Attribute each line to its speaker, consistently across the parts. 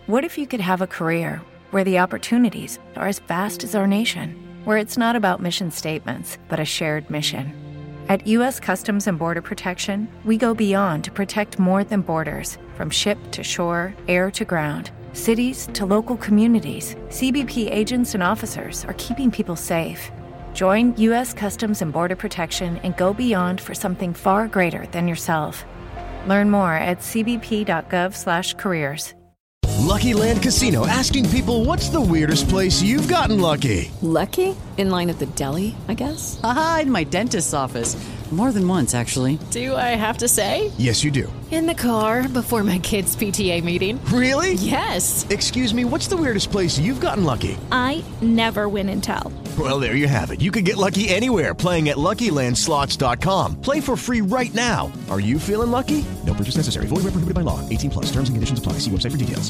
Speaker 1: What if you could have a career where the opportunities are as vast as our nation, where it's not about mission statements, but a shared mission? At U.S. Customs and Border Protection, we go beyond to protect more than borders. From ship to shore, air to ground, cities to local communities, CBP agents and officers are keeping people safe. Join U.S. Customs and Border Protection and go beyond for something far greater than yourself. Learn more at cbp.gov/careers.
Speaker 2: Lucky Land Casino, asking people, what's the weirdest place you've gotten lucky?
Speaker 3: Lucky? In line at the deli, I guess?
Speaker 4: Aha, in my dentist's office. More than once, actually.
Speaker 3: Do I have to say?
Speaker 2: Yes, you do.
Speaker 3: In the car before my kids' PTA meeting.
Speaker 2: Really?
Speaker 3: Yes.
Speaker 2: Excuse me, what's the weirdest place you've gotten lucky?
Speaker 5: I never win and tell.
Speaker 2: Well, there you have it. You can get lucky anywhere, playing at LuckyLandSlots.com. Play for free right now. Are you feeling lucky? No purchase necessary. Void where prohibited by law. 18+. Terms and conditions apply. See website for details.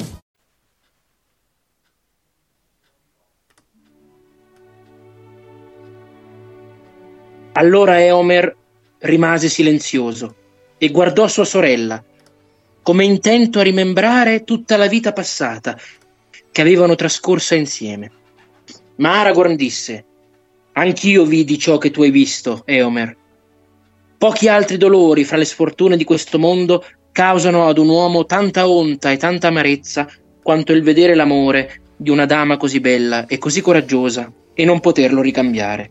Speaker 6: Allora Eomer rimase silenzioso e guardò sua sorella, come intento a rimembrare tutta la vita passata che avevano trascorsa insieme. Ma Aragorn disse: «Anch'io vidi ciò che tu hai visto, Eomer. Pochi altri dolori fra le sfortune di questo mondo causano ad un uomo tanta onta e tanta amarezza quanto il vedere l'amore di una dama così bella e così coraggiosa e non poterlo ricambiare.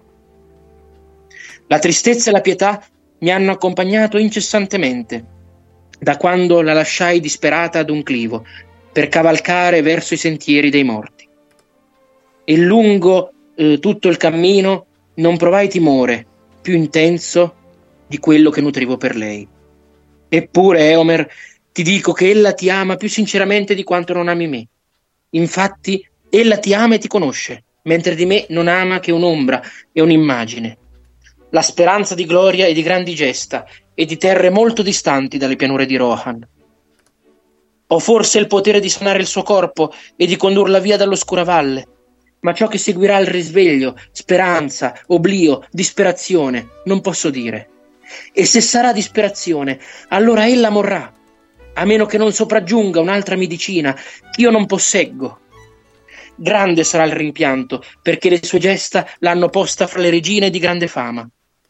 Speaker 6: La tristezza e la pietà mi hanno accompagnato incessantemente, da quando la lasciai disperata ad un clivo, per cavalcare verso i sentieri dei morti. E lungo tutto il cammino non provai timore più intenso di quello che nutrivo per lei. Eppure, Eomer, ti dico che ella ti ama più sinceramente di quanto non ami me. Infatti, ella ti ama e ti conosce, mentre di me non ama che un'ombra e un'immagine. La speranza di gloria e di grandi gesta e di terre molto distanti dalle pianure di Rohan. Ho forse il potere di sanare il suo corpo e di condurla via dall'oscura valle, ma ciò che seguirà al risveglio, speranza, oblio, disperazione, non posso dire. E se sarà disperazione, allora ella morrà, a meno che non sopraggiunga un'altra medicina che io non posseggo. Grande sarà il rimpianto, perché le sue gesta l'hanno posta fra le regine di grande fama.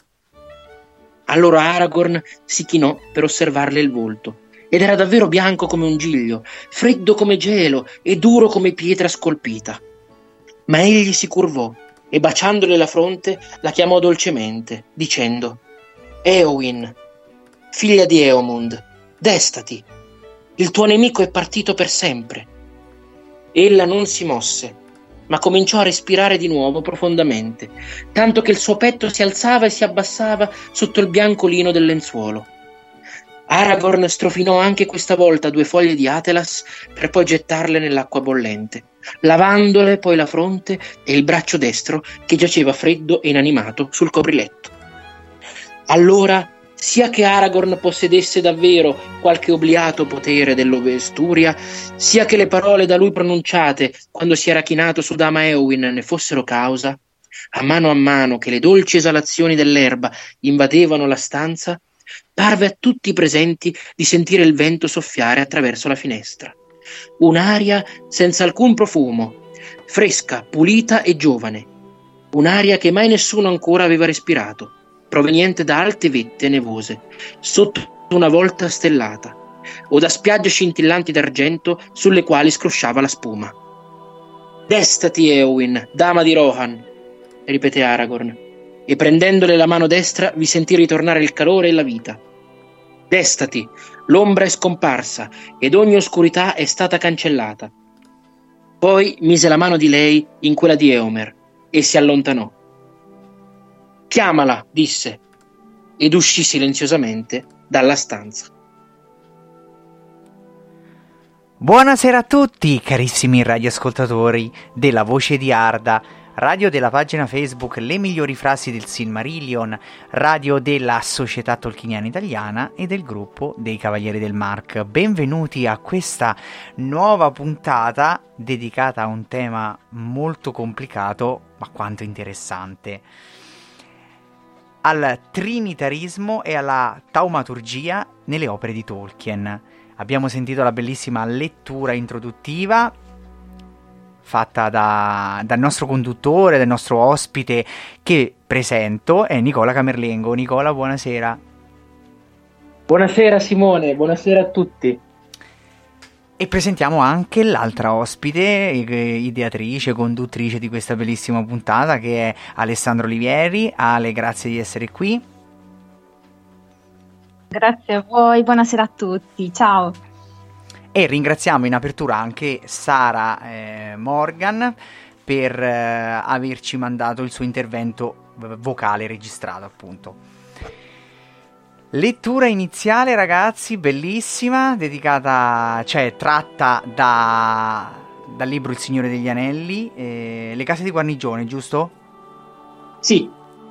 Speaker 6: Allora Aragorn si chinò per osservarle il volto, ed era davvero bianco come un giglio, freddo come gelo e duro come pietra scolpita. Ma egli si curvò e, baciandole la fronte, la chiamò dolcemente, dicendo: «Eowyn, figlia di Eomund, destati, il tuo nemico è partito per sempre». Ella non si mosse, ma cominciò a respirare di nuovo profondamente, tanto che il suo petto si alzava e si abbassava sotto il bianco lino del lenzuolo. Aragorn strofinò anche questa volta 2 foglie di atelas per poi gettarle nell'acqua bollente, lavandole poi la fronte e il braccio destro che giaceva freddo e inanimato sul copriletto. Allora, sia che Aragorn possedesse davvero qualche obliato potere dell'Ovesturia, sia che le parole da lui pronunciate quando si era chinato su dama Eowyn ne fossero causa, a mano che le dolci esalazioni dell'erba invadevano la stanza, parve a tutti i presenti di sentire il vento soffiare attraverso la finestra. Un'aria senza alcun profumo, fresca, pulita e giovane. Un'aria che mai nessuno ancora aveva respirato, proveniente da alte vette nevose, sotto una volta stellata, o da spiagge scintillanti d'argento sulle quali scrosciava la spuma. «Destati, Eowyn, dama di Rohan», ripeté Aragorn, e prendendole la mano destra vi sentì ritornare il calore e la vita. «Destati, l'ombra è scomparsa ed ogni oscurità è stata cancellata». Poi mise la mano di lei in quella di Eomer e si allontanò. «Chiamala», disse, ed uscì silenziosamente dalla stanza.
Speaker 7: Buonasera a tutti, carissimi radioascoltatori della Voce di Arda, radio della pagina Facebook Le Migliori Frasi del Silmarillion, radio della Società Tolkieniana Italiana e del gruppo dei Cavalieri del Mark. Benvenuti a questa nuova puntata dedicata a un tema molto complicato ma quanto interessante: al trinitarismo e alla taumaturgia nelle opere di Tolkien. abbiamo sentito la bellissima lettura introduttiva fatta dal nostro conduttore, dal nostro ospite, che presento, è Nicola Camerlengo. Nicola, buonasera.
Speaker 6: Buonasera Simone, buonasera a tutti.
Speaker 7: E presentiamo anche l'altra ospite, ideatrice, conduttrice di questa bellissima puntata, che è Alessandra Olivieri. Ale, grazie di essere qui.
Speaker 8: Grazie a voi, buonasera a tutti, ciao.
Speaker 7: E ringraziamo in apertura anche Sara Morgan per averci mandato il suo intervento vocale registrato, appunto. Lettura iniziale, ragazzi, bellissima, dedicata, cioè tratta dal libro Il Signore degli Anelli, Le case di guarnigione, giusto?
Speaker 6: Sì.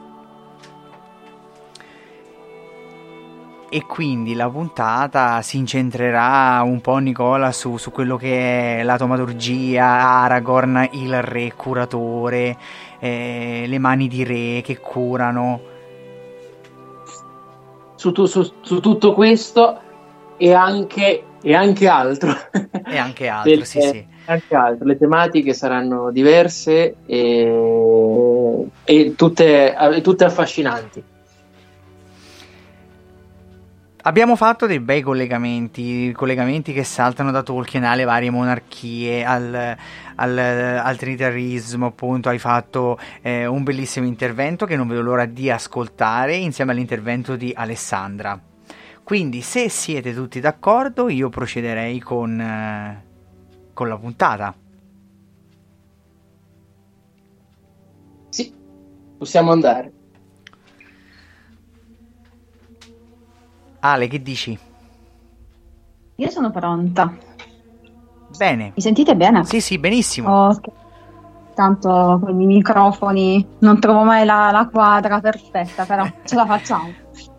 Speaker 7: E quindi la puntata si incentrerà un po', Nicola, su quello che è la taumaturgia, Aragorn, il re curatore, le mani di re che curano. Su
Speaker 6: tutto questo e anche altro.
Speaker 7: E anche altro, sì.
Speaker 6: Anche altro. Le tematiche saranno diverse e tutte affascinanti.
Speaker 7: Abbiamo fatto dei bei collegamenti che saltano da Tolkien alle varie monarchie, al trinitarismo, appunto. Hai fatto un bellissimo intervento che non vedo l'ora di ascoltare insieme all'intervento di Alessandra. Quindi, se siete tutti d'accordo, io procederei con la puntata.
Speaker 6: Sì, possiamo andare.
Speaker 7: Ale, che dici?
Speaker 8: Io sono pronta.
Speaker 7: Bene.
Speaker 8: Mi sentite bene?
Speaker 7: Sì, benissimo.
Speaker 8: Tanto con i microfoni non trovo mai la quadra perfetta, però ce la facciamo.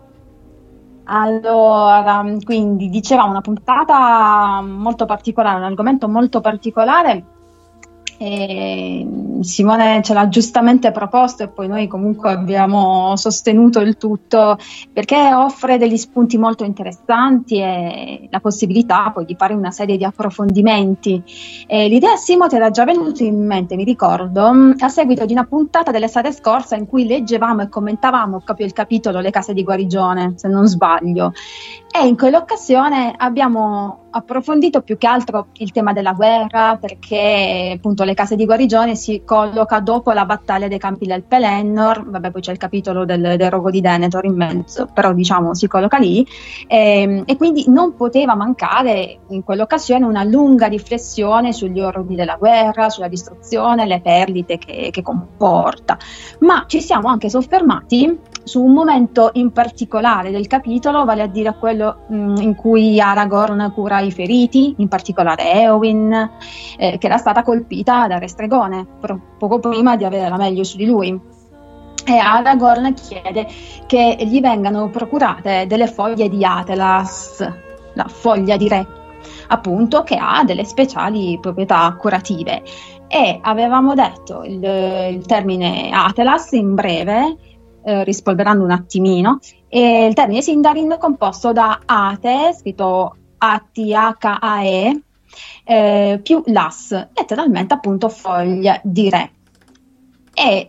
Speaker 8: Allora, quindi dicevamo una puntata molto particolare, un argomento molto particolare. E Simone ce l'ha giustamente proposto e poi noi comunque abbiamo sostenuto il tutto, perché offre degli spunti molto interessanti e la possibilità poi di fare una serie di approfondimenti. L'idea a Simo ti era già venuta in mente, mi ricordo, a seguito di una puntata dell'estate scorsa in cui leggevamo e commentavamo proprio il capitolo Le case di guarigione, se non sbaglio, e in quell'occasione abbiamo approfondito più che altro il tema della guerra, perché appunto Le case di guarigione si colloca dopo la battaglia dei campi del Pelennor. Vabbè, poi c'è il capitolo del rogo di Denethor in mezzo, però diciamo si colloca lì, e quindi non poteva mancare in quell'occasione una lunga riflessione sugli orrori della guerra, sulla distruzione, le perdite che comporta. Ma ci siamo anche soffermati su un momento in particolare del capitolo, vale a dire quello in cui Aragorn cura i feriti, in particolare Éowyn, che era stata colpita da Re Stregone poco prima di avere la meglio su di lui. E Aragorn chiede che gli vengano procurate delle foglie di Atelas, la foglia di re, appunto, che ha delle speciali proprietà curative. E avevamo detto il termine Atelas in breve, rispolverando un attimino, e il termine Sindarin composto da Ate, scritto A-T-H-A-E, più las, letteralmente appunto foglia di re. E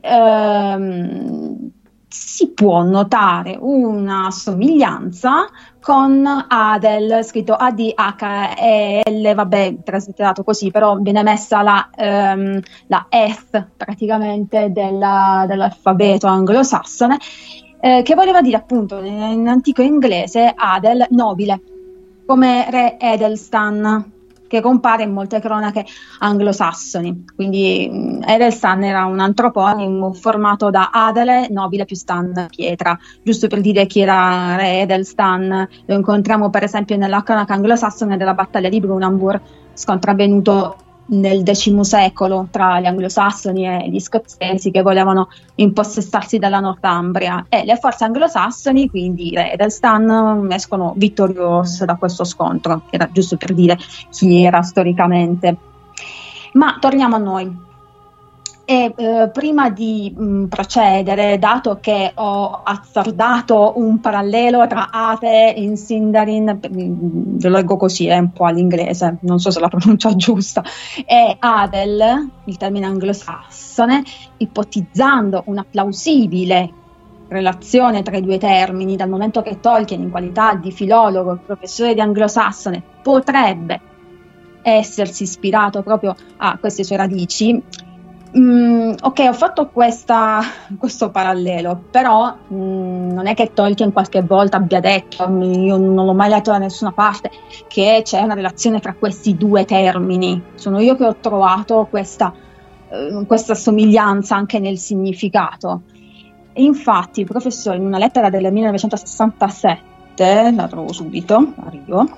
Speaker 8: si può notare una somiglianza con Adel, scritto A-D-H-E-L, vabbè, traslitterato così, però viene messa la S praticamente dell'alfabeto anglosassone, che voleva dire appunto in antico inglese Adel, nobile, come re Edelstan, che compare in molte cronache anglosassoni. Quindi Edelstan era un antroponimo formato da Adele, nobile, più stan, pietra. Giusto per dire chi era re Edelstan, lo incontriamo per esempio nella cronaca anglosassone della battaglia di Brunanburh, scontro avvenuto nel X secolo tra gli anglosassoni e gli scozzesi che volevano impossessarsi della Northumbria, e le forze anglosassoni, quindi re Edelstan, escono vittoriose da questo scontro. Era giusto per dire chi era storicamente. Ma torniamo a noi. E prima di procedere, dato che ho azzardato un parallelo tra Ate in Sindarin, lo leggo così, è un po' all'inglese, non so se la pronuncia è giusta, e Adel, il termine anglosassone, ipotizzando una plausibile relazione tra i due termini, dal momento che Tolkien, in qualità di filologo e professore di anglosassone, potrebbe essersi ispirato proprio a queste sue radici. Ok, ho fatto questo parallelo, però non è che Tolkien qualche volta abbia detto, io non l'ho mai letto da nessuna parte, che c'è una relazione tra questi due termini. Sono io che ho trovato questa somiglianza anche nel significato. E infatti il professore, in una lettera del 1967, la trovo subito, arrivo,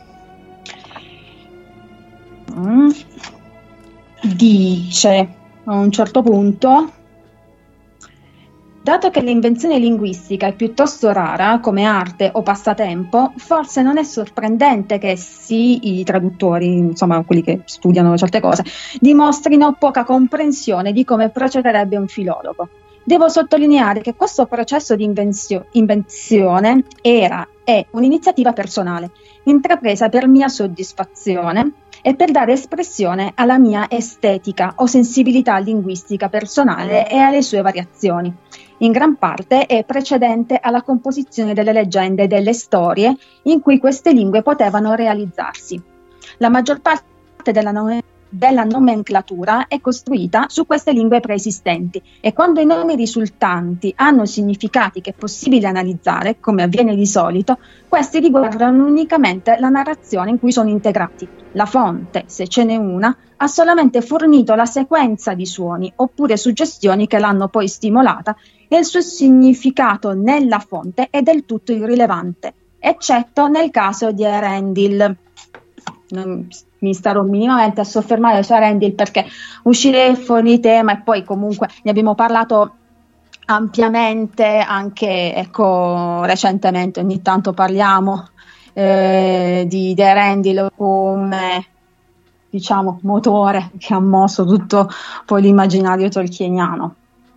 Speaker 8: dice a un certo punto: dato che l'invenzione linguistica è piuttosto rara come arte o passatempo, forse non è sorprendente che i traduttori, insomma quelli che studiano certe cose, dimostrino poca comprensione di come procederebbe un filologo. Devo sottolineare che questo processo di invenzione è un'iniziativa personale, intrapresa per mia soddisfazione e per dare espressione alla mia estetica o sensibilità linguistica personale e alle sue variazioni. In gran parte è precedente alla composizione delle leggende e delle storie in cui queste lingue potevano realizzarsi. La maggior parte della nomenclatura è costruita su queste lingue preesistenti e quando i nomi risultanti hanno significati che è possibile analizzare, come avviene di solito, questi riguardano unicamente la narrazione in cui sono integrati. La fonte, se ce n'è una, ha solamente fornito la sequenza di suoni oppure suggestioni che l'hanno poi stimolata e il suo significato nella fonte è del tutto irrilevante, eccetto nel caso di Eärendil. Non mi starò minimamente a soffermare su Eärendil perché uscirei fuori tema e poi comunque ne abbiamo parlato ampiamente anche recentemente, ogni tanto parliamo di Eärendil come motore che ha mosso tutto poi l'immaginario tolkieniano.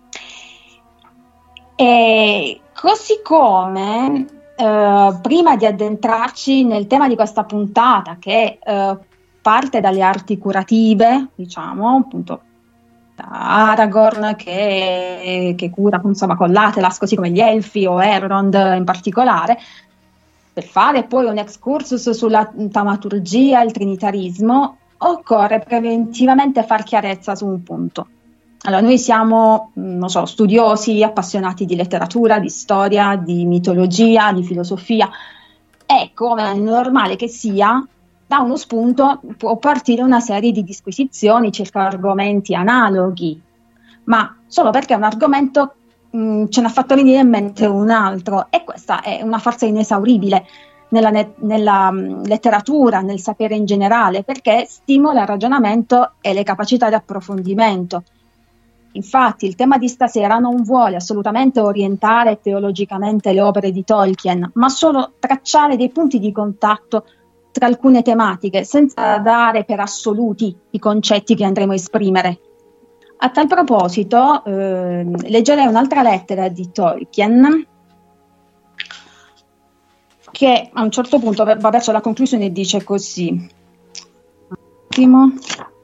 Speaker 8: E così come prima di addentrarci nel tema di questa puntata, che parte dalle arti curative, appunto Aragorn che cura con Latelas, così come gli Elfi o Elrond in particolare, per fare poi un excursus sulla taumaturgia e il trinitarismo, occorre preventivamente far chiarezza su un punto. Allora, noi siamo, studiosi, appassionati di letteratura, di storia, di mitologia, di filosofia, e come è normale che sia, da uno spunto può partire una serie di disquisizioni circa argomenti analoghi, ma solo perché un argomento ce n'ha fatto venire in mente un altro, e questa è una forza inesauribile nella letteratura, nel sapere in generale, perché stimola il ragionamento e le capacità di approfondimento. Infatti il tema di stasera non vuole assolutamente orientare teologicamente le opere di Tolkien, ma solo tracciare dei punti di contatto tra alcune tematiche, senza dare per assoluti i concetti che andremo a esprimere. A tal proposito, leggerei un'altra lettera di Tolkien, che a un certo punto va verso la conclusione e dice così. Un attimo.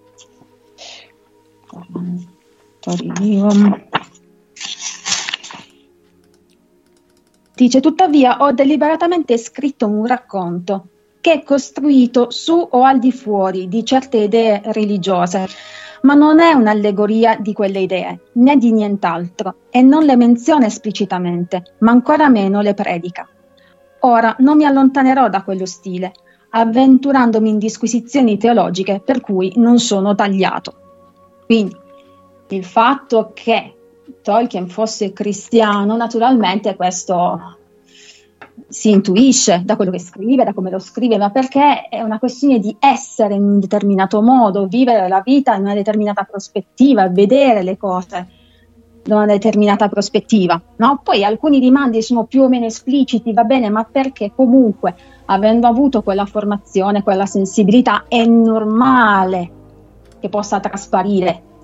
Speaker 8: Dice: tuttavia ho deliberatamente scritto un racconto che è costruito su o al di fuori di certe idee religiose, ma non è un'allegoria di quelle idee, né di nient'altro, e non le menziona esplicitamente, ma ancora meno le predica. Ora non mi allontanerò da quello stile, avventurandomi in disquisizioni teologiche per cui non sono tagliato. Quindi il fatto che Tolkien fosse cristiano, naturalmente questo si intuisce da quello che scrive, da come lo scrive, ma perché è una questione di essere in un determinato modo, vivere la vita in una determinata prospettiva, vedere le cose da una determinata prospettiva, no? Poi alcuni rimandi sono più o meno espliciti, va bene, ma perché comunque, avendo avuto quella formazione, quella sensibilità, è normale che possa trasparire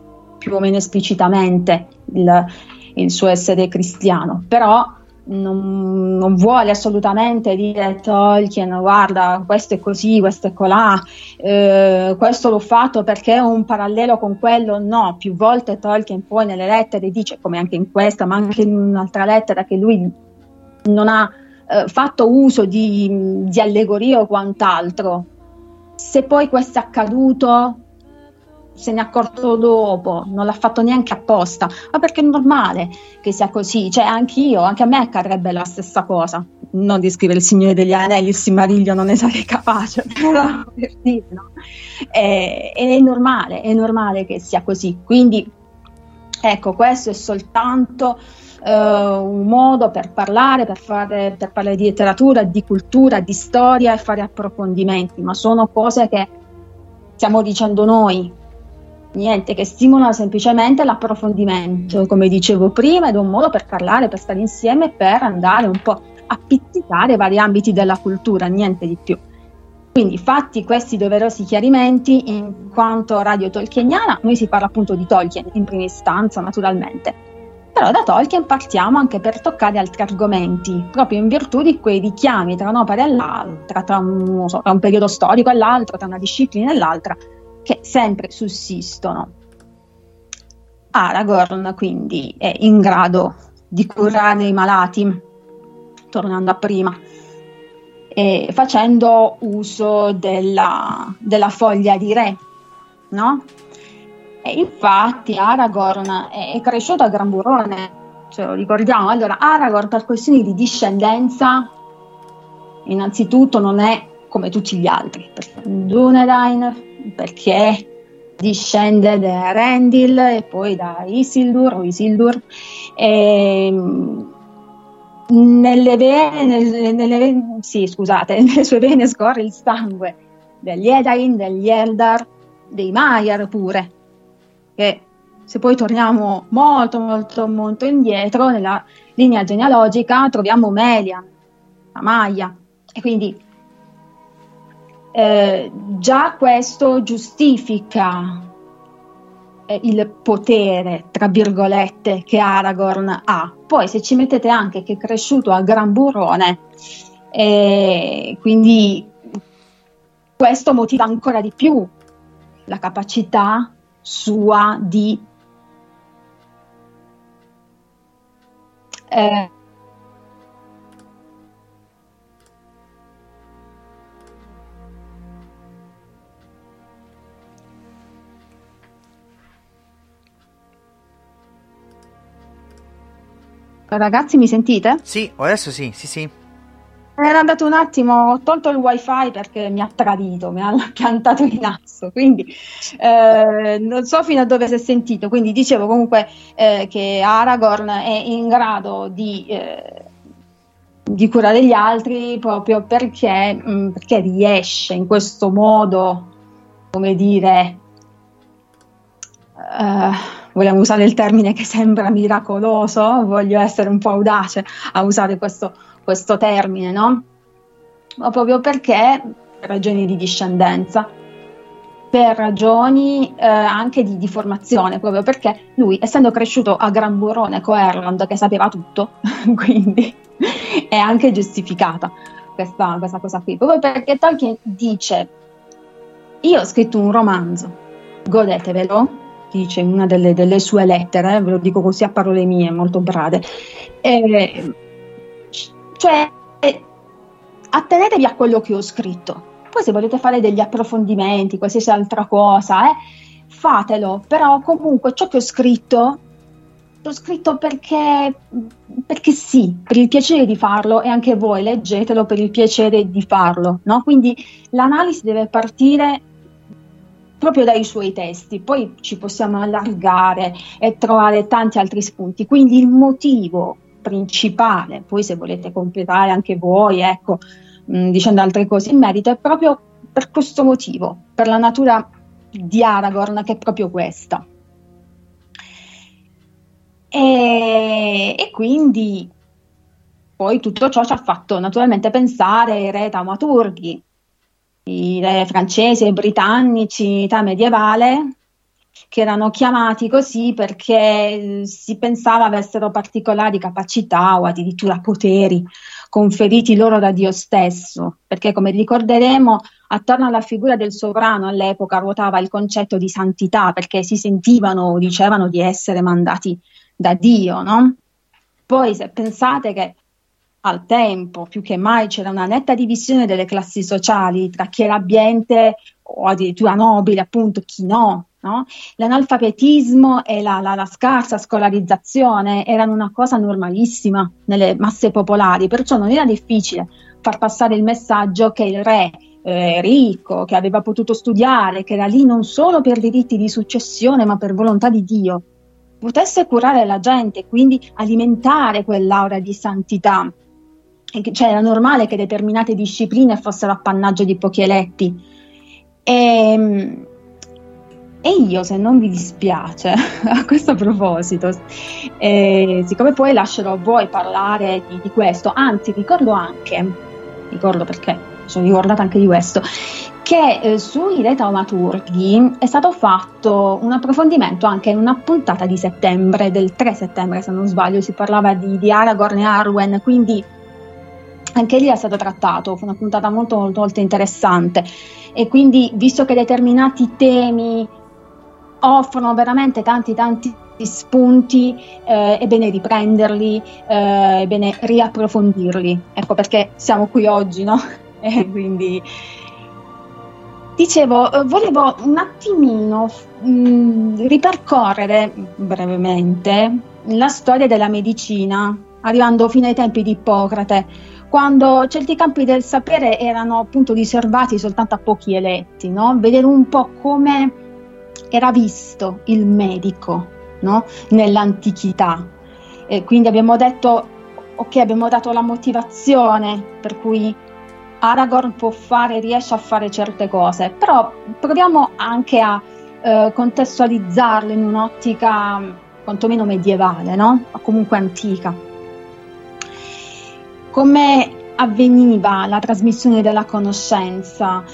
Speaker 8: più o meno esplicitamente il suo essere cristiano, però non vuole assolutamente dire Tolkien, guarda, questo è così, questo è colà, questo l'ho fatto perché è un parallelo con quello. No, più volte Tolkien poi nelle lettere dice, come anche in questa, ma anche in un'altra lettera, che lui non ha fatto uso di allegorie o quant'altro. Se poi questo è accaduto, se ne è accorto dopo, non l'ha fatto neanche apposta, ma perché è normale che sia così. Cioè anche a me accadrebbe la stessa cosa, non di scrivere Il Signore degli Anelli, il Silmarillion non ne sarei capace, però per dire, no? È normale che sia così. Quindi ecco, questo è soltanto un modo per parlare di letteratura, di cultura, di storia e fare approfondimenti, ma sono cose che stiamo dicendo noi. Niente, che stimola semplicemente l'approfondimento, come dicevo prima, ed è un modo per parlare, per stare insieme, per andare un po' a pizzicare vari ambiti della cultura, niente di più. Quindi, fatti questi doverosi chiarimenti, in quanto radio tolkieniana, noi si parla appunto di Tolkien in prima istanza, naturalmente, però da Tolkien partiamo anche per toccare altri argomenti, proprio in virtù di quei richiami tra un'opera e l'altra, tra un periodo storico e l'altro, tra una disciplina e l'altra, che sempre sussistono. Aragorn quindi è in grado di curare i malati, tornando a prima, e facendo uso della foglia di re, no? E infatti Aragorn è cresciuto a Gran Burrone, ce lo ricordiamo. Allora, Aragorn, per questioni di discendenza, innanzitutto non è come tutti gli altri, perché Dúnedain, perché discende da Elendil e poi da Isildur, nelle sue vene scorre il sangue degli Edain, degli Eldar, dei Maiar pure, che se poi torniamo molto molto molto indietro nella linea genealogica troviamo Melian, la Maia, e quindi già questo giustifica il potere, tra virgolette, che Aragorn ha. Poi se ci mettete anche che è cresciuto a Gran Burrone, quindi questo motiva ancora di più la capacità sua di Ragazzi, mi sentite?
Speaker 7: Sì, adesso sì.
Speaker 8: Era andato un attimo, ho tolto il wifi perché mi ha tradito, mi ha piantato in asso, quindi non so fino a dove si è sentito. Quindi dicevo comunque che Aragorn è in grado di curare gli altri proprio perché riesce in questo modo, come dire, vogliamo usare il termine che sembra miracoloso, voglio essere un po' audace a usare questo termine, no? Ma proprio perché, per ragioni di discendenza, per ragioni anche di formazione, proprio perché lui, essendo cresciuto a Gran Burrone con Elrond che sapeva tutto, quindi è anche giustificata questa cosa qui, proprio perché Tolkien dice: io ho scritto un romanzo, godetevelo, dice in una delle sue lettere, ve lo dico così a parole mie, molto brade, cioè attenetevi a quello che ho scritto. Poi se volete fare degli approfondimenti, qualsiasi altra cosa, fatelo, però comunque ciò che ho scritto l'ho scritto perché sì, per il piacere di farlo, e anche voi leggetelo per il piacere di farlo, no? Quindi l'analisi deve partire proprio dai suoi testi, poi ci possiamo allargare e trovare tanti altri spunti. Quindi il motivo principale, poi se volete completare anche voi, ecco, dicendo altre cose in merito, è proprio per questo motivo, per la natura di Aragorn, che è proprio questa. E quindi poi tutto ciò ci ha fatto naturalmente pensare ai re taumaturghi, i re francesi e britannici, età medievale, che erano chiamati così perché si pensava avessero particolari capacità o addirittura poteri conferiti loro da Dio stesso, perché come ricorderemo attorno alla figura del sovrano all'epoca ruotava il concetto di santità, perché si sentivano o dicevano di essere mandati da Dio, no? Poi se pensate che al tempo più che mai c'era una netta divisione delle classi sociali tra chi era abbiente o addirittura nobile, appunto, chi no, no? L'analfabetismo e la scarsa scolarizzazione erano una cosa normalissima nelle masse popolari, perciò non era difficile far passare il messaggio che il re ricco, che aveva potuto studiare, che era lì non solo per diritti di successione ma per volontà di Dio, potesse curare la gente, quindi alimentare quell'aura di santità. Cioè era normale che determinate discipline fossero appannaggio di pochi eletti. E io, se non vi dispiace, a questo proposito, siccome poi lascerò a voi parlare di questo, anzi ricordo perché sono ricordata anche di questo, che sui re taumaturghi è stato fatto un approfondimento anche in una puntata di settembre, del 3 settembre se non sbaglio, si parlava di Aragorn e Arwen, quindi anche lì è stato trattato, fu una puntata molto molto molto interessante, e quindi visto che determinati temi offrono veramente tanti spunti, è bene riprenderli, è bene riapprofondirli, ecco perché siamo qui oggi, no? E quindi dicevo, volevo un attimino ripercorrere brevemente la storia della medicina, arrivando fino ai tempi di Ippocrate, quando certi campi del sapere erano appunto riservati soltanto a pochi eletti, no? Vedere un po' come era visto il medico, no? Nell'antichità. E quindi abbiamo detto, ok, abbiamo dato la motivazione per cui Aragorn riesce a fare certe cose, però proviamo anche a contestualizzarlo in un'ottica quantomeno medievale, no? O comunque antica. Come avveniva la trasmissione della conoscenza?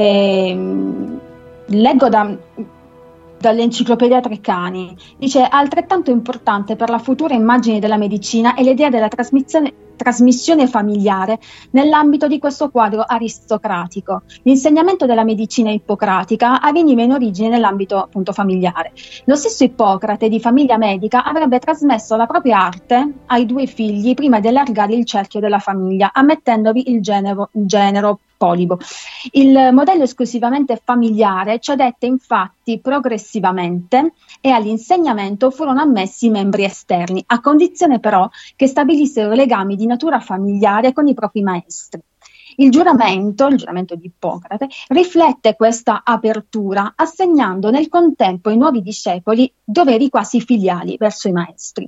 Speaker 8: Leggo dall'Enciclopedia Treccani, dice: altrettanto importante per la futura immagine della medicina è l'idea della trasmissione familiare nell'ambito di questo quadro aristocratico. L'insegnamento della medicina ippocratica avveniva in origine nell'ambito appunto familiare. Lo stesso Ippocrate, di famiglia medica, avrebbe trasmesso la propria arte ai 2 figli prima di allargare il cerchio della famiglia, ammettendovi il genero polibo. Il modello esclusivamente familiare cedette infatti progressivamente e all'insegnamento furono ammessi i membri esterni, a condizione però che stabilissero legami di natura familiare con i propri maestri. Il giuramento di Ippocrate, riflette questa apertura, assegnando nel contempo ai nuovi discepoli doveri quasi filiali verso i maestri.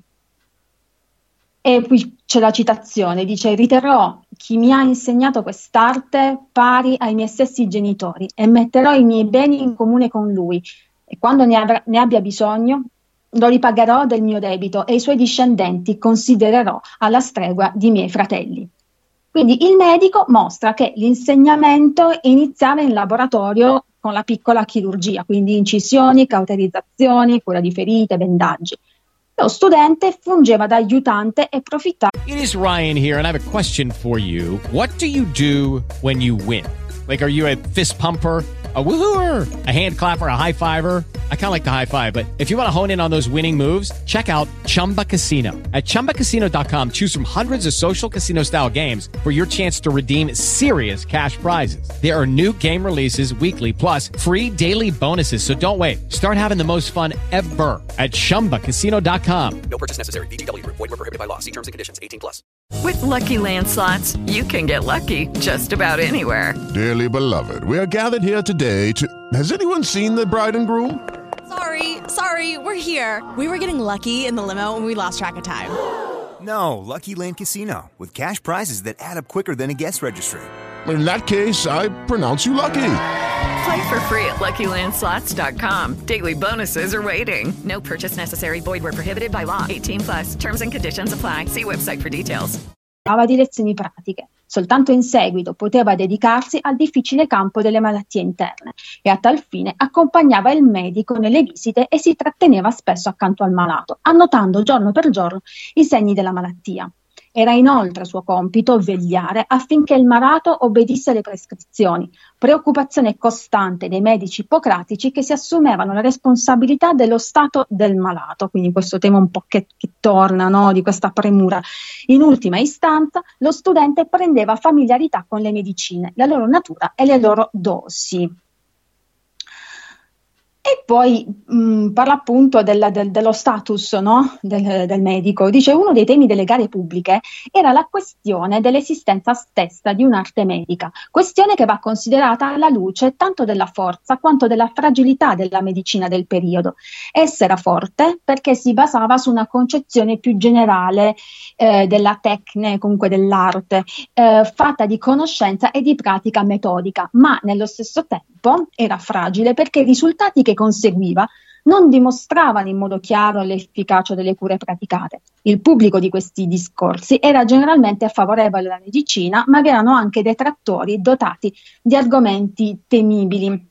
Speaker 8: E qui c'è la citazione, dice: riterrò chi mi ha insegnato quest'arte pari ai miei stessi genitori e metterò i miei beni in comune con lui, e quando ne abbia bisogno lo ripagherò del mio debito e i suoi discendenti considererò alla stregua di miei fratelli. Quindi il medico mostra che l'insegnamento iniziava in laboratorio con la piccola chirurgia, quindi incisioni, cauterizzazioni, cura di ferite, bandaggi. Lo studente fungeva da aiutante e profittava.
Speaker 9: It is Ryan here, and I have a question for you. What do you do when you win? Like, are you a fist pumper, a woohooer, a hand clapper, a high fiver? I kind of like the high five, but if you want to hone in on those winning moves, check out Chumba Casino. At ChumbaCasino.com, choose from hundreds of social casino-style games for your chance to redeem serious cash prizes. There are new game releases weekly, plus free daily bonuses, so don't wait. Start having the most fun ever at ChumbaCasino.com.
Speaker 10: No purchase necessary. VGW. Void where prohibited by law. See terms and conditions. 18+.
Speaker 11: With Lucky Land Slots, you can get lucky just about anywhere.
Speaker 12: Dearly beloved, we are gathered here today to... Has anyone seen the bride and groom?
Speaker 13: Sorry, we're here. We were getting lucky in the limo and we lost track of time.
Speaker 14: No, Lucky Land Casino, with cash prizes that add up quicker than a guest registry.
Speaker 12: In that case, I pronounce you lucky.
Speaker 11: Play for free at LuckyLandSlots.com. Daily bonuses are waiting. No purchase necessary. Void where prohibited by law. 18+. Terms and conditions apply. See website for details.
Speaker 8: Di lezioni pratiche. Soltanto in seguito poteva dedicarsi al difficile campo delle malattie interne e a tal fine accompagnava il medico nelle visite e si tratteneva spesso accanto al malato, annotando giorno per giorno i segni della malattia. Era inoltre suo compito vegliare affinché il malato obbedisse alle prescrizioni, preoccupazione costante dei medici ippocratici che si assumevano la responsabilità dello stato del malato, quindi questo tema un po' che torna, no, di questa premura. In ultima istanza, lo studente prendeva familiarità con le medicine, la loro natura e le loro dosi. E poi parla appunto dello status, no? del medico. Dice: uno dei temi delle gare pubbliche era la questione dell'esistenza stessa di un'arte medica, questione che va considerata alla luce tanto della forza quanto della fragilità della medicina del periodo. Essa era forte perché si basava su una concezione più generale della tecne, comunque dell'arte, fatta di conoscenza e di pratica metodica, ma nello stesso tempo era fragile perché i risultati che conseguiva non dimostravano in modo chiaro l'efficacia delle cure praticate. Il pubblico di questi discorsi era generalmente favorevole alla medicina, ma vi erano anche detrattori dotati di argomenti temibili.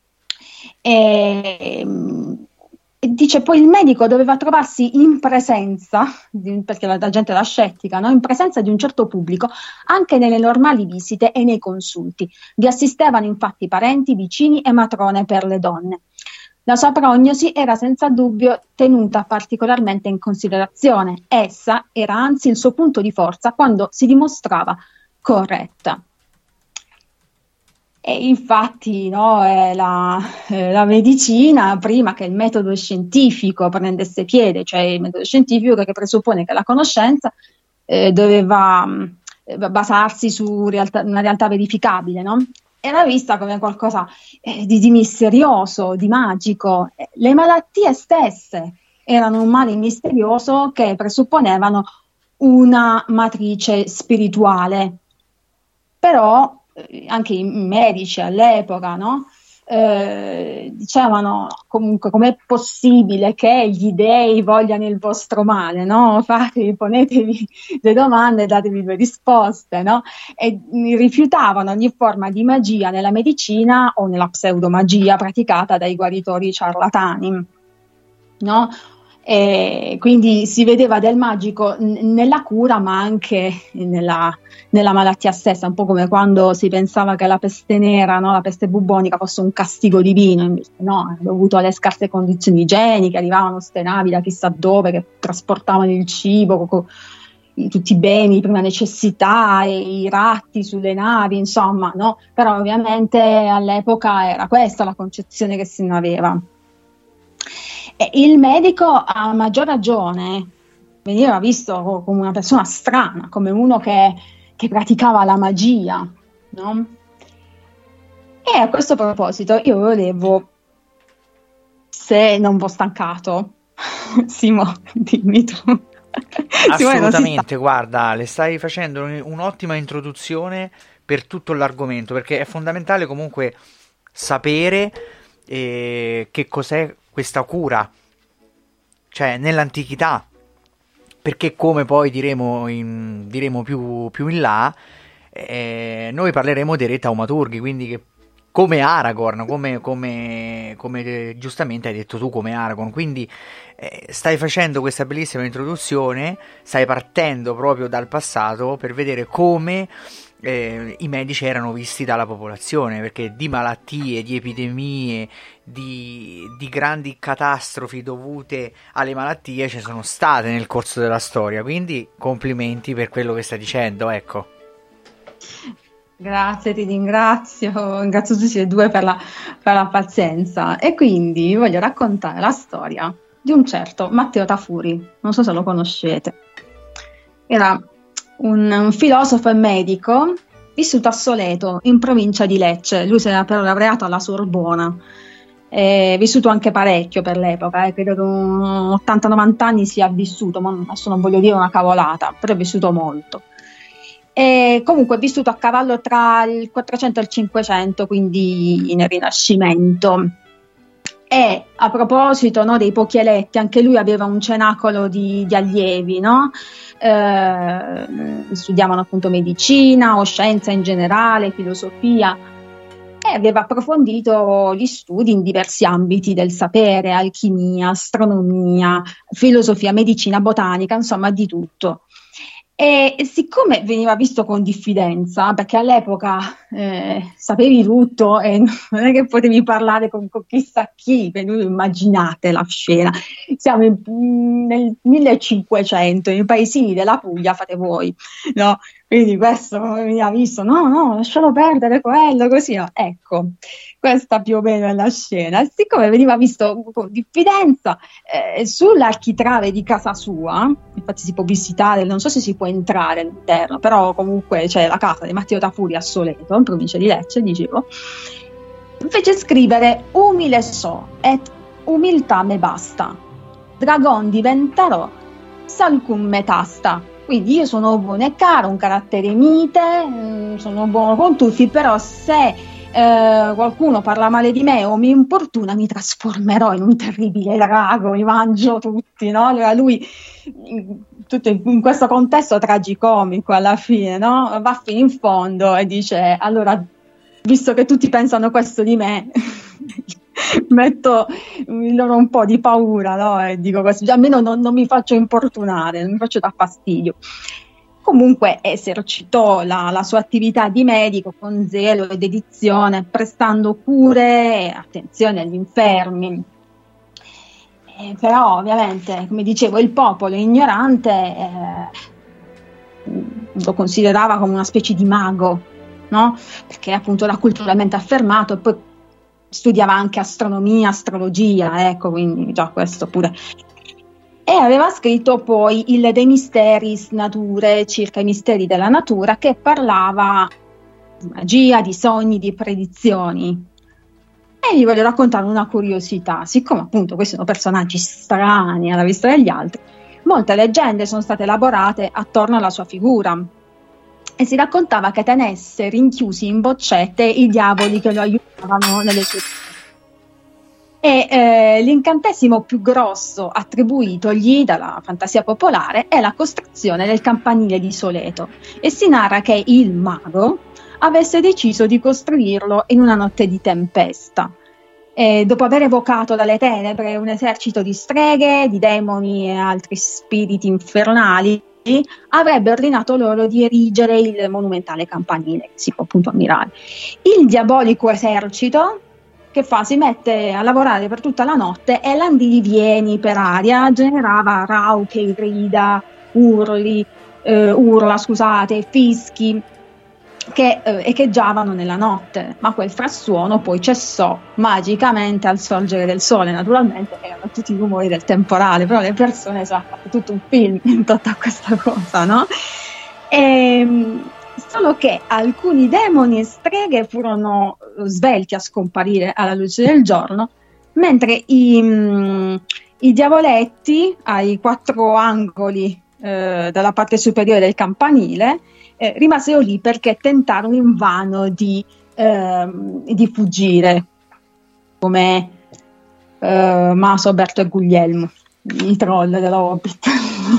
Speaker 8: Dice poi il medico doveva trovarsi in presenza, perché la gente era scettica, no? In presenza di un certo pubblico anche nelle normali visite e nei consulti. Vi assistevano infatti parenti, vicini e matrone per le donne. La sua prognosi era senza dubbio tenuta particolarmente in considerazione. Essa era anzi il suo punto di forza quando si dimostrava corretta. E infatti, no, la medicina, prima che il metodo scientifico prendesse piede, cioè il metodo scientifico che presuppone che la conoscenza doveva basarsi su una realtà verificabile, no? Era vista come qualcosa di misterioso, di magico. Le malattie stesse erano un male misterioso che presupponevano una matrice spirituale. Però anche i medici all'epoca, no? Dicevano comunque: com'è possibile che gli dei vogliano il vostro male, no? Ponetevi le domande e datevi le risposte, no? E rifiutavano ogni forma di magia nella medicina o nella pseudomagia praticata dai guaritori ciarlatani, no? E quindi si vedeva del magico nella cura, ma anche nella malattia stessa, un po' come quando si pensava che la peste nera, no, la peste bubbonica, fosse un castigo divino. Invece no, dovuto alle scarse condizioni igieniche, arrivavano queste navi da chissà dove che trasportavano il cibo, tutti i beni di prima necessità, e i ratti sulle navi, insomma, no? Però ovviamente all'epoca era questa la concezione che se ne aveva. E il medico, a maggior ragione, veniva visto come una persona strana, come uno che praticava la magia, no? E a questo proposito io volevo, se non vi ho stancato, Simo, dimmi tu.
Speaker 7: Assolutamente, guarda, le stai facendo un'ottima introduzione per tutto l'argomento, perché è fondamentale comunque sapere che cos'è questa cura, cioè nell'antichità, perché come poi diremo più in là, noi parleremo dei re taumaturghi, quindi che, come Aragorn, come giustamente hai detto tu, come Aragorn, quindi stai facendo questa bellissima introduzione, stai partendo proprio dal passato per vedere come i medici erano visti dalla popolazione, perché di malattie, di epidemie, di grandi catastrofi dovute alle malattie ci sono state nel corso della storia, quindi complimenti per quello che stai dicendo, ecco.
Speaker 8: Grazie, ti ringrazio tutti e due per la pazienza. E quindi voglio raccontare la storia di un certo Matteo Tafuri, non so se lo conoscete. Era un filosofo e medico vissuto a Soleto, in provincia di Lecce. Lui si era però laureato alla Sorbona, vissuto anche parecchio per l'epoca, credo che 80-90 anni sia vissuto, ma adesso non voglio dire una cavolata, però è vissuto molto. E comunque è vissuto a cavallo tra il 400 e il 500, quindi nel Rinascimento. E a proposito, no, dei pochi eletti, anche lui aveva un cenacolo di allievi, no? Studiavano appunto medicina o scienza in generale, filosofia, e aveva approfondito gli studi in diversi ambiti del sapere, alchimia, astronomia, filosofia, medicina, botanica, insomma di tutto. E siccome veniva visto con diffidenza, perché all'epoca sapevi tutto e non è che potevi parlare con chissà chi, immaginate la scena, siamo nel 1500, nei paesini della Puglia, fate voi, no? Quindi questo veniva visto, no, lascialo perdere quello, così, no? Ecco, questa più o meno è la scena. Siccome veniva visto con diffidenza, sull'architrave di casa sua, infatti si può visitare, non so se si può entrare all'interno, però comunque c'è la casa di Matteo Tafuri a Soleto, in provincia di Lecce, dicevo, fece scrivere umile so et umiltà me basta, dragon diventerò salcum metasta. Quindi io sono buono e caro, un carattere mite, sono buono con tutti, però se qualcuno parla male di me o mi importuna, mi trasformerò in un terribile drago, mi mangio tutti, no? Allora lui, in questo contesto tragicomico alla fine, no? Va fino in fondo e dice, allora, visto che tutti pensano questo di me, metto loro un po' di paura, no? E dico questo, almeno non mi faccio importunare, non mi faccio dar fastidio. Comunque esercitò la sua attività di medico con zelo e dedizione, prestando cure e attenzione agli infermi. Però ovviamente, come dicevo, il popolo ignorante lo considerava come una specie di mago, no? Perché appunto era culturalmente affermato, e poi studiava anche astronomia, astrologia, ecco, quindi già questo pure. E aveva scritto poi il De Mysteris Naturae, circa i misteri della natura, che parlava di magia, di sogni, di predizioni. E vi voglio raccontare una curiosità, siccome appunto questi sono personaggi strani alla vista degli altri, molte leggende sono state elaborate attorno alla sua figura. E si raccontava che tenesse rinchiusi in boccette i diavoli che lo aiutavano nelle sue vite. E l'incantesimo più grosso attribuitogli dalla fantasia popolare è la costruzione del campanile di Soleto, e si narra che il mago avesse deciso di costruirlo in una notte di tempesta. E dopo aver evocato dalle tenebre un esercito di streghe, di demoni e altri spiriti infernali, avrebbe ordinato loro di erigere il monumentale campanile che si può appunto ammirare. Il diabolico esercito che fa? Si mette a lavorare per tutta la notte e l'andivieni per aria generava rauche, grida, urla, fischi che echeggiavano nella notte, ma quel frastuono poi cessò magicamente al sorgere del sole. Naturalmente erano tutti i rumori del temporale, però le persone hanno fatto tutto un film in tutta questa cosa, no? Solo che alcuni demoni e streghe furono svelti a scomparire alla luce del giorno, mentre i diavoletti ai 4 angoli dalla parte superiore del campanile rimasero lì perché tentarono invano di fuggire, come Maso, Berto e Guglielmo, i troll della Hobbit.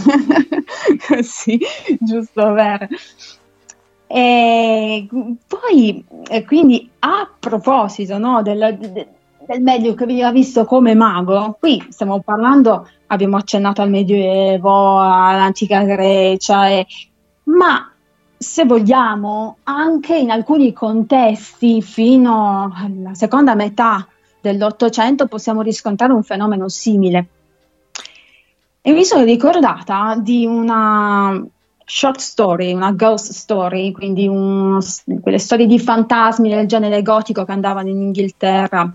Speaker 8: Così, giusto per... E poi, quindi, a proposito, no, del medico che veniva visto come mago, qui stiamo parlando, abbiamo accennato al Medioevo, all'antica Grecia, ma se vogliamo anche in alcuni contesti fino alla seconda metà dell'Ottocento possiamo riscontrare un fenomeno simile. E mi sono ricordata di una short story, una ghost story, quindi quelle storie di fantasmi del genere gotico che andavano in Inghilterra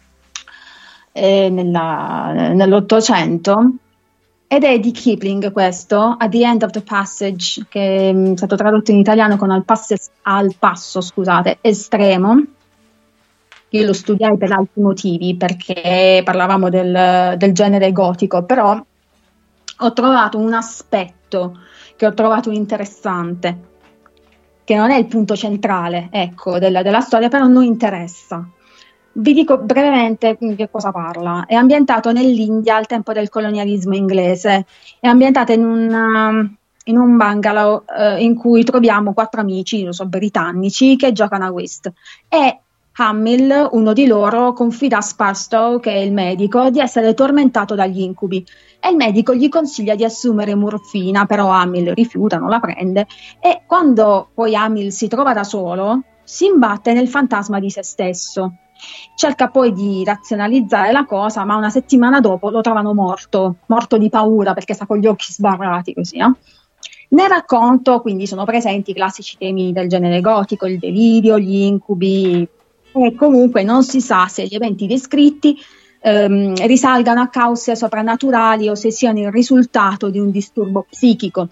Speaker 8: nell'Ottocento, ed è di Kipling questo, At the End of the Passage, che è stato tradotto in italiano con al passo estremo. Io lo studiai per altri motivi, perché parlavamo del genere gotico, però ho trovato un aspetto che ho trovato interessante, che non è il punto centrale, ecco, della storia, però non interessa. Vi dico brevemente di che cosa parla. È ambientato nell'India al tempo del colonialismo inglese. È ambientata in un bungalow in cui troviamo 4 amici, britannici, che giocano a whist. E Hamill, uno di loro, confida a Sparstow, che è il medico, di essere tormentato dagli incubi. E il medico gli consiglia di assumere morfina, però Hamill rifiuta, non la prende. E quando poi Hamill si trova da solo, si imbatte nel fantasma di se stesso. Cerca poi di razionalizzare la cosa, ma una settimana dopo lo trovano morto di paura, perché sta con gli occhi sbarrati così, no? Nel racconto quindi sono presenti i classici temi del genere gotico, il delirio, gli incubi, e comunque non si sa se gli eventi descritti risalgano a cause soprannaturali o se siano il risultato di un disturbo psichico.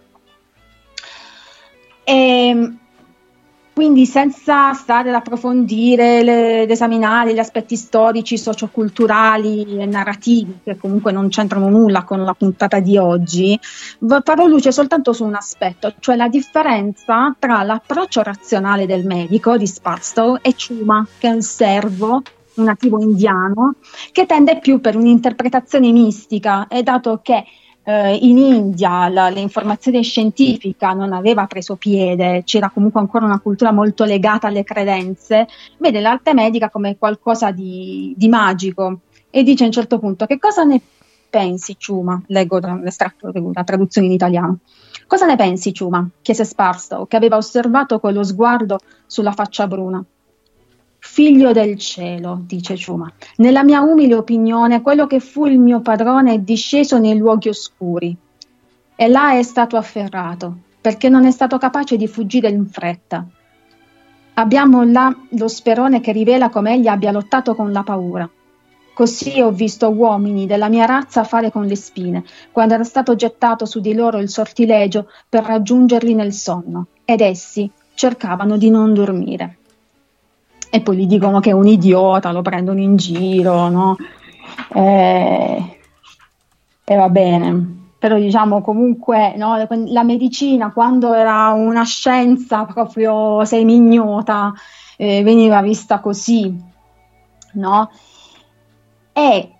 Speaker 8: Quindi, senza stare ad approfondire ed esaminare gli aspetti storici, socioculturali e narrativi, che comunque non c'entrano nulla con la puntata di oggi, farò luce soltanto su un aspetto, cioè la differenza tra l'approccio razionale del medico di Sparstow e Chuma, che è un servo, un nativo indiano, che tende più per un'interpretazione mistica, e dato che in India l'informazione scientifica non aveva preso piede, c'era comunque ancora una cultura molto legata alle credenze, vede l'arte medica come qualcosa di magico, e dice a un certo punto: che cosa ne pensi, Chuma? Leggo l'estratto della traduzione in italiano. Cosa ne pensi, Chuma? Chiese Sparstow, che aveva osservato quello sguardo sulla faccia bruna. Figlio del cielo, dice Chuma, nella mia umile opinione quello che fu il mio padrone è disceso nei luoghi oscuri e là è stato afferrato perché non è stato capace di fuggire in fretta. Abbiamo là lo sperone che rivela come egli abbia lottato con la paura. Così ho visto uomini della mia razza fare con le spine, quando era stato gettato su di loro il sortilegio per raggiungerli nel sonno, ed essi cercavano di non dormire. E poi gli dicono che è un idiota, lo prendono in giro, no? E va bene. Però diciamo comunque, no, la medicina, quando era una scienza proprio semignota, veniva vista così, no? E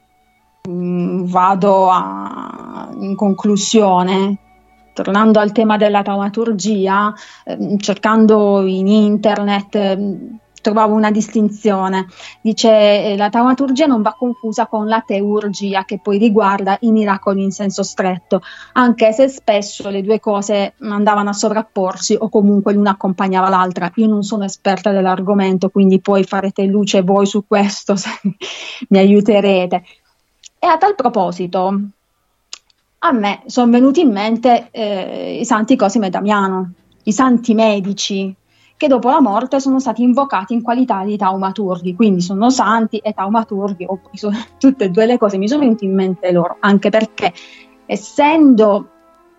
Speaker 8: vado in conclusione. Tornando al tema della taumaturgia, cercando in internet trovavo una distinzione. Dice la taumaturgia non va confusa con la teurgia, che poi riguarda i miracoli in senso stretto, anche se spesso le due cose andavano a sovrapporsi o comunque l'una accompagnava l'altra. Io non sono esperta dell'argomento, quindi poi farete luce voi su questo, se mi aiuterete. E a tal proposito, a me sono venuti in mente i santi Cosimo e Damiano, i santi medici, che dopo la morte sono stati invocati in qualità di taumaturghi, quindi sono santi e taumaturghi, ho preso tutte e due le cose, mi sono venuti in mente loro, anche perché essendo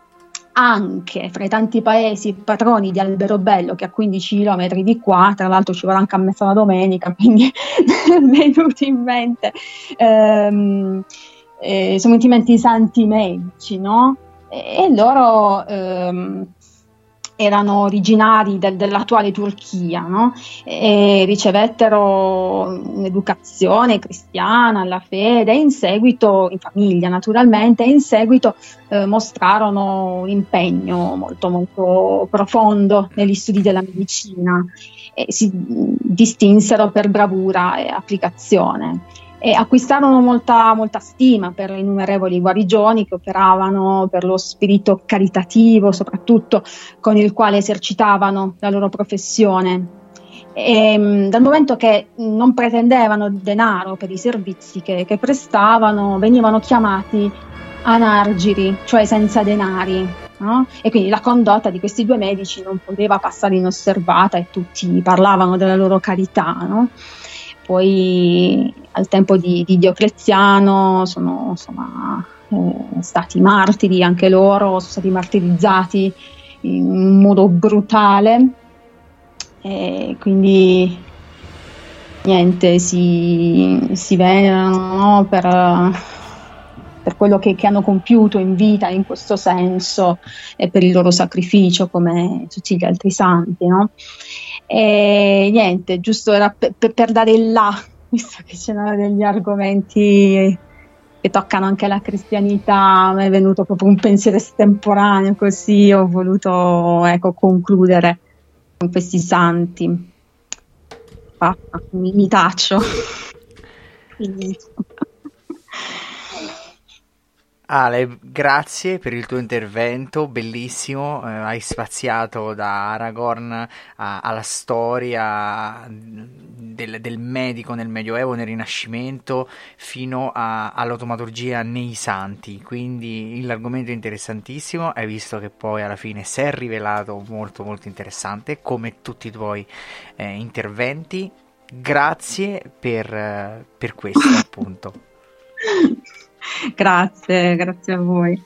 Speaker 8: anche fra i tanti paesi patroni di Alberobello, che a 15 km di qua, tra l'altro ci vorrà anche a messa la domenica, quindi mi è venuto in mente sono venuti in mente i santi medici, no? E loro erano originari dell'attuale Turchia, no? E ricevettero un'educazione cristiana, alla fede, e in seguito, in famiglia naturalmente, e in seguito mostrarono un impegno molto molto profondo negli studi della medicina e si distinsero per bravura e applicazione. E acquistarono molta stima per le innumerevoli guarigioni che operavano, per lo spirito caritativo soprattutto con il quale esercitavano la loro professione. E, dal momento che non pretendevano denaro per i servizi che prestavano, venivano chiamati anargiri, cioè senza denari, no? E quindi la condotta di questi due medici non poteva passare inosservata e tutti parlavano della loro carità, no? Poi al tempo di Diocleziano sono stati martiri anche loro, sono stati martirizzati in un modo brutale, e quindi niente, si venerano, no, per quello che hanno compiuto in vita in questo senso e per il loro sacrificio come tutti gli altri santi, no? E niente, giusto era per dare il là visto che ce n'erano degli argomenti che toccano anche la cristianità, mi è venuto proprio un pensiero estemporaneo, così ho voluto concludere con questi santi. Basta, mi taccio.
Speaker 7: Ale, grazie per il tuo intervento, bellissimo, hai spaziato da Aragorn alla storia del medico nel Medioevo, nel Rinascimento, fino all'automaturgia nei santi, quindi l'argomento è interessantissimo, hai visto che poi alla fine si è rivelato molto molto interessante, come tutti i tuoi interventi. Grazie per questo appunto.
Speaker 8: Grazie a voi.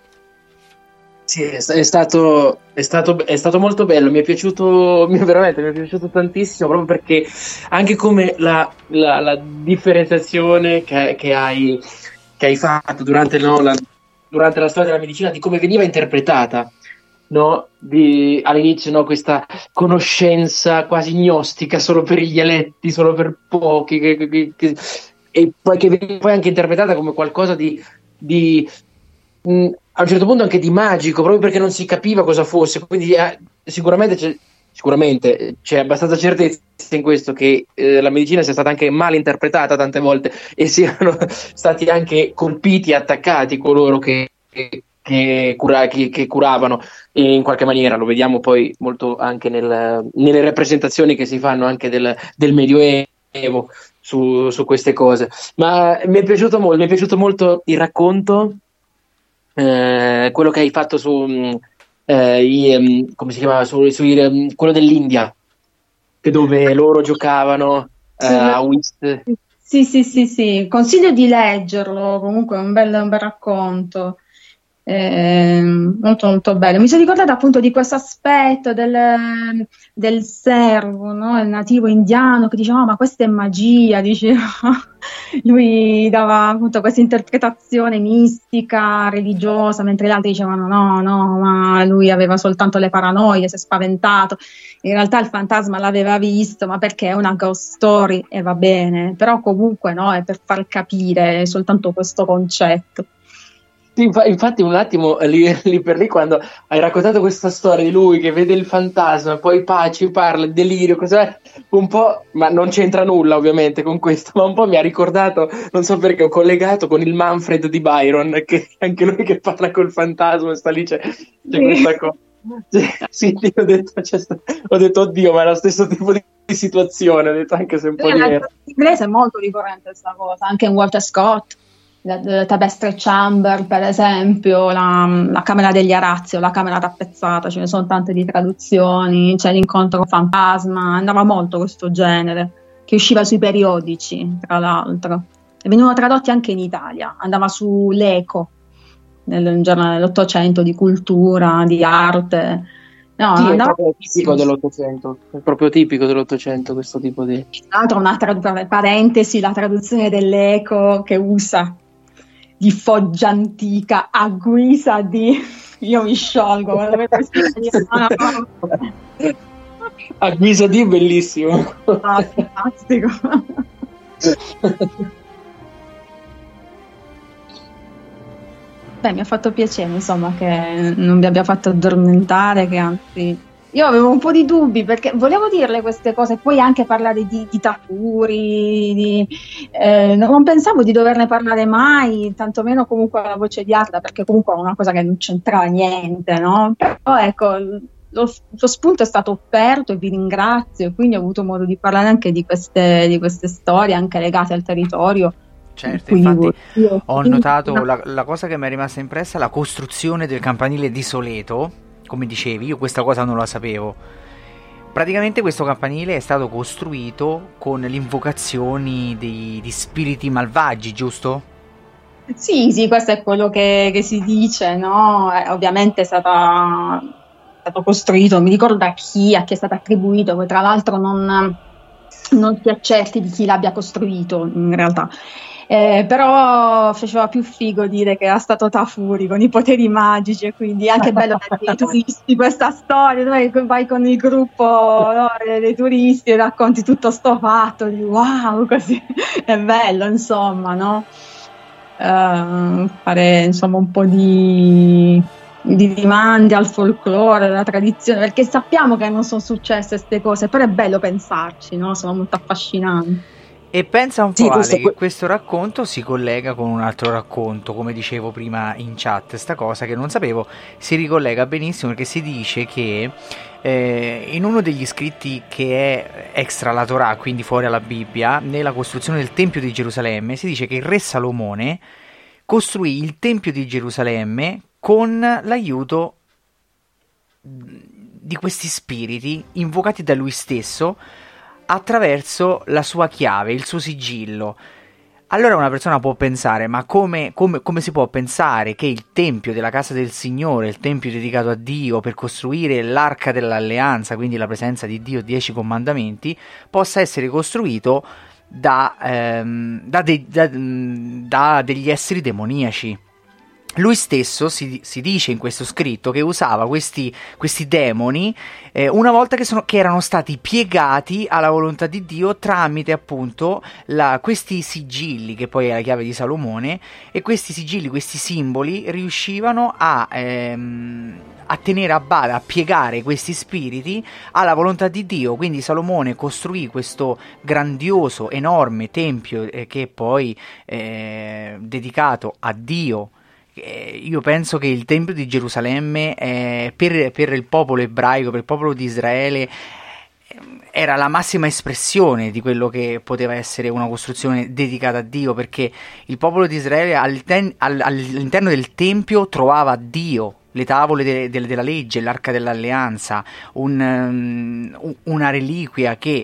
Speaker 6: Sì, è stato molto bello, mi è piaciuto, veramente mi è piaciuto tantissimo, proprio perché anche come la differenziazione che hai fatto durante la storia della medicina, di come veniva interpretata, no? All'inizio, no? Questa conoscenza quasi gnostica solo per gli eletti, solo per pochi, e poi che viene poi anche interpretata come qualcosa di a un certo punto anche di magico, proprio perché non si capiva cosa fosse, quindi sicuramente c'è abbastanza certezza in questo, che la medicina sia stata anche mal interpretata tante volte e siano stati anche colpiti e attaccati coloro che curavano, e in qualche maniera lo vediamo poi molto anche nelle rappresentazioni che si fanno anche del Medioevo su queste cose. Ma mi è piaciuto molto il racconto, quello che hai fatto su come si chiamava, quello dell'India, che dove loro giocavano a whist.
Speaker 8: Sì, consiglio di leggerlo, comunque è un bel racconto. Molto molto bello. Mi sono ricordata appunto di questo aspetto del servo, no? Il nativo indiano che diceva ma questa è magia, diceva. Lui dava appunto questa interpretazione mistica, religiosa, mentre gli altri dicevano no, ma lui aveva soltanto le paranoie, si è spaventato. In realtà il fantasma l'aveva visto, ma perché è una ghost story e va bene, però comunque no, è per far capire soltanto questo concetto.
Speaker 6: Infatti un attimo lì per lì, quando hai raccontato questa storia di lui che vede il fantasma, poi ci parla, il delirio, cos'è, un po', ma non c'entra nulla ovviamente con questo, ma un po' mi ha ricordato, non so perché, ho collegato con il Manfred di Byron, che anche lui che parla col fantasma, sta lì, c'è questa cosa. Sì, ho detto oddio, ma è lo stesso tipo di situazione, ho detto, anche se un po' diverso.
Speaker 8: In inglese è molto ricorrente questa cosa, anche in Walter Scott. La Tabestre Chamber, per esempio, la Camera degli Arazzi o la Camera tappezzata, ce ne sono tante di traduzioni, c'è l'incontro fantasma, andava molto questo genere, che usciva sui periodici, tra l'altro, e venivano tradotti anche in Italia, andava su l'Eco, nel giornale dell'Ottocento, di cultura, di arte. No,
Speaker 6: sì, è proprio tipico dell'Ottocento, è proprio tipico dell'Ottocento questo tipo di...
Speaker 8: Tra l'altro parentesi, la traduzione dell'Eco che usa di Foggia antica a guisa di... Io mi sciolgo
Speaker 6: a guisa di bellissimo.
Speaker 8: Fantastico. Beh, mi ha fatto piacere, insomma, che non vi abbia fatto addormentare, che anzi... Io avevo un po' di dubbi, perché volevo dirle queste cose, poi anche parlare di Tafuri, non pensavo di doverne parlare mai, tantomeno comunque alla voce di Arda, perché comunque è una cosa che non c'entrava niente, no? Però ecco, lo spunto è stato offerto e vi ringrazio, e quindi ho avuto modo di parlare anche di queste storie, anche legate al territorio.
Speaker 7: Certo, infatti ho notato la cosa che mi è rimasta impressa, la costruzione del campanile di Soleto, come dicevi, io questa cosa non la sapevo. Praticamente questo campanile è stato costruito con le invocazioni di spiriti malvagi, giusto?
Speaker 8: Sì, questo è quello che si dice, no? Ovviamente è stato costruito, non mi ricordo a chi è stato attribuito, poi tra l'altro non si è certi di chi l'abbia costruito in realtà. Però faceva più figo dire che era stato Tafuri con i poteri magici, e quindi è anche bello per i turisti questa storia, dove vai con il gruppo, no, dei turisti e racconti tutto sto fatto di wow, così è bello, insomma, no? Fare insomma un po' di rimandi al folklore, alla tradizione, perché sappiamo che non sono successe queste cose, però è bello pensarci, no? Sono molto affascinanti.
Speaker 7: E pensa un po', Ale, che questo racconto si collega con un altro racconto, come dicevo prima in chat, sta cosa che non sapevo, si ricollega benissimo, perché si dice che in uno degli scritti che è extra la Torah, quindi fuori alla Bibbia, nella costruzione del Tempio di Gerusalemme, si dice che il re Salomone costruì il Tempio di Gerusalemme con l'aiuto di questi spiriti invocati da lui stesso attraverso la sua chiave, il suo sigillo. Allora una persona può pensare, ma come si può pensare che il Tempio della casa del Signore, il Tempio dedicato a Dio per costruire l'arca dell'alleanza, quindi la presenza di Dio, 10 comandamenti, possa essere costruito da degli esseri demoniaci? Lui stesso si dice in questo scritto che usava questi demoni una volta che erano stati piegati alla volontà di Dio tramite appunto questi sigilli, che poi è la chiave di Salomone, e questi sigilli, questi simboli riuscivano a tenere a bada, a piegare questi spiriti alla volontà di Dio. Quindi Salomone costruì questo grandioso, enorme tempio che poi dedicato a Dio. Io penso che il Tempio di Gerusalemme per il popolo ebraico, per il popolo di Israele, era la massima espressione di quello che poteva essere una costruzione dedicata a Dio, perché il popolo di Israele all'interno del Tempio trovava Dio, le tavole della legge, l'arca dell'alleanza, una reliquia che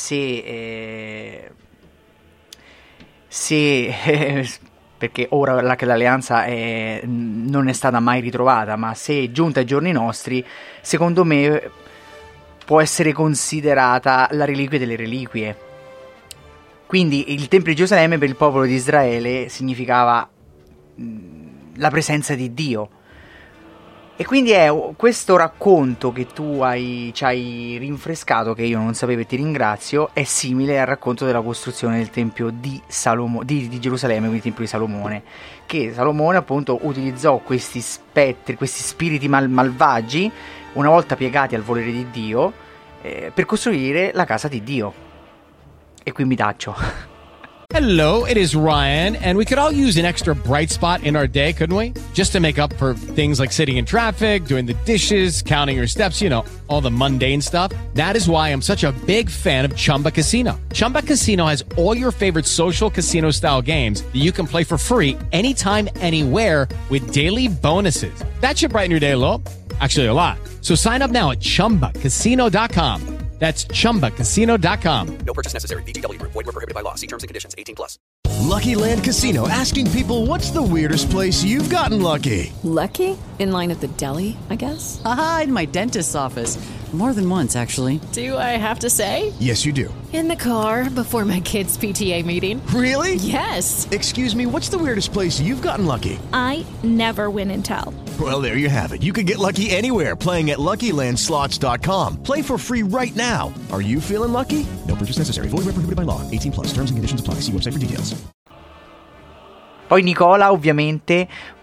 Speaker 7: perché ora l'alleanza non è stata mai ritrovata, ma se è giunta ai giorni nostri, secondo me può essere considerata la reliquia delle reliquie. Quindi il Tempio di Gerusalemme per il popolo di Israele significava la presenza di Dio. E quindi è questo racconto che tu ci hai rinfrescato, che io non sapevo e ti ringrazio, è simile al racconto della costruzione del Tempio di Gerusalemme, quindi il Tempio di Salomone, che Salomone appunto utilizzò questi spettri, questi spiriti malvagi, una volta piegati al volere di Dio, per costruire la casa di Dio. E qui mi taccio.
Speaker 9: Hello, it is Ryan, and we could all use an extra bright spot in our day, couldn't we? Just to make up for things like sitting in traffic, doing the dishes, counting your steps, you know, all the mundane stuff. That is why I'm such a big fan of Chumba Casino. Chumba Casino has all your favorite social casino-style games that you can play for free anytime, anywhere with daily bonuses. That should brighten your day a little. Actually, a lot. So sign up now at ChumbaCasino.com. That's ChumbaCasino.com.
Speaker 10: No purchase necessary. VGW Group. Void where prohibited by law. See terms and conditions. 18+.
Speaker 2: Lucky Land Casino, asking people, what's the weirdest place you've gotten lucky?
Speaker 3: Lucky? In line at the deli, I guess?
Speaker 4: Aha, in my dentist's office. More than once, actually.
Speaker 3: Do I have to say?
Speaker 2: Yes, you do.
Speaker 3: In the car before my kids' PTA meeting.
Speaker 2: Really?
Speaker 3: Yes.
Speaker 2: Excuse me, what's the weirdest place you've gotten lucky?
Speaker 5: I never win and tell.
Speaker 2: Well, there you have it. You can get lucky anywhere, playing at LuckyLandSlots.com. Play for free right now. Are you feeling lucky? No purchase necessary. Void where prohibited by law. 18+. Terms and conditions apply. See website for details.
Speaker 7: Poi Nicola ovviamente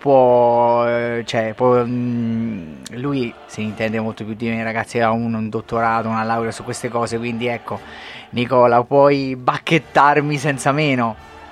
Speaker 7: lui se ne intende molto più di me, ragazzi, ha un dottorato, una laurea su queste cose, quindi ecco, Nicola, puoi bacchettarmi senza meno.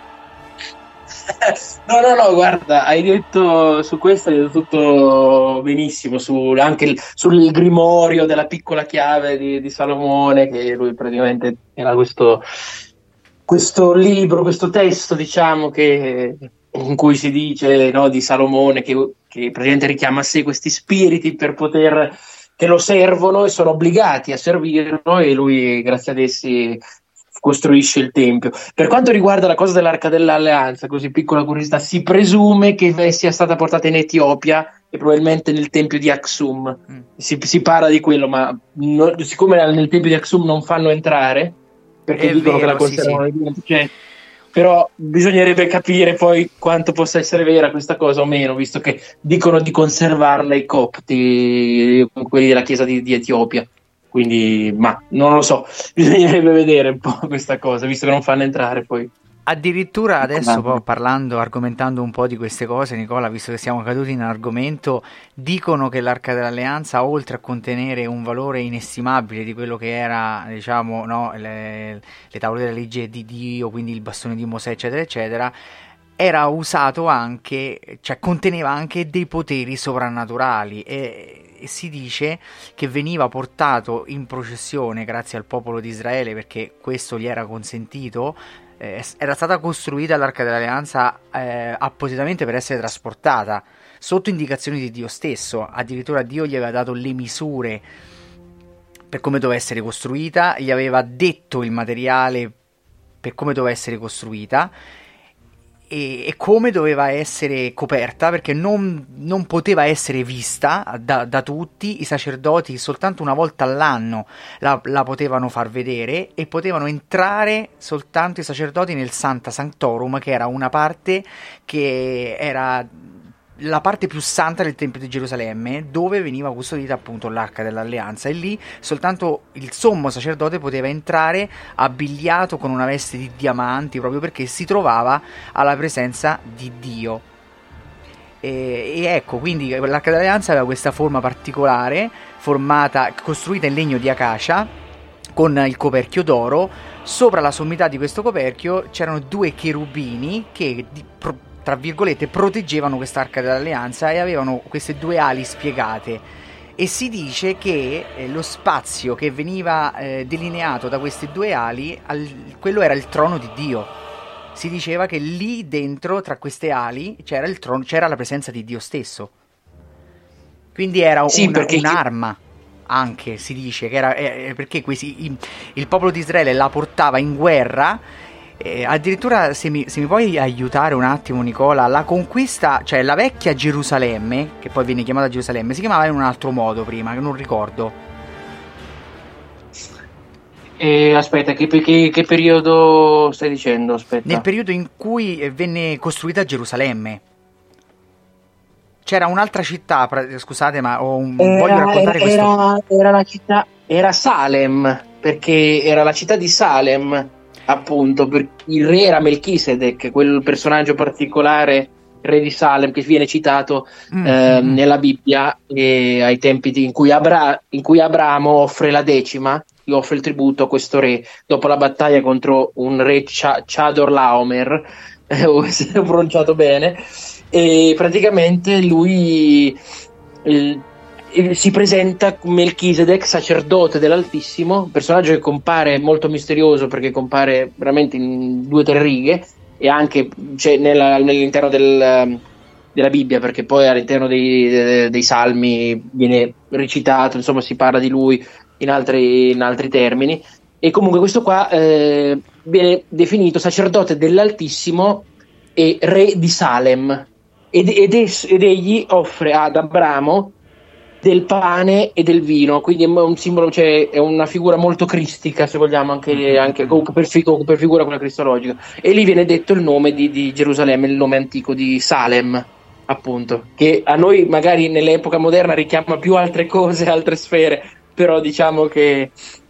Speaker 6: No, guarda, hai detto su questo, hai detto tutto benissimo, anche sul grimorio della piccola chiave di Salomone, che lui praticamente era questo libro, questo testo, diciamo, in cui si dice, no, di Salomone che praticamente richiama a sé questi spiriti che lo servono e sono obbligati a servirlo, e lui, grazie ad essi, costruisce il tempio. Per quanto riguarda la cosa dell'Arca dell'Alleanza, così piccola curiosità, si presume che sia stata portata in Etiopia e probabilmente nel tempio di Aksum. Si parla di quello, ma siccome nel tempio di Aksum non fanno entrare, perché dicono che la conservano. però bisognerebbe capire poi quanto possa essere vera questa cosa o meno, visto che dicono di conservarla i copti, quelli della chiesa di Etiopia. Quindi, ma non lo so, bisognerebbe vedere un po' questa cosa, visto che non fanno entrare poi.
Speaker 7: Addirittura adesso poi argomentando un po' di queste cose, Nicola, visto che siamo caduti in argomento, dicono che l'Arca dell'Alleanza, oltre a contenere un valore inestimabile di quello che era, diciamo, no, le tavole della legge di Dio, quindi il bastone di Mosè, eccetera, eccetera, era usato anche, cioè conteneva anche dei poteri sovrannaturali e si dice che veniva portato in processione grazie al popolo di Israele, perché questo gli era consentito. Era stata costruita l'Arca dell'Alleanza appositamente per essere trasportata sotto indicazioni di Dio stesso. Addirittura Dio gli aveva dato le misure per come doveva essere costruita, gli aveva detto il materiale per come doveva essere costruita e come doveva essere coperta, perché non poteva essere vista da tutti. I sacerdoti soltanto una volta all'anno la potevano far vedere, e potevano entrare soltanto i sacerdoti nel Sancta Sanctorum, che era una parte che era la parte più santa del Tempio di Gerusalemme, dove veniva custodita appunto l'Arca dell'Alleanza, e lì soltanto il sommo sacerdote poteva entrare abbigliato con una veste di diamanti, proprio perché si trovava alla presenza di Dio. E ecco, quindi l'Arca dell'Alleanza aveva questa forma particolare, costruita in legno di acacia con il coperchio d'oro. Sopra la sommità di questo coperchio c'erano due cherubini che tra virgolette proteggevano quest'Arca dell'Alleanza, e avevano queste due ali spiegate, e si dice che lo spazio che veniva delineato da queste due ali, quello era il trono di Dio. Si diceva che lì dentro, tra queste ali, c'era il trono, c'era la presenza di Dio stesso. Quindi era un'arma. Anche si dice che era perché il popolo di Israele la portava in guerra. Addirittura, se mi puoi aiutare un attimo, Nicola, la conquista, cioè la vecchia Gerusalemme, che poi viene chiamata Gerusalemme, si chiamava in un altro modo prima, che non ricordo.
Speaker 6: Aspetta, che periodo stai dicendo? Aspetta.
Speaker 7: Nel periodo in cui venne costruita Gerusalemme. C'era un'altra città, scusate, ma voglio raccontare questo.
Speaker 6: Era la città, era Salem, perché era la città di Salem, appunto, il re era Melchisedec, quel personaggio particolare, re di Salem, che viene citato nella Bibbia, ai tempi in cui Abramo offre la decima, gli offre il tributo a questo re, dopo la battaglia contro un re Chadorlaomer, se ho pronunciato bene, e praticamente lui si presenta Melchisedec, sacerdote dell'Altissimo, personaggio che compare molto misterioso, perché compare veramente in 2 o 3 righe, e anche nell'interno della Bibbia, perché poi all'interno dei Salmi viene recitato, insomma si parla di lui in altri termini. E comunque questo qua viene definito sacerdote dell'Altissimo e re di Salem, ed egli offre ad Abramo del pane e del vino, quindi è un simbolo, cioè è una figura molto cristica, se vogliamo, anche per figura quella cristologica. E lì viene detto il nome di Gerusalemme, il nome antico di Salem, appunto, che a noi magari nell'epoca moderna richiama più altre cose, altre sfere, però diciamo che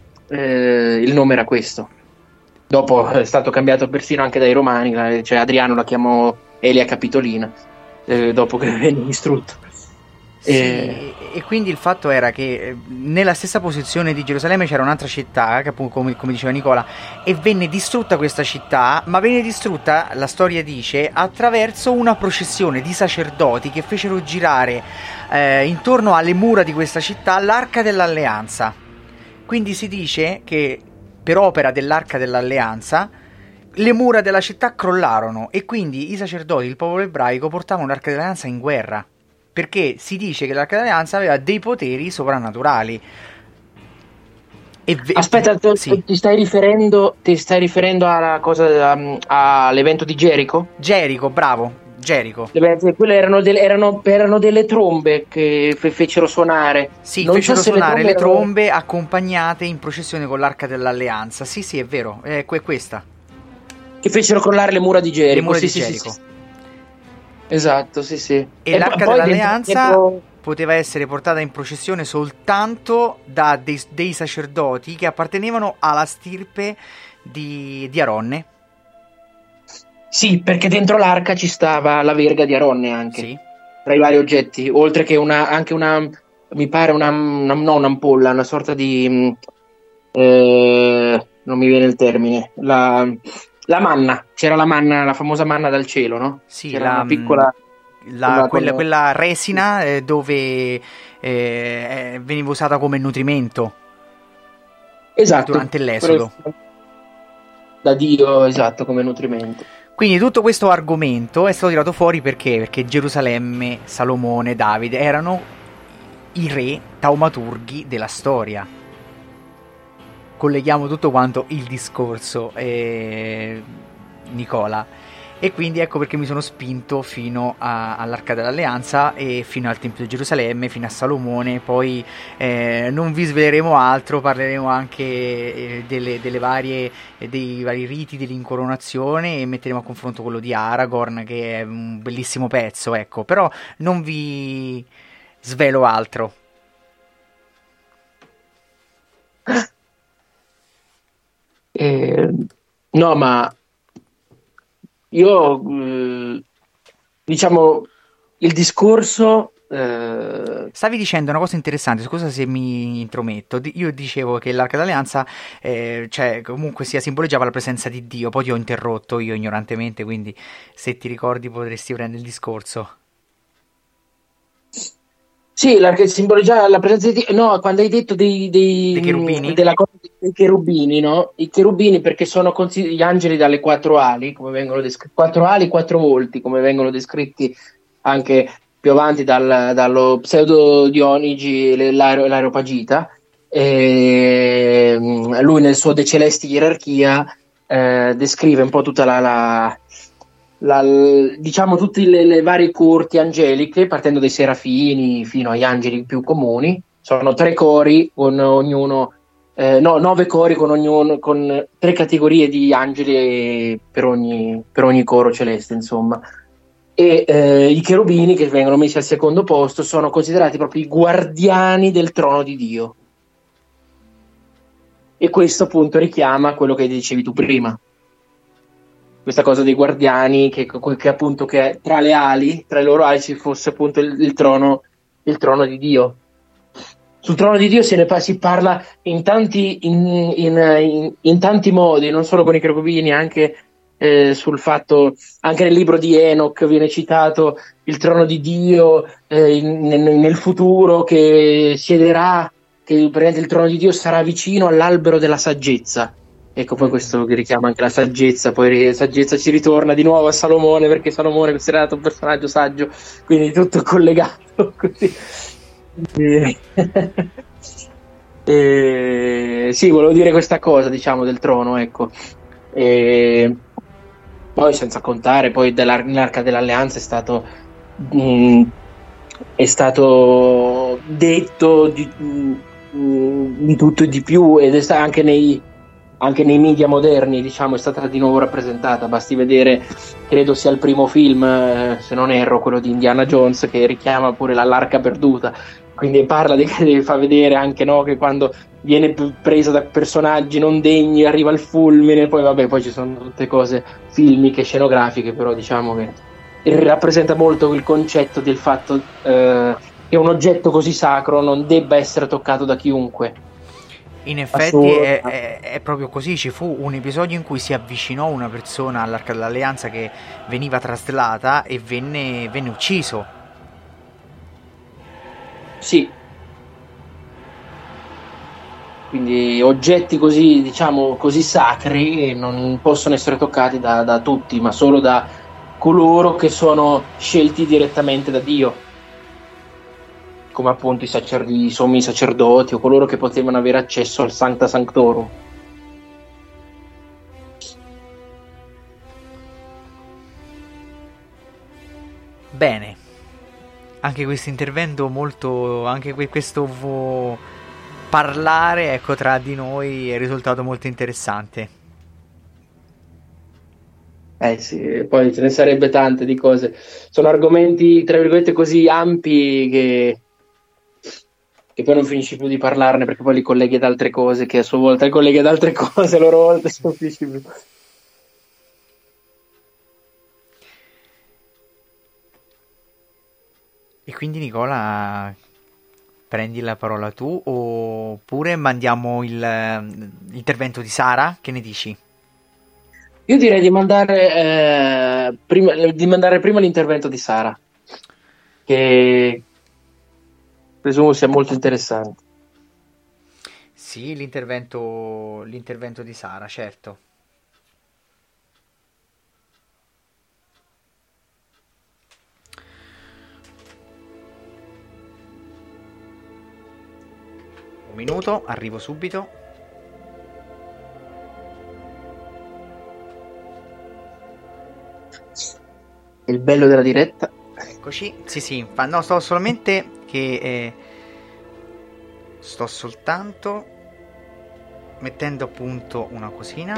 Speaker 6: il nome era questo. Dopo è stato cambiato persino anche dai Romani, cioè Adriano la chiamò Elia Capitolina, dopo che venne distrutto.
Speaker 7: Sì, e quindi il fatto era che nella stessa posizione di Gerusalemme c'era un'altra città, che appunto, come diceva Nicola, e venne distrutta questa città, ma venne distrutta, la storia dice, attraverso una processione di sacerdoti che fecero girare intorno alle mura di questa città l'Arca dell'Alleanza. Quindi si dice che per opera dell'Arca dell'Alleanza le mura della città crollarono, e quindi i sacerdoti, il popolo ebraico, portavano l'Arca dell'Alleanza in guerra, perché si dice che l'Arca dell'Alleanza aveva dei poteri sovrannaturali.
Speaker 6: Aspetta,
Speaker 7: sì.
Speaker 6: ti stai riferendo alla cosa, all'evento di Gerico?
Speaker 7: Gerico, bravo, Gerico.
Speaker 6: Quelle erano delle trombe che fecero suonare.
Speaker 7: Sì, non fecero suonare le trombe accompagnate in processione con l'Arca dell'Alleanza. Sì, è vero, è questa.
Speaker 6: che fecero crollare le mura di Gerico.
Speaker 7: Le mura di
Speaker 6: Sì. Esatto, sì.
Speaker 7: E l'Arca
Speaker 6: poi
Speaker 7: dell'Alleanza poteva essere portata in processione soltanto da dei sacerdoti che appartenevano alla stirpe di Aronne.
Speaker 6: Sì, perché dentro l'arca ci stava la verga di Aronne anche,
Speaker 7: sì,
Speaker 6: tra i vari oggetti, oltre che mi pare non un'ampolla, una sorta di non mi viene il termine, la manna, c'era la manna, la famosa manna dal cielo, no?
Speaker 7: Sì,
Speaker 6: c'era una piccola
Speaker 7: quella resina dove veniva usata come nutrimento,
Speaker 6: esatto,
Speaker 7: durante l'esodo
Speaker 6: da Dio, esatto, come nutrimento.
Speaker 7: Quindi tutto questo argomento è stato tirato fuori perché Gerusalemme, Salomone, Davide erano i re taumaturghi della storia. Colleghiamo tutto quanto il discorso, Nicola, e quindi ecco perché mi sono spinto fino all'Arca dell'Alleanza e fino al Tempio di Gerusalemme, fino a Salomone. Poi non vi sveleremo altro, parleremo anche dei vari riti dell'incoronazione e metteremo a confronto quello di Aragorn, che è un bellissimo pezzo, ecco, però non vi svelo altro.
Speaker 6: No, ma io diciamo il discorso
Speaker 7: stavi dicendo una cosa interessante, scusa se mi intrometto. Io dicevo che l'Arca d'Alleanza cioè comunque simboleggiava la presenza di Dio. Poi ti ho interrotto io ignorantemente, quindi se ti ricordi potresti prendere il discorso.
Speaker 6: Sì, l'arca simboleggia la presenza di Dio. No, quando hai detto dei
Speaker 7: cherubini?
Speaker 6: dei cherubini, no? I cherubini, perché sono gli angeli dalle 4 ali, come vengono descritti, 4 ali, 4 volti, come vengono descritti anche più avanti dallo pseudo Dionigi, l'Areopagita. E lui nel suo De Celesti Ierarchia descrive un po' tutta diciamo tutte le varie corti angeliche, partendo dai serafini fino agli angeli più comuni. Sono 3 cori con ognuno 9 cori con 3 categorie di angeli per ogni coro celeste, insomma. E i cherubini, che vengono messi al secondo posto, sono considerati proprio i guardiani del trono di Dio, e questo appunto richiama quello che dicevi tu prima, questa cosa dei guardiani, che appunto che tra le loro ali ci fosse appunto il trono di Dio. Sul trono di Dio si parla in tanti modi, non solo con i cherubini, anche sul fatto, anche nel libro di Enoch viene citato il trono di Dio nel futuro, che siederà, che praticamente il trono di Dio sarà vicino all'albero della saggezza. Ecco, poi questo che richiama anche la saggezza, poi saggezza ci ritorna di nuovo a Salomone, perché Salomone è considerato un personaggio saggio, quindi tutto collegato così. Sì, volevo dire questa cosa, diciamo, del trono, ecco. Poi senza contare, poi nell'Arca dell'Alleanza è stato detto di tutto e di più, ed è anche nei media moderni, diciamo, è stata di nuovo rappresentata. Basti vedere, credo sia il primo film, se non erro, quello di Indiana Jones, che richiama pure l'Arca perduta, quindi parla fa vedere anche, no, che quando viene presa da personaggi non degni arriva il fulmine. Poi ci sono tutte cose filmiche, scenografiche, però diciamo che rappresenta molto il concetto del fatto che un oggetto così sacro non debba essere toccato da chiunque.
Speaker 7: In effetti è proprio così. Ci fu un episodio in cui si avvicinò una persona all'Arca dell'Alleanza che veniva traslata e venne ucciso.
Speaker 6: Sì. Quindi oggetti così, diciamo, così sacri non possono essere toccati da tutti, ma solo da coloro che sono scelti direttamente da Dio, come appunto i sommi sacerdoti o coloro che potevano avere accesso al Sancta Sanctorum.
Speaker 7: Bene, anche questo intervento questo parlare, ecco, tra di noi è risultato molto interessante.
Speaker 6: Sì, poi ce ne sarebbe tante di cose. Sono argomenti, tra virgolette, così ampi che poi non finisci più di parlarne, perché poi li colleghi ad altre cose, che a sua volta li colleghi ad altre cose, a loro volta non finisci più.
Speaker 7: E quindi Nicola, prendi la parola tu, oppure mandiamo l'intervento di Sara? Che ne dici?
Speaker 6: Io direi di mandare prima l'intervento di Sara, che presumo sia molto interessante.
Speaker 7: Sì, l'intervento di Sara, certo. Un minuto, arrivo subito.
Speaker 6: Il bello della diretta.
Speaker 7: Eccoci. Sì, no, sto solamente che sto soltanto mettendo a punto una cosina.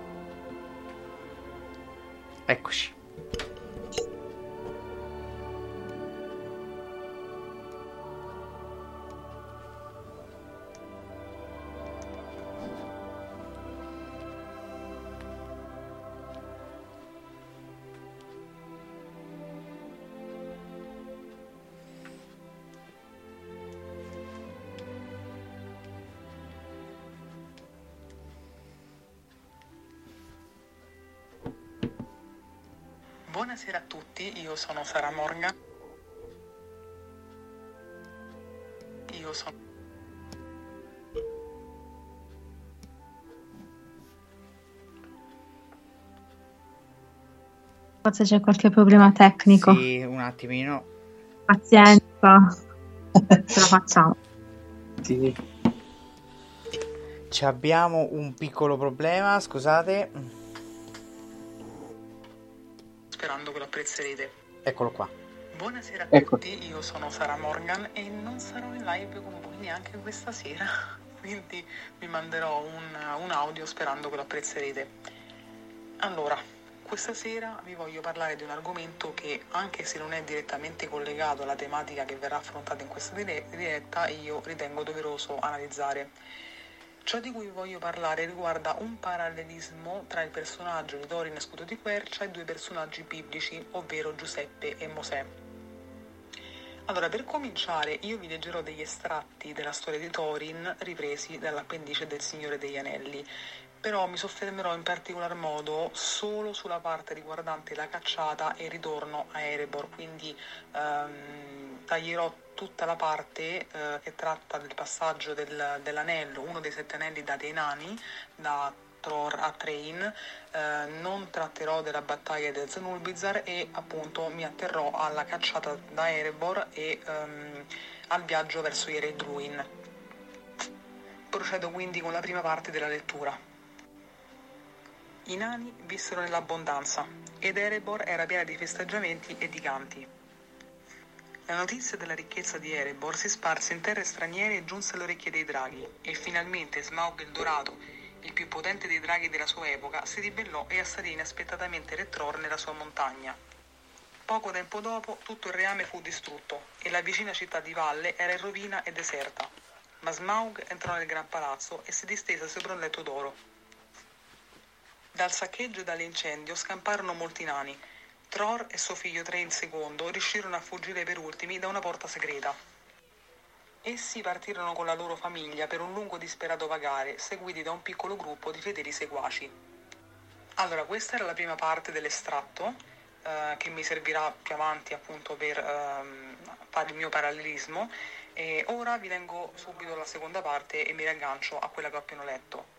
Speaker 7: Eccoci.
Speaker 15: Buonasera a tutti, io sono Sara Morgan.
Speaker 8: Forse c'è qualche problema tecnico.
Speaker 7: Sì, un attimino.
Speaker 8: Pazienza. Ce la facciamo.
Speaker 6: Sì.
Speaker 7: Ci abbiamo un piccolo problema, scusate.
Speaker 15: Sperando che lo apprezzerete.
Speaker 7: Eccolo qua.
Speaker 15: Buonasera a tutti, io sono Sara Morgan e non sarò in live con voi neanche questa sera, quindi vi manderò un audio sperando che lo apprezzerete. Allora, questa sera vi voglio parlare di un argomento che, anche se non è direttamente collegato alla tematica che verrà affrontata in questa diretta, io ritengo doveroso analizzare. Ciò di cui voglio parlare riguarda un parallelismo tra il personaggio di Thorin Scudo di Quercia e due personaggi biblici, ovvero Giuseppe e Mosè. Allora, per cominciare, io vi leggerò degli estratti della storia di Thorin ripresi dall'appendice del Signore degli Anelli, però mi soffermerò in particolar modo solo sulla parte riguardante la cacciata e il ritorno a Erebor, quindi taglierò tutta la parte che tratta del passaggio dell'anello, uno dei 7 anelli dati ai nani, da Tror a Thrain, non tratterò della battaglia del Zanulbizar e appunto mi atterrò alla cacciata da Erebor e al viaggio verso Eredluin. Procedo quindi con la prima parte della lettura. I nani vissero nell'abbondanza ed Erebor era piena di festeggiamenti e di canti. La notizia della ricchezza di Erebor si sparse in terre straniere e giunse alle orecchie dei draghi, e finalmente Smaug il Dorato, il più potente dei draghi della sua epoca, si ribellò e assalì inaspettatamente Re Tror nella sua montagna. Poco tempo dopo tutto il reame fu distrutto e la vicina città di Valle era in rovina e deserta, ma Smaug entrò nel gran palazzo e si distese sopra un letto d'oro. Dal saccheggio e dall'incendio scamparono molti nani. Tror e suo figlio Thrain II riuscirono a fuggire per ultimi da una porta segreta. Essi partirono con la loro famiglia per un lungo e disperato vagare, seguiti da un piccolo gruppo di fedeli seguaci. Allora, questa era la prima parte dell'estratto, che mi servirà più avanti appunto per fare il mio parallelismo, e ora vi leggo subito la seconda parte e mi riaggancio a quella che ho appena letto.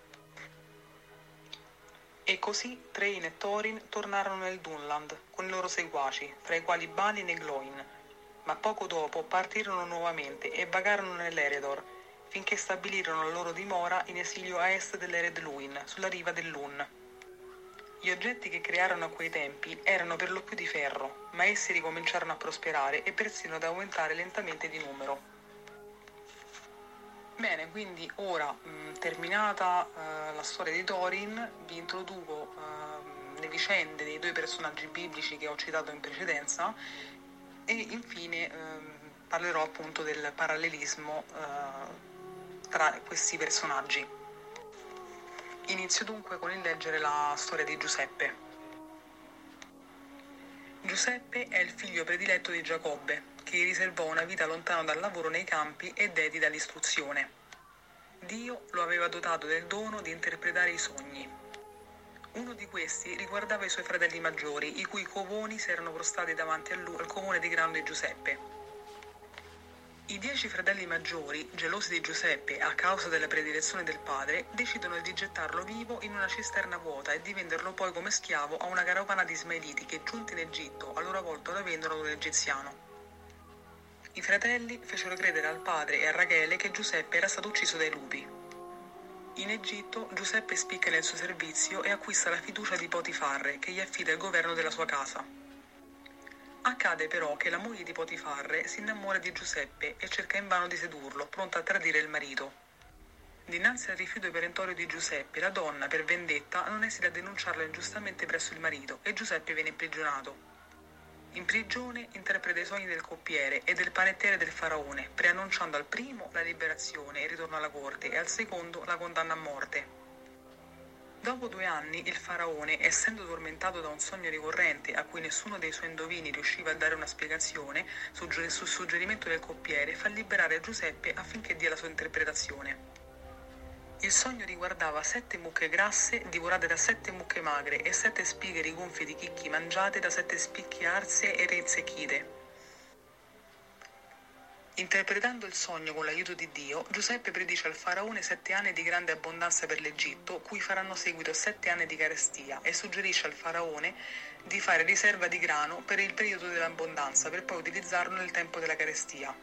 Speaker 15: E così Thrain e Thorin tornarono nel Dunland con i loro seguaci, fra i quali Balin e Gloin, ma poco dopo partirono nuovamente e vagarono nell'Eredor, finché stabilirono la loro dimora in esilio a est dell'Eredluin, sulla riva dell'Un. Gli oggetti che crearono a quei tempi erano per lo più di ferro, ma essi ricominciarono a prosperare e persino ad aumentare lentamente di numero. Bene, quindi ora, terminata la storia di Thorin, vi introduco le vicende dei due personaggi biblici che ho citato in precedenza e infine parlerò appunto del parallelismo tra questi personaggi. Inizio dunque con il leggere la storia di Giuseppe. Giuseppe è il figlio prediletto di Giacobbe, che gli riservò una vita lontano dal lavoro nei campi e dedita all'istruzione. Dio lo aveva dotato del dono di interpretare i sogni. Uno di questi riguardava i suoi fratelli maggiori, i cui covoni si erano prostrati davanti al covone di grano di Giuseppe. I 10 fratelli maggiori, gelosi di Giuseppe a causa della predilezione del padre, decidono di gettarlo vivo in una cisterna vuota e di venderlo poi come schiavo a una carovana di ismaeliti che, giunti in Egitto, a loro volta lo vendono ad un egiziano. I fratelli fecero credere al padre e a Rachele che Giuseppe era stato ucciso dai lupi. In Egitto Giuseppe spicca nel suo servizio e acquista la fiducia di Potifarre, che gli affida il governo della sua casa. Accade però che la moglie di Potifarre si innamora di Giuseppe e cerca invano di sedurlo, pronta a tradire il marito. Dinanzi al rifiuto perentorio di Giuseppe, la donna, per vendetta, non esita a denunciarlo ingiustamente presso il marito e Giuseppe viene imprigionato. In prigione interpreta i sogni del coppiere e del panettiere del faraone, preannunciando al primo la liberazione e il ritorno alla corte e al secondo la condanna a morte. Dopo 2 anni il faraone, essendo tormentato da un sogno ricorrente a cui nessuno dei suoi indovini riusciva a dare una spiegazione, sul suggerimento del coppiere fa liberare Giuseppe affinché dia la sua interpretazione. Il sogno riguardava 7 mucche grasse divorate da 7 mucche magre e 7 spighe rigonfie di chicchi mangiate da 7 spicchi arse e rezze chide. Interpretando il sogno con l'aiuto di Dio, Giuseppe predice al faraone 7 anni di grande abbondanza per l'Egitto, cui faranno seguito 7 anni di carestia, e suggerisce al faraone di fare riserva di grano per il periodo dell'abbondanza, per poi utilizzarlo nel tempo della carestia.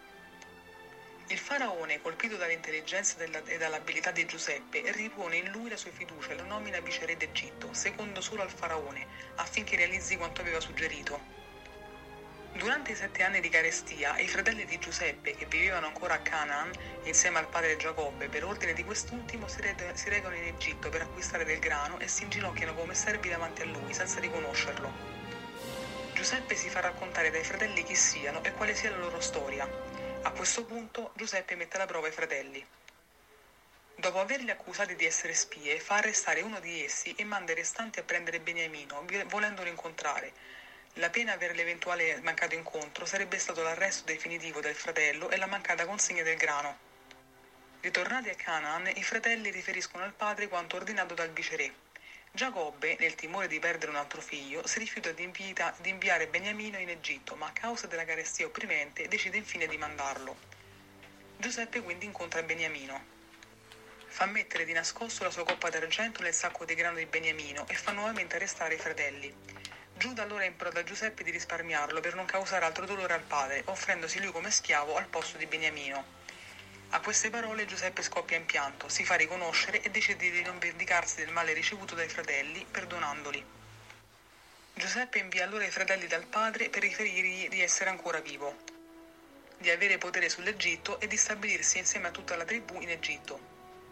Speaker 15: Il faraone, colpito dall'intelligenza e dall'abilità di Giuseppe, ripone in lui la sua fiducia e lo nomina viceré d'Egitto, secondo solo al faraone, affinché realizzi quanto aveva suggerito. Durante i 7 anni di carestia, i fratelli di Giuseppe, che vivevano ancora a Canaan, insieme al padre Giacobbe, per ordine di quest'ultimo, si recano in Egitto per acquistare del grano e si inginocchiano come servi davanti a lui, senza riconoscerlo. Giuseppe si fa raccontare dai fratelli chi siano e quale sia la loro storia. A questo punto Giuseppe mette alla prova i fratelli. Dopo averli accusati di essere spie, fa arrestare uno di essi e manda i restanti a prendere Beniamino, volendolo incontrare. La pena per l'eventuale mancato incontro sarebbe stato l'arresto definitivo del fratello e la mancata consegna del grano. Ritornati a Canaan, i fratelli riferiscono al padre quanto ordinato dal viceré. Giacobbe, nel timore di perdere un altro figlio, si rifiuta di inviare Beniamino in Egitto, ma a causa della carestia opprimente decide infine di mandarlo. Giuseppe quindi incontra Beniamino. Fa mettere di nascosto la sua coppa d'argento nel sacco di grano di Beniamino e fa nuovamente arrestare i fratelli. Giuda allora implora a Giuseppe di risparmiarlo per non causare altro dolore al padre, offrendosi lui come schiavo al posto di Beniamino. A queste parole Giuseppe scoppia in pianto, si fa riconoscere e decide di non vendicarsi del male ricevuto dai fratelli, perdonandoli. Giuseppe invia allora i fratelli dal padre per riferirgli di essere ancora vivo, di avere potere sull'Egitto e di stabilirsi insieme a tutta la tribù in Egitto.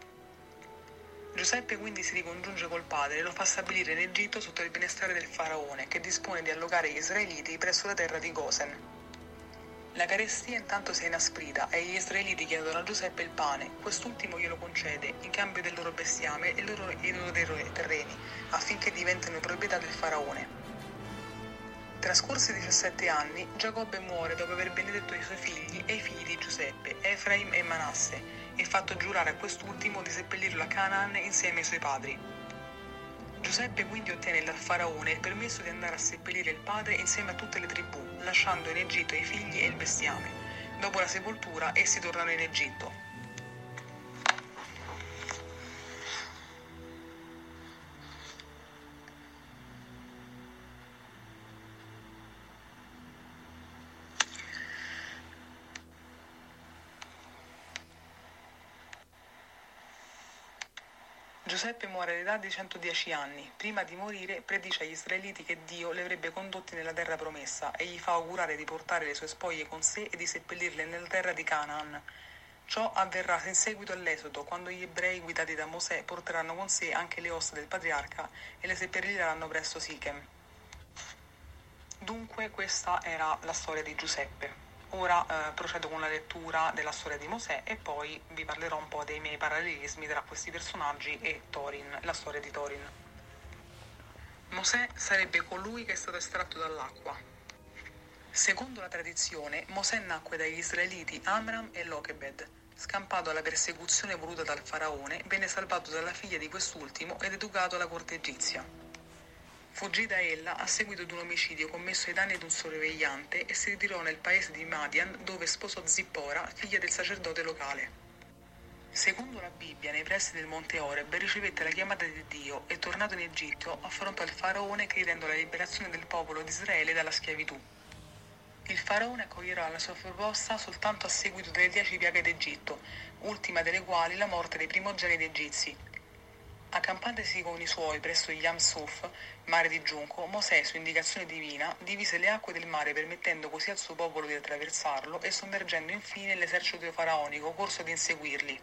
Speaker 15: Giuseppe quindi si ricongiunge col padre e lo fa stabilire in Egitto sotto il benestare del faraone, che dispone di allogare gli israeliti presso la terra di Gosen. La carestia intanto si è inasprita e gli israeliti chiedono a Giuseppe il pane, quest'ultimo glielo concede in cambio del loro bestiame e i loro terreni, affinché diventino proprietà del faraone. Trascorsi 17 anni, Giacobbe muore dopo aver benedetto i suoi figli e i figli di Giuseppe, Efraim e Manasse, e fatto giurare a quest'ultimo di seppellirlo a Canaan insieme ai suoi padri. Giuseppe quindi ottiene dal faraone il permesso di andare a seppellire il padre insieme a tutte le tribù, lasciando in Egitto i figli e il bestiame. Dopo la sepoltura essi tornano in Egitto. Giuseppe muore all'età di 110 anni. Prima di morire predice agli israeliti che Dio li avrebbe condotti nella terra promessa e gli fa augurare di portare le sue spoglie con sé e di seppellirle nella terra di Canaan. Ciò avverrà in seguito all'Esodo, quando gli ebrei guidati da Mosè porteranno con sé anche le ossa del patriarca e le seppelliranno presso Sichem. Dunque questa era la storia di Giuseppe. Ora procedo con la lettura della storia di Mosè e poi vi parlerò un po' dei miei parallelismi tra questi personaggi e Thorin, la storia di Thorin. Mosè sarebbe colui che è stato estratto dall'acqua. Secondo la tradizione, Mosè nacque dagli israeliti Amram e Lochebed. Scampato alla persecuzione voluta dal faraone, venne salvato dalla figlia di quest'ultimo ed educato alla corte egizia. Fuggì da ella a seguito di un omicidio commesso ai danni di un sorvegliante e si ritirò nel paese di Madian, dove sposò Zippora, figlia del sacerdote locale. Secondo la Bibbia, nei pressi del monte Oreb ricevette la chiamata di Dio e, tornato in Egitto, affrontò il faraone chiedendo la liberazione del popolo di Israele dalla schiavitù. Il faraone accoglierà la sua proposta soltanto a seguito delle 10 piaghe d'Egitto, ultima delle quali la morte dei primogeniti egizi. Accampatesi con i suoi presso il Yam Suf, mare di giunco, Mosè, su indicazione divina, divise le acque del mare permettendo così al suo popolo di attraversarlo e sommergendo infine l'esercito faraonico corso ad inseguirli.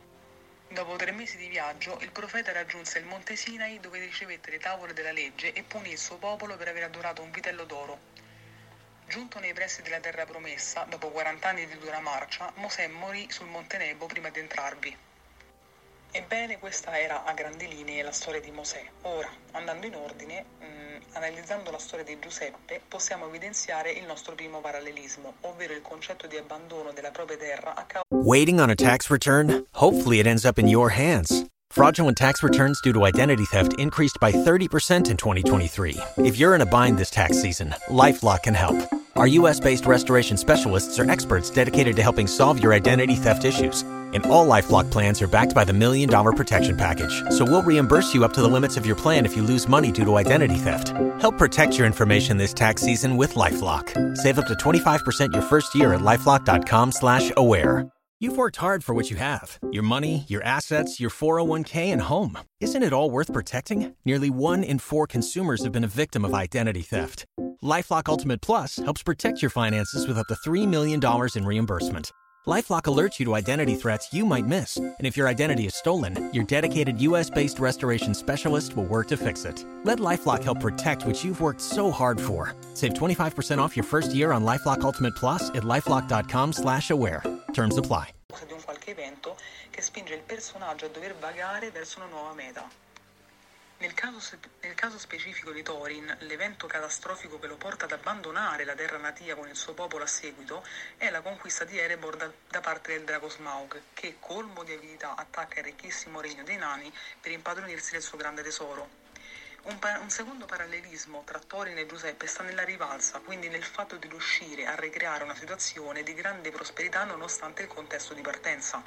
Speaker 15: Dopo 3 mesi di viaggio, il profeta raggiunse il monte Sinai dove ricevette le tavole della legge e punì il suo popolo per aver adorato un vitello d'oro. Giunto nei pressi della terra promessa, dopo 40 anni di dura marcia, Mosè morì sul monte Nebo prima di entrarvi. Ebbene, questa era a grandi linee la storia di Mosè. Ora, andando in ordine, analizzando la storia di Giuseppe, possiamo evidenziare il nostro primo parallelismo, ovvero il concetto di abbandono della propria terra a causa.
Speaker 16: Waiting on a tax return? Hopefully it ends up in your hands. Fraudulent tax returns due to identity theft increased by 30% in 2023. If you're in a bind this tax season, LifeLock can help. Our U.S.-based restoration specialists are experts dedicated to helping solve your identity theft issues. And all LifeLock plans are backed by the $1 Million Protection Package. So we'll reimburse you up to the limits of your plan if you lose money due to identity theft. Help protect your information this tax season with LifeLock. Save up to 25% your first year at LifeLock.com/aware. You've worked hard for what you have. Your money, your assets, your 401k, and home. Isn't it all worth protecting? Nearly 1 in 4 consumers have been a victim of identity theft. LifeLock Ultimate Plus helps protect your finances with up to $3 million in reimbursement. LifeLock alerts you to identity threats you might miss. And if your identity is stolen, your dedicated U.S.-based restoration specialist will work to fix it. Let LifeLock help protect what you've worked so hard for. Save 25% off your first year on LifeLock Ultimate Plus at LifeLock.com/aware. Terms apply.
Speaker 15: Di un qualche evento che spinge il personaggio a dover vagare verso una nuova meta. Nel caso specifico di Thorin, l'evento catastrofico che lo porta ad abbandonare la terra natia con il suo popolo a seguito è la conquista di Erebor da parte del drago Smaug, che, colmo di avidità, attacca il ricchissimo regno dei nani per impadronirsi del suo grande tesoro. Un secondo parallelismo tra Thorin e Giuseppe sta nella rivalsa, quindi nel fatto di riuscire a ricreare una situazione di grande prosperità nonostante il contesto di partenza.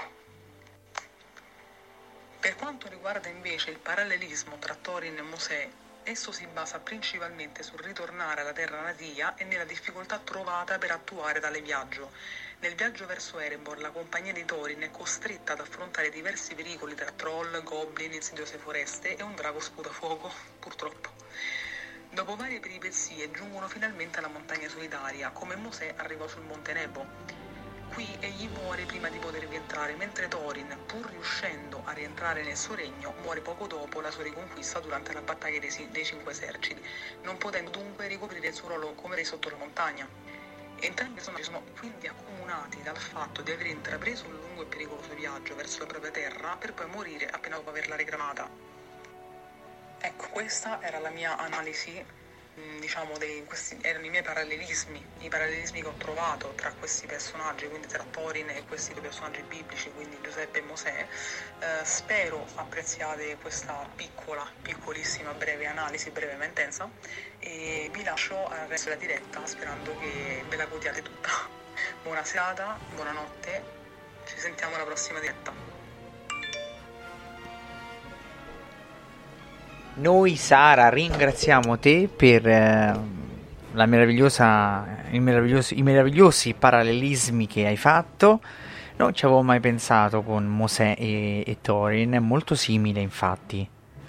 Speaker 15: Per quanto riguarda invece il parallelismo tra Thorin e Mosè, esso si basa principalmente sul ritornare alla terra natia e nella difficoltà trovata per attuare tale viaggio. Nel viaggio verso Erebor, la compagnia di Thorin è costretta ad affrontare diversi pericoli tra troll, goblin, insidiose foreste e un drago sputafuoco, purtroppo. Dopo varie peripezie giungono finalmente alla montagna solitaria, come Mosè arrivò sul monte Nebo. Qui egli muore prima di poter rientrare, mentre Thorin, pur riuscendo a rientrare nel suo regno, muore poco dopo la sua riconquista durante la battaglia dei 5 eserciti, non potendo dunque ricoprire il suo ruolo come re sotto la montagna. Entrambi i personaggi sono quindi accomunati dal fatto di aver intrapreso un lungo e pericoloso viaggio verso la propria terra per poi morire appena dopo averla reclamata. Ecco, questa era la mia analisi, questi erano i miei parallelismi, i parallelismi che ho trovato tra questi personaggi, quindi tra Thorin e questi due personaggi biblici, quindi Giuseppe e Mosè. Spero apprezziate questa piccolissima, breve analisi, breve ma intensa, e vi lascio al resto della diretta sperando che ve la godiate tutta. Buona serata, buonanotte, ci sentiamo alla prossima diretta.
Speaker 7: Noi, Sara, ringraziamo te per i meravigliosi parallelismi che hai fatto. Non ci avevo mai pensato con Mosè e Thorin, è molto simile infatti.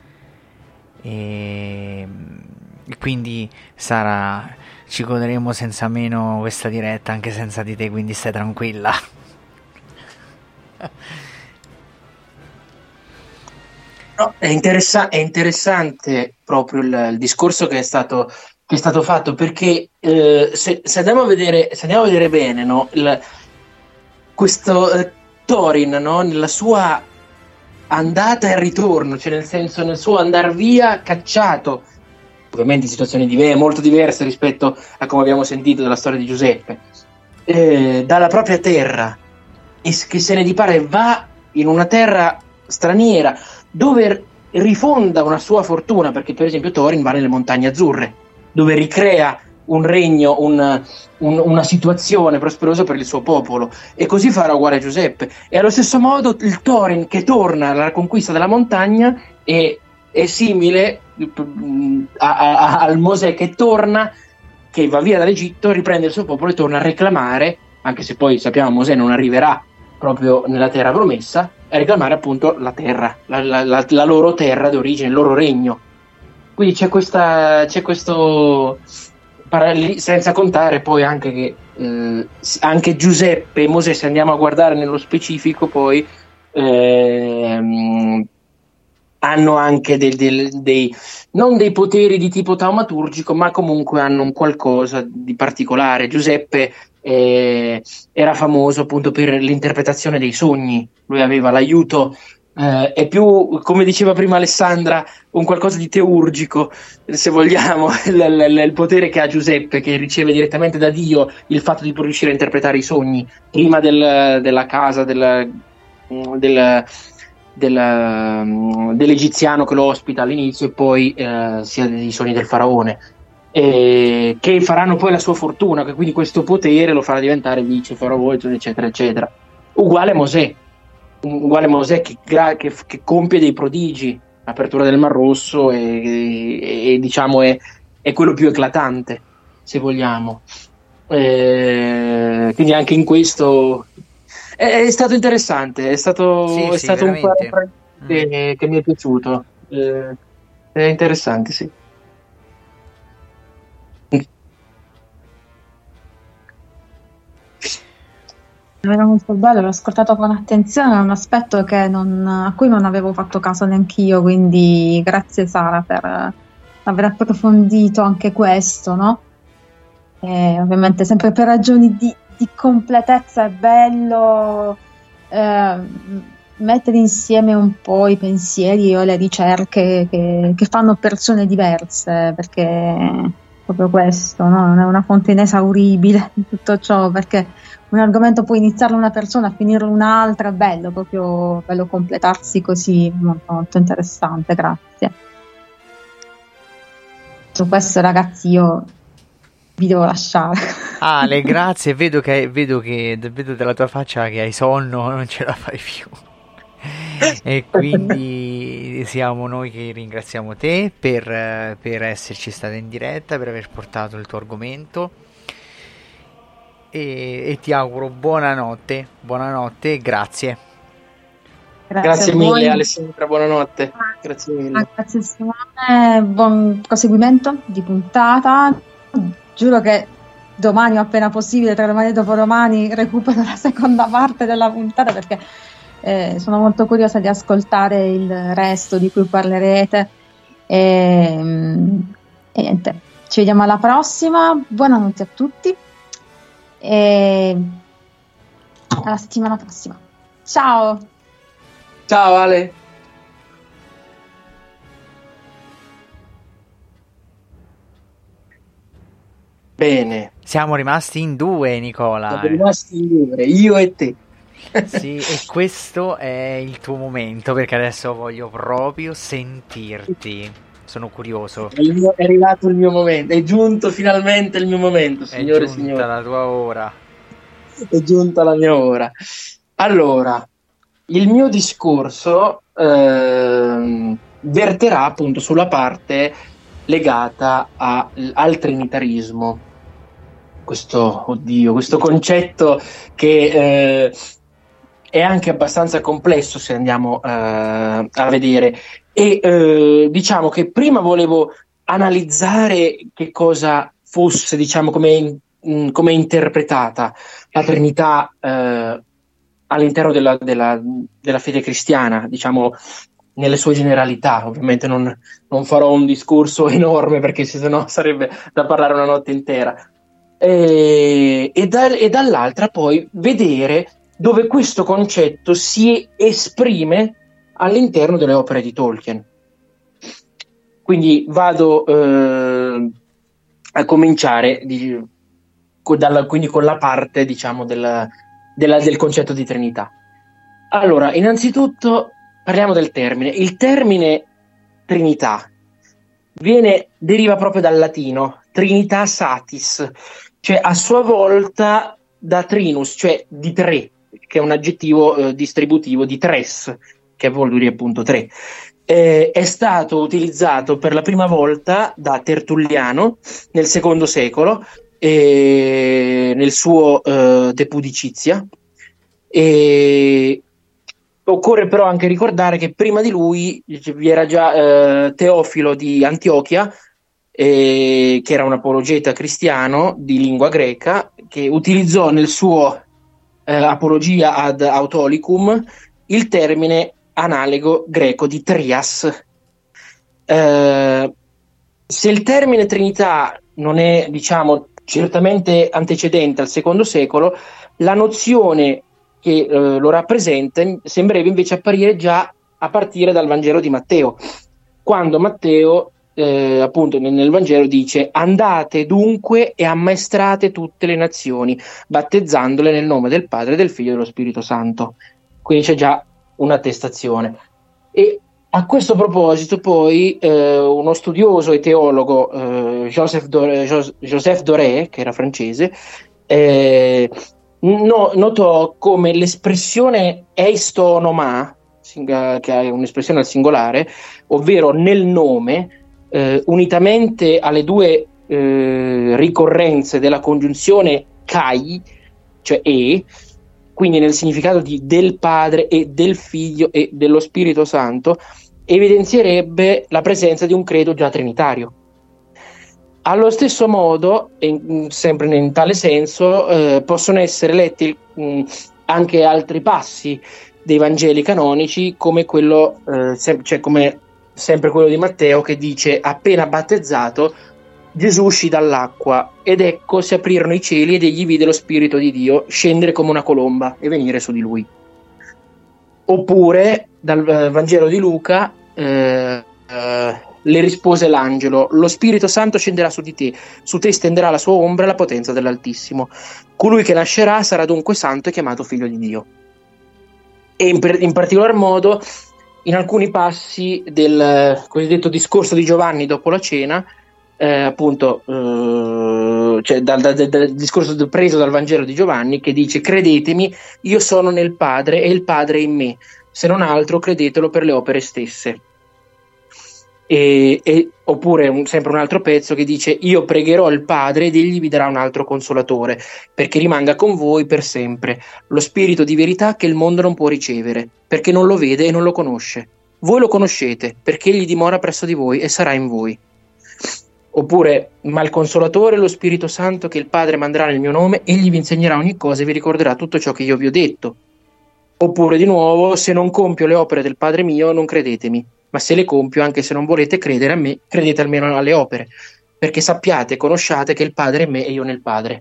Speaker 7: E quindi, Sara, ci goderemo senza meno questa diretta, anche senza di te, quindi stai tranquilla.
Speaker 6: No, è interessante proprio il discorso che è stato fatto, perché se andiamo a vedere bene, no, questo Thorin, no, nella sua andata e ritorno, cioè nel senso nel suo andar via cacciato, ovviamente in situazioni molto diverse rispetto a come abbiamo sentito dalla storia di Giuseppe, dalla propria terra, e che se ne dipara e va in una terra straniera dove rifonda una sua fortuna, perché per esempio Thorin va nelle montagne azzurre, dove ricrea un regno, una situazione prosperosa per il suo popolo, e così farà uguale a Giuseppe. E allo stesso modo il Thorin che torna alla conquista della montagna è simile al Mosè che torna, che va via dall'Egitto, riprende il suo popolo e torna a reclamare, anche se poi sappiamo Mosè non arriverà proprio nella terra promessa, a reclamare appunto la terra, la loro terra d'origine, il loro regno. Quindi c'è questo senza contare poi anche che anche Giuseppe e Mosè, se andiamo a guardare nello specifico, poi hanno anche non dei poteri di tipo taumaturgico, ma comunque hanno un qualcosa di particolare. Giuseppe era famoso appunto per l'interpretazione dei sogni, lui aveva l'aiuto, è più, come diceva prima Alessandra, un qualcosa di teurgico, se vogliamo, il potere che ha Giuseppe, che riceve direttamente da Dio il fatto di riuscire a interpretare i sogni, prima della casa dell'egiziano che lo ospita all'inizio, e poi sia dei sogni del faraone, che faranno poi la sua fortuna, che quindi questo potere lo farà diventare vice faraone, eccetera eccetera. Uguale Mosè che compie dei prodigi, l'apertura del Mar Rosso e diciamo è quello più eclatante, se vogliamo. Quindi anche in questo è stato interessante, è stato un quadro che mi è piaciuto, è interessante, sì.
Speaker 8: Era molto bello, l'ho ascoltato con attenzione, è un aspetto a cui non avevo fatto caso neanch'io, quindi grazie Sara per aver approfondito anche questo, no? E ovviamente sempre per ragioni di completezza è bello mettere insieme un po' i pensieri o le ricerche che fanno persone diverse, perché proprio questo, no? Non è una fonte inesauribile di tutto ciò, perché un argomento può iniziarlo una persona, finirlo un'altra, è bello, proprio bello completarsi così, molto, molto interessante, grazie. Su questo ragazzi io vi devo lasciare.
Speaker 7: Ale, grazie, vedo dalla tua faccia che hai sonno, non ce la fai più. E quindi siamo noi che ringraziamo te per esserci stata in diretta, per aver portato il tuo argomento, e ti auguro buonanotte e grazie.
Speaker 6: Grazie mille Alessandra, buonanotte. Grazie mille.
Speaker 8: Grazie Simone, buon proseguimento di puntata. Giuro che domani o appena possibile, tra domani e dopodomani, recupero la seconda parte della puntata, perché sono molto curiosa di ascoltare il resto di cui parlerete, e niente, ci vediamo alla prossima, buonanotte a tutti e alla settimana prossima. Ciao
Speaker 6: Ale. Bene,
Speaker 7: siamo rimasti in due, Nicola.
Speaker 6: Siamo rimasti in due, io e te.
Speaker 7: Sì, e questo è il tuo momento, perché adesso voglio proprio sentirti. Sono curioso.
Speaker 6: È arrivato il mio momento, è giunto finalmente il mio momento, signore e signori.
Speaker 7: È giunta la tua ora.
Speaker 6: È giunta la mia ora. Allora, il mio discorso verterà appunto sulla parte legata al trinitarismo. Questo concetto che è anche abbastanza complesso, se andiamo a vedere, e diciamo che prima volevo analizzare che cosa fosse, diciamo, come è interpretata la Trinità all'interno della fede cristiana, diciamo nelle sue generalità. Ovviamente non farò un discorso enorme, perché sennò sarebbe da parlare una notte intera, e dall'altra poi vedere dove questo concetto si esprime all'interno delle opere di Tolkien. Quindi vado a cominciare quindi con la parte, diciamo, del concetto di Trinità. Allora, innanzitutto parliamo del termine. Il termine Trinità deriva proprio dal latino Trinitatis, cioè a sua volta da trinus, cioè di tre, che è un aggettivo distributivo di tres, che vuol dire appunto tre. È stato utilizzato per la prima volta da Tertulliano nel II secolo, nel suo De Pudicitia. Occorre però anche ricordare che prima di lui vi era già Teofilo di Antiochia, che era un apologeta cristiano di lingua greca, che utilizzò nel suo Apologia ad Autolicum il termine analogo greco di trias. Se il termine Trinità non è, diciamo, certamente antecedente al II secolo, la nozione che lo rappresenta sembrerebbe invece apparire già a partire dal Vangelo di Matteo, quando Matteo appunto nel Vangelo dice: andate dunque e ammaestrate tutte le nazioni, battezzandole nel nome del Padre, del Figlio e dello Spirito Santo. Quindi c'è già un'attestazione. E a questo proposito poi uno studioso e teologo, Joseph Doré, che era francese, notò come l'espressione eistonoma, che è un'espressione al singolare, ovvero nel nome, unitamente alle due ricorrenze della congiunzione kai, cioè e, quindi nel significato di del Padre e del Figlio e dello Spirito Santo, evidenzierebbe la presenza di un credo già trinitario. Allo stesso modo, sempre in tale senso, possono essere letti anche altri passi dei Vangeli canonici, come quello, come sempre quello di Matteo, che dice: appena battezzato Gesù uscì dall'acqua, ed ecco si aprirono i cieli ed egli vide lo Spirito di Dio scendere come una colomba e venire su di lui. Oppure dal Vangelo di Luca le rispose l'angelo: lo Spirito Santo scenderà su di te, su te stenderà la sua ombra la potenza dell'Altissimo. Colui che nascerà sarà dunque santo e chiamato figlio di Dio. E in particolar modo in alcuni passi del cosiddetto discorso di Giovanni dopo la cena, appunto cioè dal discorso preso dal Vangelo di Giovanni, che dice: credetemi, io sono nel Padre e il Padre è in me, se non altro credetelo per le opere stesse. Oppure sempre un altro pezzo che dice: io pregherò il Padre ed egli vi darà un altro consolatore, perché rimanga con voi per sempre, lo Spirito di verità che il mondo non può ricevere, perché non lo vede e non lo conosce. Voi lo conoscete, perché egli dimora presso di voi e sarà in voi. Oppure: ma il Consolatore, lo Spirito Santo, che il Padre manderà nel mio nome, egli vi insegnerà ogni cosa e vi ricorderà tutto ciò che io vi ho detto. Oppure di nuovo: se non compio le opere del Padre mio, non credetemi, ma se le compio, anche se non volete credere a me, credete almeno alle opere, perché sappiate e conosciate che il Padre è in me e io nel Padre.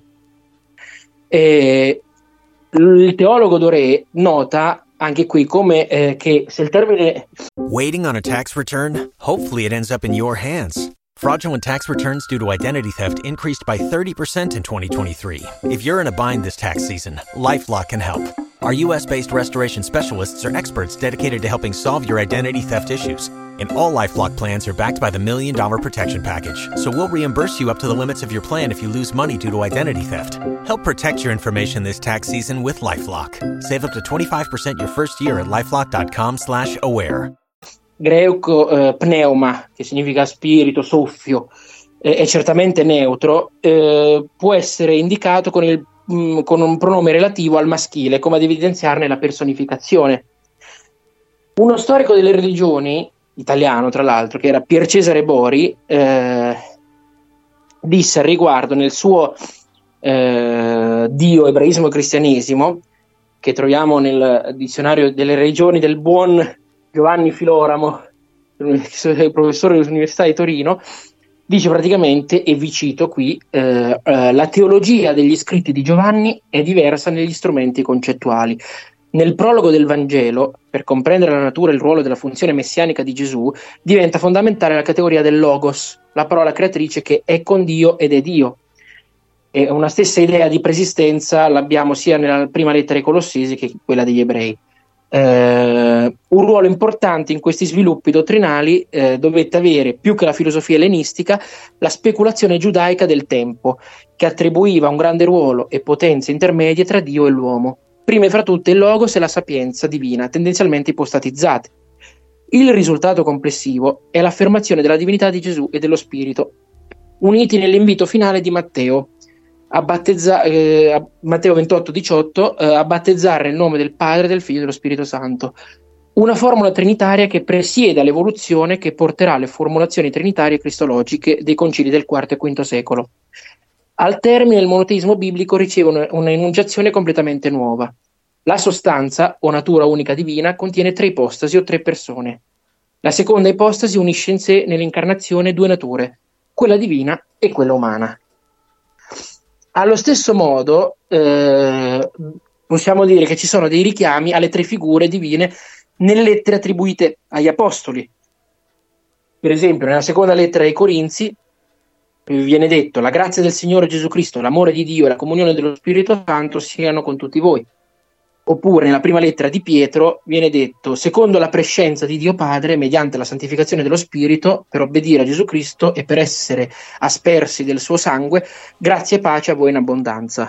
Speaker 6: Il teologo Doré nota anche qui come che se il termine
Speaker 16: Waiting on a tax return? Hopefully it ends up in your hands. Fraudulent tax returns due to identity theft increased by 30% in 2023. If you're in a bind this tax season, LifeLock can help. Our U.S.-based restoration specialists are experts dedicated to helping solve your identity theft issues. And all LifeLock plans are backed by the $1 Million Protection Package. So we'll reimburse you up to the limits of your plan if you lose money due to identity theft. Help protect your information this tax season with LifeLock. Save up to 25% your first year at LifeLock.com/aware.
Speaker 6: greco pneuma, che significa spirito, soffio, è certamente neutro, può essere indicato con un pronome relativo al maschile, come ad evidenziarne la personificazione. Uno storico delle religioni, italiano tra l'altro, che era Pier Cesare Bori, disse al riguardo nel suo Dio, ebraismo e cristianesimo, che troviamo nel dizionario delle religioni del buon Giovanni Filoramo, professore dell'Università di Torino, dice praticamente, e vi cito qui, la teologia degli scritti di Giovanni è diversa negli strumenti concettuali. Nel prologo del Vangelo, per comprendere la natura e il ruolo della funzione messianica di Gesù, diventa fondamentale la categoria del Logos, la parola creatrice che è con Dio ed è Dio. E una stessa idea di preesistenza l'abbiamo sia nella prima lettera ai Colossesi che quella degli Ebrei. Un ruolo importante in questi sviluppi dottrinali dovette avere, più che la filosofia ellenistica, la speculazione giudaica del tempo, che attribuiva un grande ruolo e potenze intermedie tra Dio e l'uomo, prime fra tutte il Logos e la sapienza divina, tendenzialmente ipostatizzate. Il risultato complessivo è l'affermazione della divinità di Gesù e dello Spirito, uniti nell'invito finale di Matteo, Matteo 28,18, a battezzare nel nome del Padre, del Figlio e dello Spirito Santo. Una formula trinitaria che presiede all'evoluzione che porterà alle formulazioni trinitarie cristologiche dei concili del IV e V secolo. Al termine il monoteismo biblico riceve una enunciazione completamente nuova. La sostanza, o natura unica divina, contiene 3 ipostasi o 3 persone. La seconda ipostasi unisce in sé nell'incarnazione 2 nature, quella divina e quella umana. Allo stesso modo possiamo dire che ci sono dei richiami alle 3 figure divine nelle lettere attribuite agli apostoli. Per esempio, nella seconda lettera ai Corinzi viene detto: la grazia del Signore Gesù Cristo, l'amore di Dio e la comunione dello Spirito Santo siano con tutti voi. Oppure nella prima lettera di Pietro viene detto: secondo la prescienza di Dio Padre, mediante la santificazione dello Spirito, per obbedire a Gesù Cristo e per essere aspersi del suo sangue, grazie e pace a voi in abbondanza.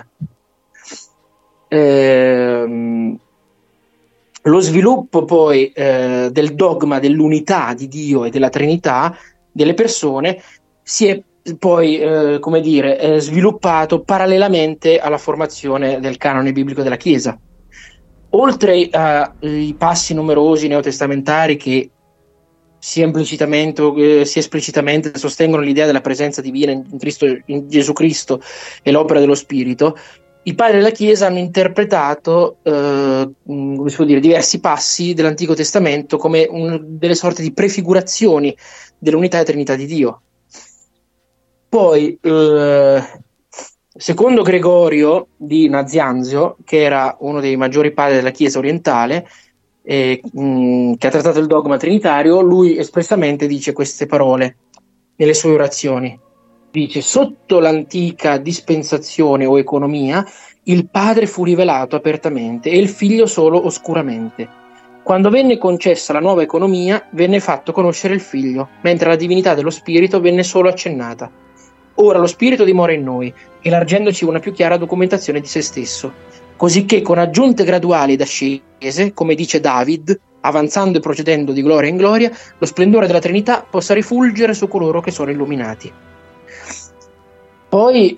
Speaker 6: Lo sviluppo poi del dogma dell'unità di Dio e della Trinità delle persone si è poi sviluppato parallelamente alla formazione del canone biblico della Chiesa. Oltre ai passi numerosi neotestamentari che sia implicitamente sia esplicitamente sostengono l'idea della presenza divina in Gesù Cristo e l'opera dello Spirito, i padri della Chiesa hanno interpretato diversi passi dell'Antico Testamento come delle sorte di prefigurazioni dell'unità e Trinità di Dio. Poi secondo Gregorio di Nazianzio, che era uno dei maggiori padri della Chiesa orientale, che ha trattato il dogma trinitario, lui espressamente dice queste parole nelle sue orazioni. Dice: sotto l'antica dispensazione o economia, il Padre fu rivelato apertamente e il Figlio solo oscuramente. Quando venne concessa la nuova economia, venne fatto conoscere il Figlio, mentre la divinità dello Spirito venne solo accennata. Ora lo Spirito dimora in noi, elargendoci una più chiara documentazione di se stesso, cosicché con aggiunte graduali ed ascese, come dice David, avanzando e procedendo di gloria in gloria, lo splendore della Trinità possa rifulgere su coloro che sono illuminati. Poi,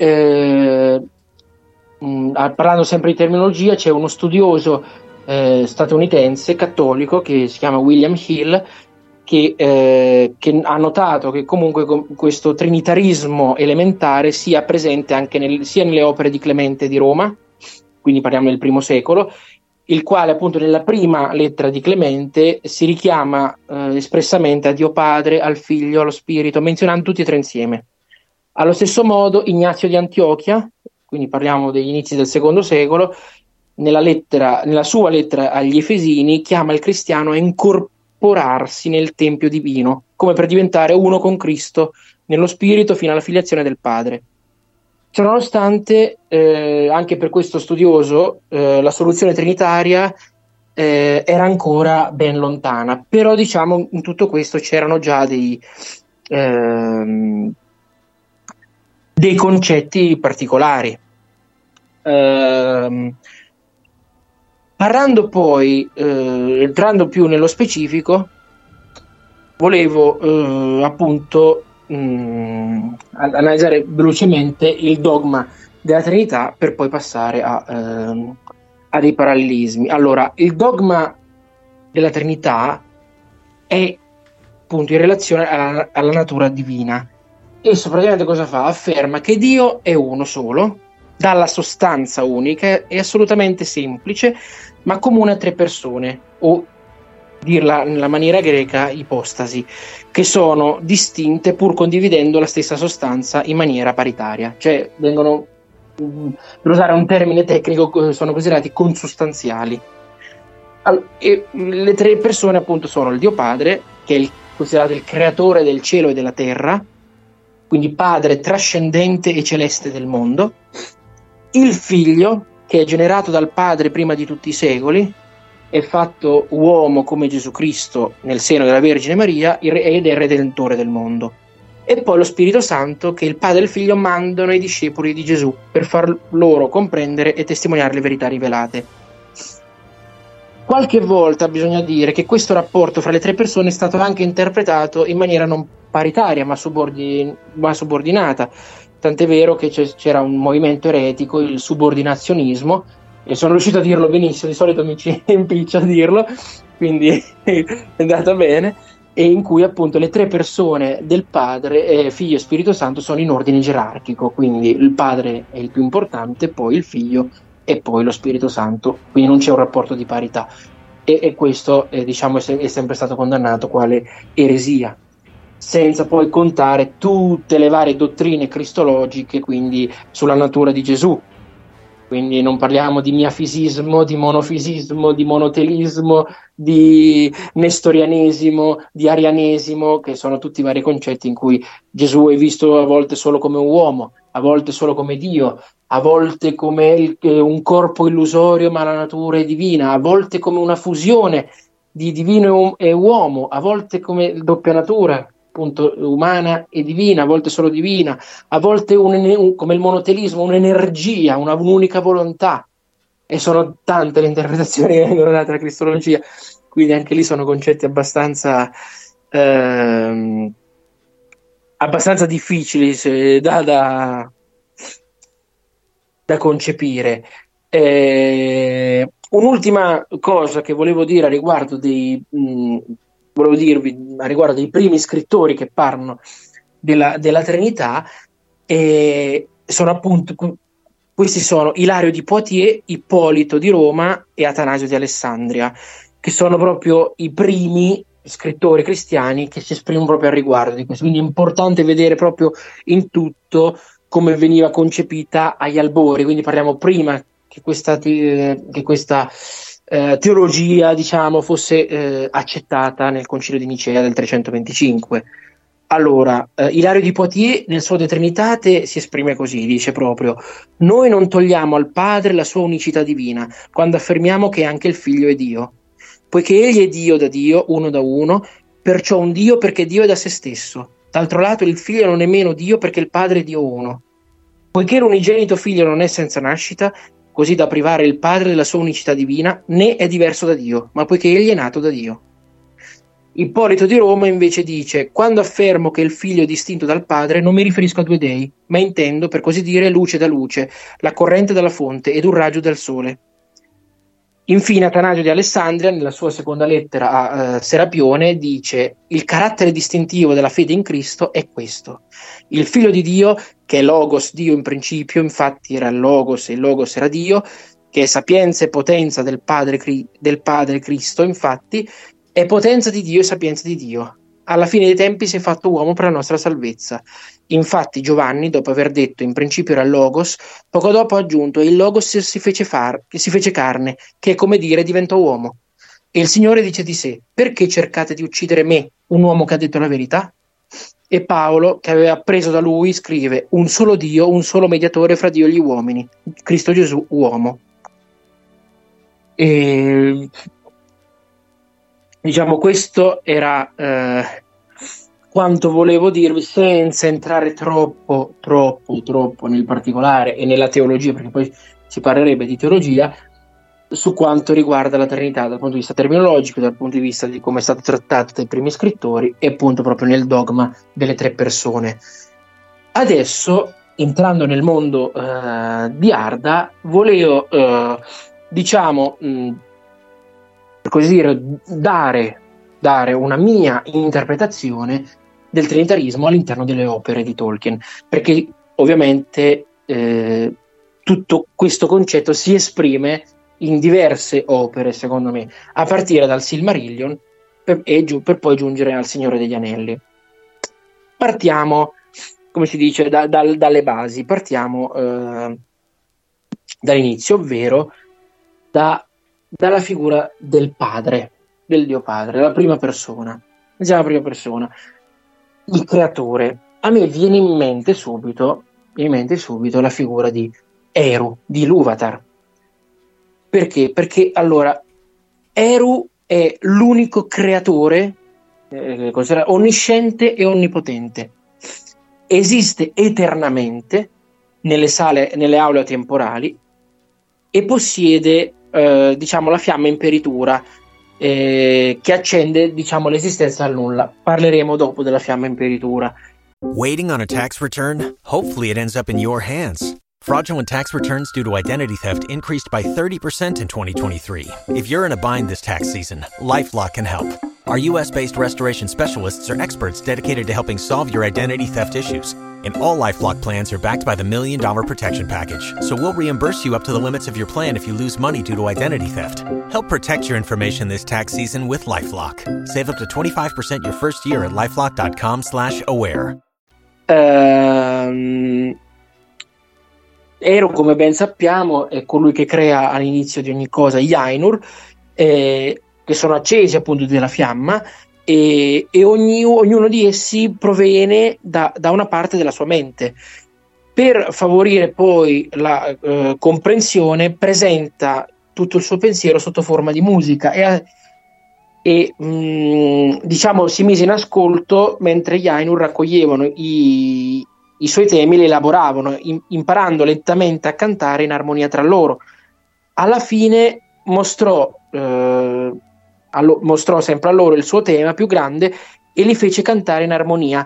Speaker 6: parlando sempre di terminologia, c'è uno studioso statunitense cattolico che si chiama William Hill, che ha notato che comunque questo trinitarismo elementare sia presente anche sia nelle opere di Clemente di Roma, quindi parliamo del I secolo, il quale appunto nella prima lettera di Clemente si richiama espressamente a Dio Padre, al Figlio, allo Spirito, menzionando tutti e 3 insieme. Allo stesso modo Ignazio di Antiochia, quindi parliamo degli inizi del II secolo, nella sua lettera agli Efesini chiama il cristiano a incorporarsi nel Tempio divino, come per diventare uno con Cristo nello Spirito fino alla filiazione del Padre. Ciononostante, anche per questo studioso, la soluzione trinitaria era ancora ben lontana, però diciamo in tutto questo c'erano già dei concetti particolari. Parlando poi, entrando più nello specifico, volevo appunto analizzare velocemente il dogma della Trinità per poi passare a dei parallelismi. Allora, il dogma della Trinità è appunto in relazione alla natura divina. Esso praticamente cosa fa? Afferma che Dio è uno solo, dalla sostanza unica, è assolutamente semplice, ma comune a 3 persone, o dirla nella maniera greca, ipostasi, che sono distinte pur condividendo la stessa sostanza in maniera paritaria, cioè vengono, per usare un termine tecnico, sono considerati consustanziali. E le 3 persone appunto sono il Dio Padre, che è considerato il creatore del cielo e della terra, quindi padre trascendente e celeste del mondo, il Figlio, che è generato dal Padre prima di tutti i secoli, è fatto uomo come Gesù Cristo nel seno della Vergine Maria ed è il Redentore del mondo. E poi lo Spirito Santo, che il Padre e il Figlio mandano ai discepoli di Gesù per far loro comprendere e testimoniare le verità rivelate. Qualche volta bisogna dire che questo rapporto fra le 3 persone è stato anche interpretato in maniera non paritaria ma subordinata, tant'è vero che c'era un movimento eretico, il subordinazionismo, e sono riuscito a dirlo benissimo, di solito mi ci impiccio a dirlo, quindi è andata bene, e in cui appunto le 3 persone del Padre, Figlio e Spirito Santo, sono in ordine gerarchico, quindi il Padre è il più importante, poi il Figlio e poi lo Spirito Santo, quindi non c'è un rapporto di parità, e questo diciamo è sempre stato condannato quale eresia, senza poi contare tutte le varie dottrine cristologiche, quindi sulla natura di Gesù. Quindi non parliamo di miafisismo, di monofisismo, di monotelismo, di nestorianesimo, di arianesimo, che sono tutti vari concetti in cui Gesù è visto a volte solo come un uomo, a volte solo come Dio, a volte come un corpo illusorio ma la natura è divina, a volte come una fusione di divino e uomo, a volte come doppia natura, appunto umana e divina, a volte solo divina, a volte come il monotelismo, un'energia, un'unica volontà, e sono tante le interpretazioni che vengono date alla cristologia, quindi anche lì sono concetti abbastanza difficili da concepire. Un'ultima cosa che volevo dire a riguardo dei primi scrittori che parlano della Trinità, sono appunto questi sono Ilario di Poitiers, Ippolito di Roma e Atanasio di Alessandria, che sono proprio i primi scrittori cristiani che si esprimono proprio al riguardo di questo. Quindi è importante vedere proprio in tutto come veniva concepita agli albori, quindi parliamo prima che questa teologia, diciamo, fosse accettata nel Concilio di Nicea del 325. Allora, Ilario di Poitiers nel suo De Trinitate si esprime così, dice proprio: noi non togliamo al Padre la sua unicità divina quando affermiamo che anche il Figlio è Dio, poiché egli è Dio da Dio, uno da uno, perciò un Dio perché Dio è da se stesso. D'altro lato il Figlio non è meno Dio perché il Padre è Dio uno. Poiché l'unigenito Figlio non è senza nascita, così da privare il Padre della sua unicità divina, né è diverso da Dio, ma poiché egli è nato da Dio. Ippolito di Roma invece dice: quando affermo che il Figlio è distinto dal Padre non mi riferisco a due dei, ma intendo, per così dire, luce da luce, la corrente dalla fonte ed un raggio dal sole. Infine Atanasio di Alessandria, nella sua seconda lettera a Serapione, dice: il carattere distintivo della fede in Cristo è questo: il Figlio di Dio, che è Logos, Dio in principio, infatti era il Logos e il Logos era Dio, che è sapienza e potenza del Padre Cristo, infatti è potenza di Dio e sapienza di Dio. Alla fine dei tempi si è fatto uomo per la nostra salvezza. Infatti Giovanni, dopo aver detto in principio era il Logos, poco dopo ha aggiunto: il Logos si fece carne, che è come dire diventò uomo. E il Signore dice di sé: perché cercate di uccidere me, un uomo che ha detto la verità? E Paolo, che aveva appreso da lui, scrive: un solo Dio, un solo mediatore fra Dio e gli uomini, Cristo Gesù uomo. E diciamo, questo era quanto volevo dirvi, senza entrare troppo nel particolare e nella teologia, perché poi si parlerebbe di teologia, su quanto riguarda la Trinità dal punto di vista terminologico, dal punto di vista di come è stato trattato dai primi scrittori e appunto proprio nel dogma delle tre persone. Adesso, entrando nel mondo di Arda, volevo per così dire dare una mia interpretazione del trinitarismo all'interno delle opere di Tolkien, perché ovviamente tutto questo concetto si esprime in diverse opere, secondo me, a partire dal Silmarillion per poi giungere al Signore degli Anelli. Partiamo, come si dice, dalle basi, partiamo dall'inizio, ovvero dalla figura del padre, del Dio Padre, la prima persona, il creatore. A me viene in mente subito la figura di Eru, di Ilúvatar. Perché? Perché allora Eru è l'unico creatore onnisciente e onnipotente. Esiste eternamente nelle aule temporali e possiede la fiamma imperitura che accende l'esistenza al nulla. Parleremo dopo della fiamma imperitura.
Speaker 16: Waiting on a tax return? Hopefully it ends up in your hands. Fraudulent tax returns due to identity theft increased by 30% in 2023. If you're in a bind this tax season, LifeLock can help. Our U.S.-based restoration specialists are experts dedicated to helping solve your identity theft issues. And all LifeLock plans are backed by the $1 Million Protection Package. So we'll reimburse you up to the limits of your plan if you lose money due to identity theft. Help protect your information this tax season with LifeLock. Save up to 25% your first year at LifeLock.com/aware.
Speaker 6: Eru, come ben sappiamo, è colui che crea all'inizio di ogni cosa gli Ainur, che sono accesi appunto della fiamma, e ognuno di essi proviene da una parte della sua mente. Per favorire poi la comprensione, presenta tutto il suo pensiero sotto forma di musica e si mise in ascolto mentre gli Ainur raccoglievano i suoi temi, li elaboravano, imparando lentamente a cantare in armonia tra loro. Alla fine mostrò sempre a loro il suo tema più grande e li fece cantare in armonia,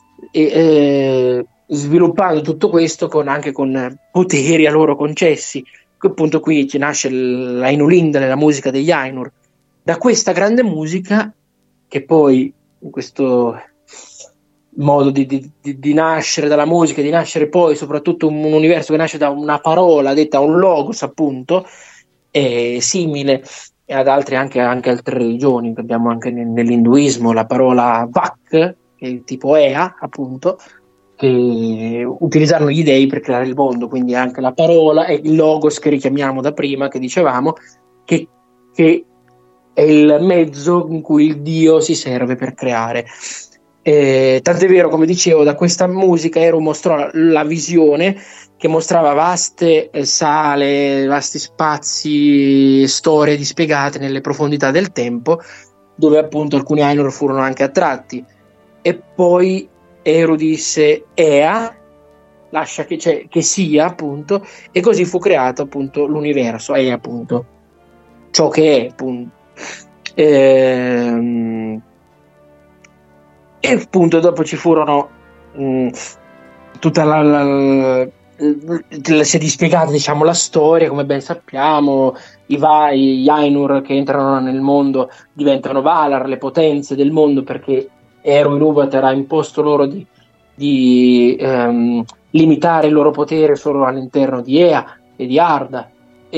Speaker 6: sviluppando tutto questo anche con poteri a loro concessi. Appunto qui ci nasce l'Ainulindale, la musica degli Ainur. Da questa grande musica, che poi in questo modo di nascere dalla musica, di nascere poi soprattutto un universo che nasce da una parola detta, un logos appunto, è simile ad altre anche altre religioni. Abbiamo anche nell'induismo la parola Vak, che è tipo Ea appunto, che utilizzarono gli dei per creare il mondo, quindi anche la parola e il logos che richiamiamo da prima, che dicevamo che è il mezzo in cui il Dio si serve per creare. Tant'è vero, come dicevo, da questa musica Eru mostrò la visione, che mostrava vaste sale, vasti spazi, storie dispiegate nelle profondità del tempo, dove appunto alcuni Ainur furono anche attratti. E poi Eru disse Ea, lascia che sia appunto, e così fu creato appunto l'universo, è appunto ciò che è appunto. E appunto dopo ci furono tutta si è dispiegata la storia, come ben sappiamo. Gli Ainur che entrano nel mondo diventano Valar, le potenze del mondo, perché Eru Ilúvatar ha imposto loro di limitare il loro potere solo all'interno di Ea e di Arda,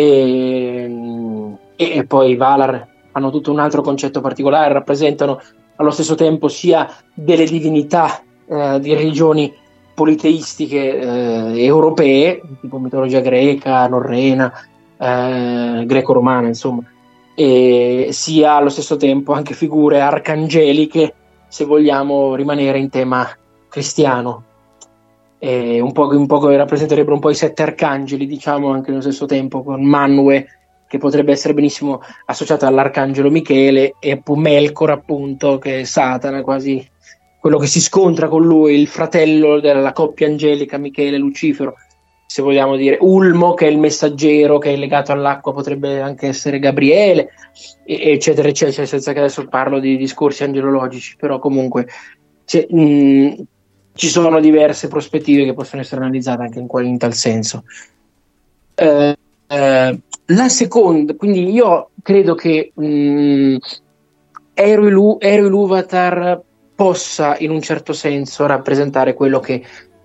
Speaker 6: e poi i Valar hanno tutto un altro concetto particolare, rappresentano allo stesso tempo sia delle divinità di religioni politeistiche europee, tipo mitologia greca, norrena, greco-romana, insomma, e sia allo stesso tempo anche figure arcangeliche, se vogliamo rimanere in tema cristiano. Un po' che rappresenterebbero un po' i 7 arcangeli, diciamo, anche nello stesso tempo, con Manwë, che potrebbe essere benissimo associato all'arcangelo Michele, e Melkor appunto, che è Satana, quasi quello che si scontra con lui, il fratello della coppia angelica Michele-Lucifero, se vogliamo dire. Ulmo, che è il messaggero, che è legato all'acqua, potrebbe anche essere Gabriele, eccetera eccetera, senza che adesso parlo di discorsi angelologici, però comunque ci sono diverse prospettive che possono essere analizzate anche in tal senso. La seconda, quindi io credo che Eru Ilúvatar possa in un certo senso rappresentare quello che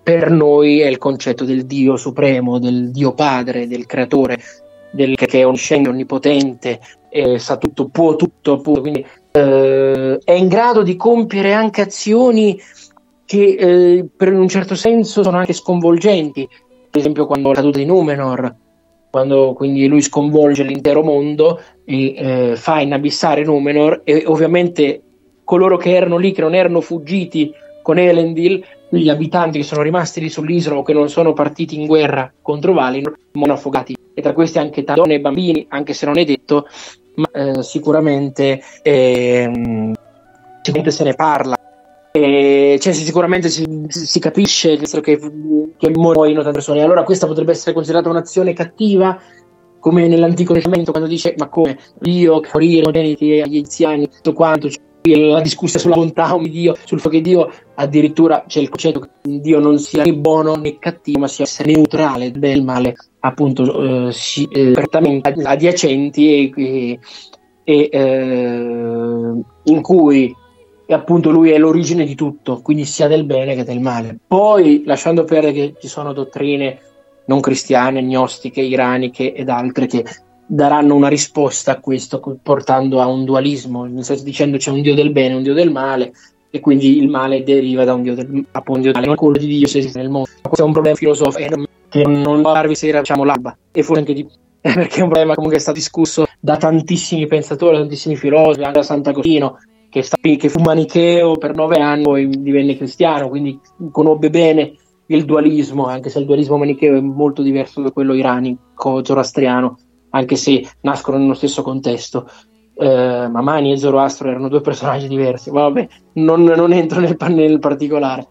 Speaker 6: per noi è il concetto del Dio supremo, del Dio Padre, del Creatore, che è onnisciente, onnipotente, sa tutto, può tutto, quindi è in grado di compiere anche azioni che per un certo senso sono anche sconvolgenti. Per esempio quando la caduta di Numenor, quando quindi lui sconvolge l'intero mondo e fa inabissare Numenor, e ovviamente coloro che erano lì, che non erano fuggiti con Elendil, gli abitanti che sono rimasti lì sull'isola o che non sono partiti in guerra contro Valinor, sono affogati, e tra questi anche donne e bambini, anche se non è detto, ma sicuramente se ne parla. Sicuramente si capisce che muoiono tante persone. Allora questa potrebbe essere considerata un'azione cattiva, come nell'Antico Testamento, quando dice: ma come Dio che morire agli anziani, tutto quanto, la discussione sulla bontà di Dio, sul fatto che Dio addirittura c'è il concetto che Dio non sia né buono né cattivo, ma sia neutrale, il bene e il male, appunto perfettamente adiacenti, e in cui appunto lui è l'origine di tutto, quindi sia del bene che del male. Poi, lasciando perdere che ci sono dottrine non cristiane, gnostiche, iraniche ed altre che daranno una risposta a questo, portando a un dualismo, nel senso dicendo c'è un Dio del bene e un Dio del male, e quindi il male deriva da un Dio del male, non quello di Dio se esiste nel mondo. Questo è un problema filosofico che non va a darvi sera, l'alba, e forse anche di perché è un problema comunque che è stato discusso da tantissimi pensatori, tantissimi filosofi, anche da Sant'Agostino, che fu manicheo per 9 anni, poi divenne cristiano, quindi conobbe bene il dualismo, anche se il dualismo manicheo è molto diverso da quello iranico, zoroastriano, anche se nascono nello stesso contesto. Mani e Zoroastro erano 2 personaggi diversi, ma vabbè, non entro nel particolare.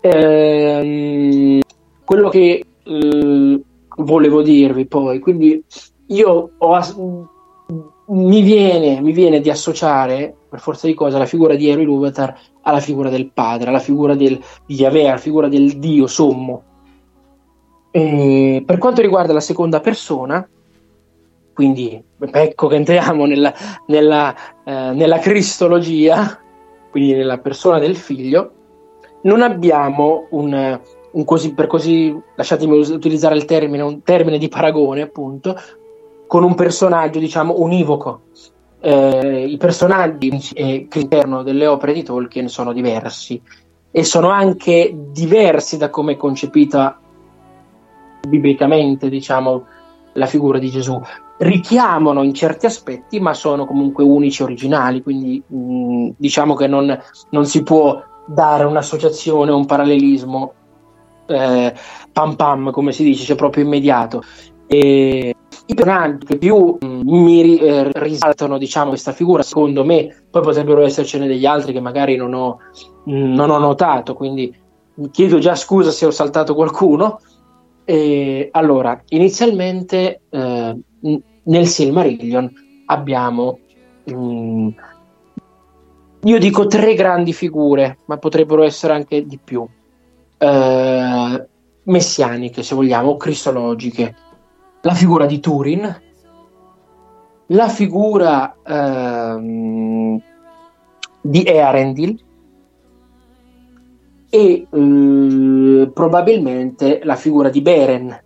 Speaker 6: Quello che volevo dirvi poi, quindi io mi viene di associare per forza di cose la figura di Eru Ilúvatar alla figura del padre, alla figura di Yahweh, alla figura del Dio sommo. Per quanto riguarda la seconda persona, quindi ecco che entriamo nella cristologia, quindi nella persona del figlio, non abbiamo un così, lasciatemi utilizzare il termine, un termine di paragone, appunto, con un personaggio, diciamo, univoco. I personaggi all'interno delle opere di Tolkien sono diversi, e sono anche diversi da come è concepita biblicamente, diciamo, la figura di Gesù. Richiamano in certi aspetti, ma sono comunque unici, originali, quindi diciamo che non si può dare un'associazione, un parallelismo pam pam, come si dice, cioè proprio immediato. I personaggi che più mi risaltano, diciamo, questa figura, secondo me, poi potrebbero essercene degli altri che magari non ho notato, quindi chiedo già scusa se ho saltato qualcuno. Allora, inizialmente nel Silmarillion abbiamo io dico 3 grandi figure, ma potrebbero essere anche di più, messianiche, se vogliamo, cristologiche. La figura di Túrin, la figura di Eärendil e probabilmente la figura di Beren.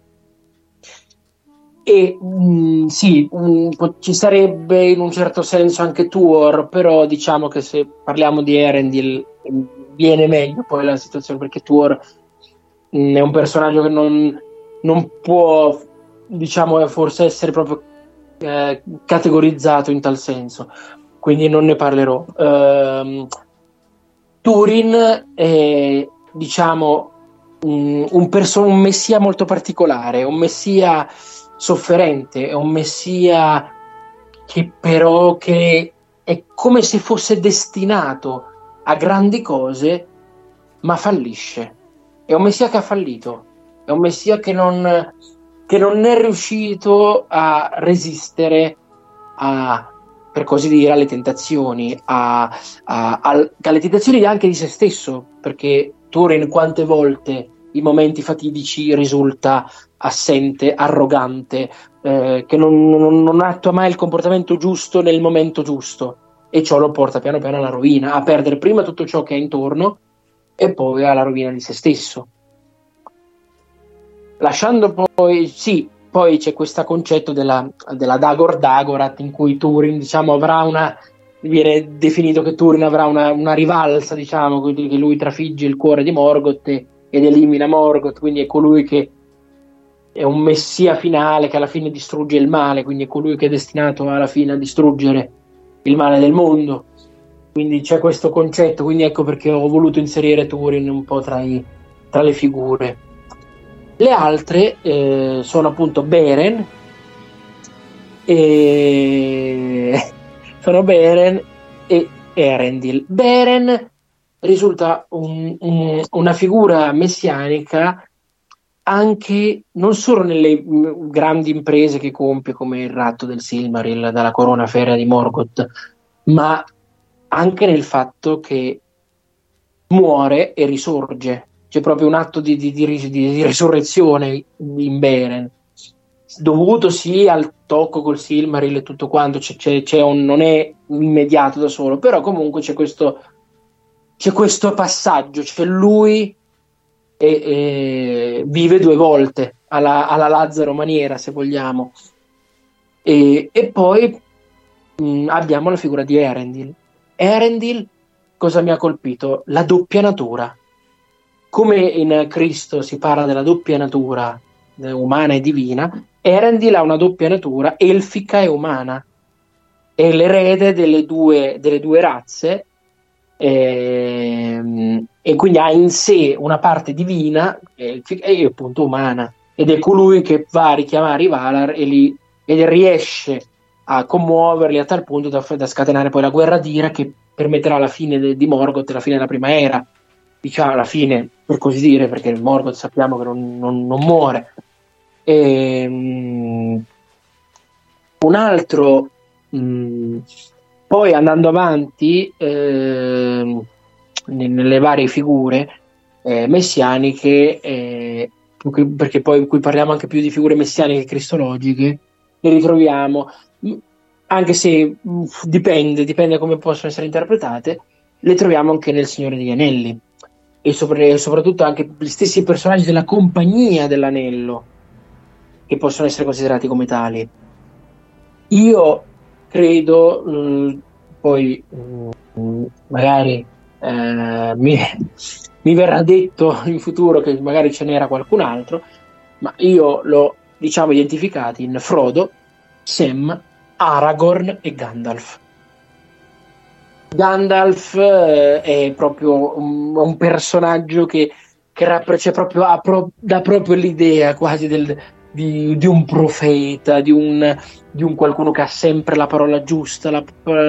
Speaker 6: E sì, ci sarebbe in un certo senso anche Tuor, però diciamo che se parliamo di Eärendil viene meglio poi la situazione, perché Tuor è un personaggio che non può, diciamo, forse essere proprio categorizzato in tal senso, quindi non ne parlerò. Túrin è, diciamo, un messia molto particolare, un messia sofferente, è un messia che però che è come se fosse destinato a grandi cose, ma fallisce. È un messia che ha fallito, è un messia che non è riuscito a resistere per così dire, alle tentazioni, alle tentazioni anche di se stesso, perché Túrin quante volte in momenti fatidici risulta assente, arrogante, che non attua mai il comportamento giusto nel momento giusto, e ciò lo porta piano piano alla rovina, a perdere prima tutto ciò che è intorno e poi alla rovina di se stesso. lasciando poi c'è questo concetto della Dagor Dagorat, in cui Turin, diciamo, viene definito che Turin avrà una rivalsa, diciamo, quindi che lui trafigge il cuore di Morgoth ed elimina Morgoth, quindi è colui che è un messia finale che alla fine distrugge il male, quindi è colui che è destinato alla fine a distruggere il male del mondo. Quindi c'è questo concetto, quindi ecco perché ho voluto inserire Turin un po' tra le figure. Le altre sono appunto Beren e Erendil. Beren risulta una figura messianica anche non solo nelle grandi imprese che compie, come il ratto del Silmaril dalla corona ferrea di Morgoth, ma anche nel fatto che muore e risorge. C'è proprio un atto di risurrezione in Beren, dovuto sì al tocco col Silmaril e tutto quanto, non è immediato da solo, però comunque c'è questo passaggio, cioè lui vive due volte alla Lazzaro maniera, se vogliamo, e poi abbiamo la figura di Erendil. Erendil, cosa mi ha colpito? La doppia natura. Come in Cristo si parla della doppia natura umana e divina, Erendil ha una doppia natura elfica e umana, è l'erede delle due razze, e quindi ha in sé una parte divina elfica e appunto umana, ed è colui che va a richiamare i Valar e riesce a commuoverli a tal punto da scatenare poi la guerra d'ira che permetterà la fine di Morgoth e la fine della prima era, diciamo la fine per così dire, perché Morgoth sappiamo che non muore. Un altro poi andando avanti nelle varie figure messianiche, perché poi qui parliamo anche più di figure messianiche che cristologiche, le ritroviamo, anche se dipende come possono essere interpretate, le troviamo anche nel Signore degli Anelli e soprattutto anche gli stessi personaggi della Compagnia dell'Anello, che possono essere considerati come tali. Io credo, poi magari mi verrà detto in futuro che magari ce n'era qualcun altro, ma io l'ho, diciamo, identificati in Frodo, Sam, Aragorn e Gandalf. Gandalf è proprio un personaggio che dà proprio l'idea quasi di un profeta, di un qualcuno che ha sempre la parola giusta, la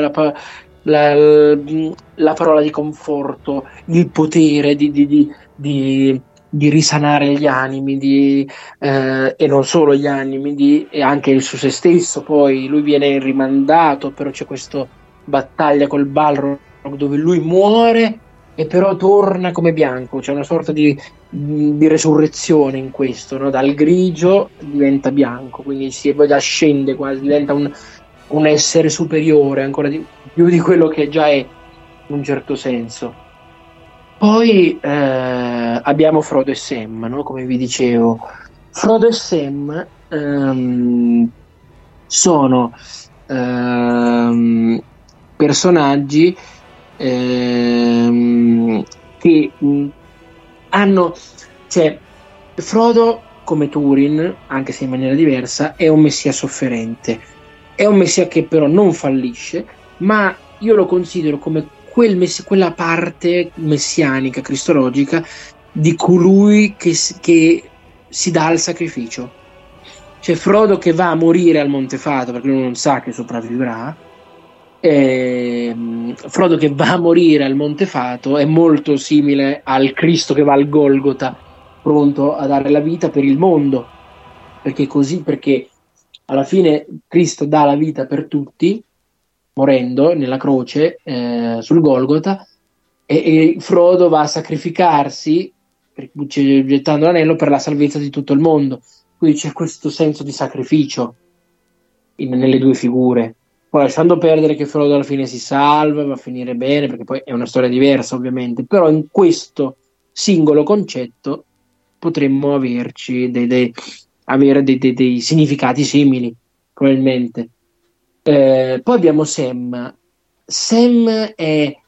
Speaker 6: parola di conforto, il potere di risanare gli animi, e non solo gli animi, e anche su se stesso. Poi lui viene rimandato, però c'è questa battaglia col Balrog dove lui muore e però torna come bianco, c'è una sorta di resurrezione in questo, no? Dal grigio diventa bianco, quindi ascende quasi, diventa un essere superiore ancora più di quello che già è in un certo senso. Poi abbiamo Frodo e Sam, no? Come vi dicevo, Frodo e Sam sono personaggi che hanno, cioè Frodo come Turin, anche se in maniera diversa, è un messia sofferente, è un messia che però non fallisce, ma io lo considero come quella parte messianica, cristologica, di colui che si dà al sacrificio. C'è Frodo che va a morire al Montefato perché lui non sa che sopravvivrà. Frodo che va a morire al Montefato è molto simile al Cristo che va al Golgota, pronto a dare la vita per il mondo, perché alla fine Cristo dà la vita per tutti, morendo nella croce sul Golgota, e Frodo va a sacrificarsi gettando l'anello per la salvezza di tutto il mondo. Quindi c'è questo senso di sacrificio nelle due figure. Poi lasciando perdere che Frodo alla fine si salva, va a finire bene, perché poi è una storia diversa ovviamente, però in questo singolo concetto potremmo avere dei significati simili, probabilmente. Poi abbiamo Sem. Sem è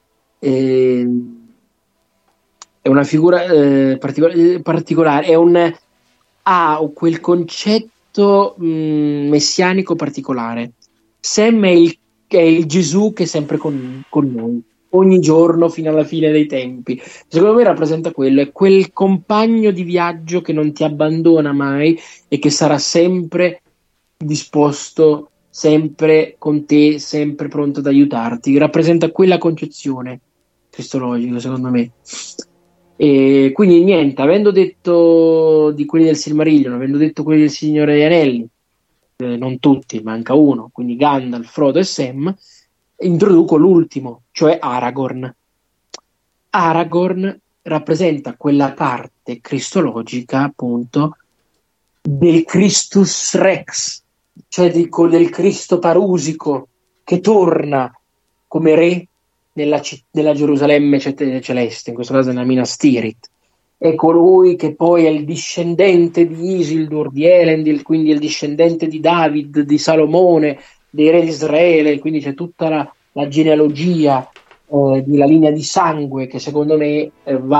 Speaker 6: una figura particolare, ha quel concetto messianico particolare. Sem è il Gesù che è sempre con noi, ogni giorno fino alla fine dei tempi. Secondo me rappresenta quello, è quel compagno di viaggio che non ti abbandona mai e che sarà sempre disposto, sempre con te, sempre pronto ad aiutarti. Rappresenta quella concezione cristologica, secondo me. E quindi niente, avendo detto di quelli del Silmarillion, avendo detto quelli del Signore degli Anelli, non tutti, manca uno, quindi Gandalf, Frodo e Sam, introduco l'ultimo, cioè Aragorn. Aragorn rappresenta quella parte cristologica, appunto, del Christus Rex, cioè del Cristo parusico che torna come re nella Gerusalemme celeste, in questo caso nella Minas Tirith. È colui che poi è il discendente di Isildur, di Elendil, quindi il discendente di David, di Salomone, dei re di Israele, quindi c'è tutta la genealogia della linea di sangue che secondo me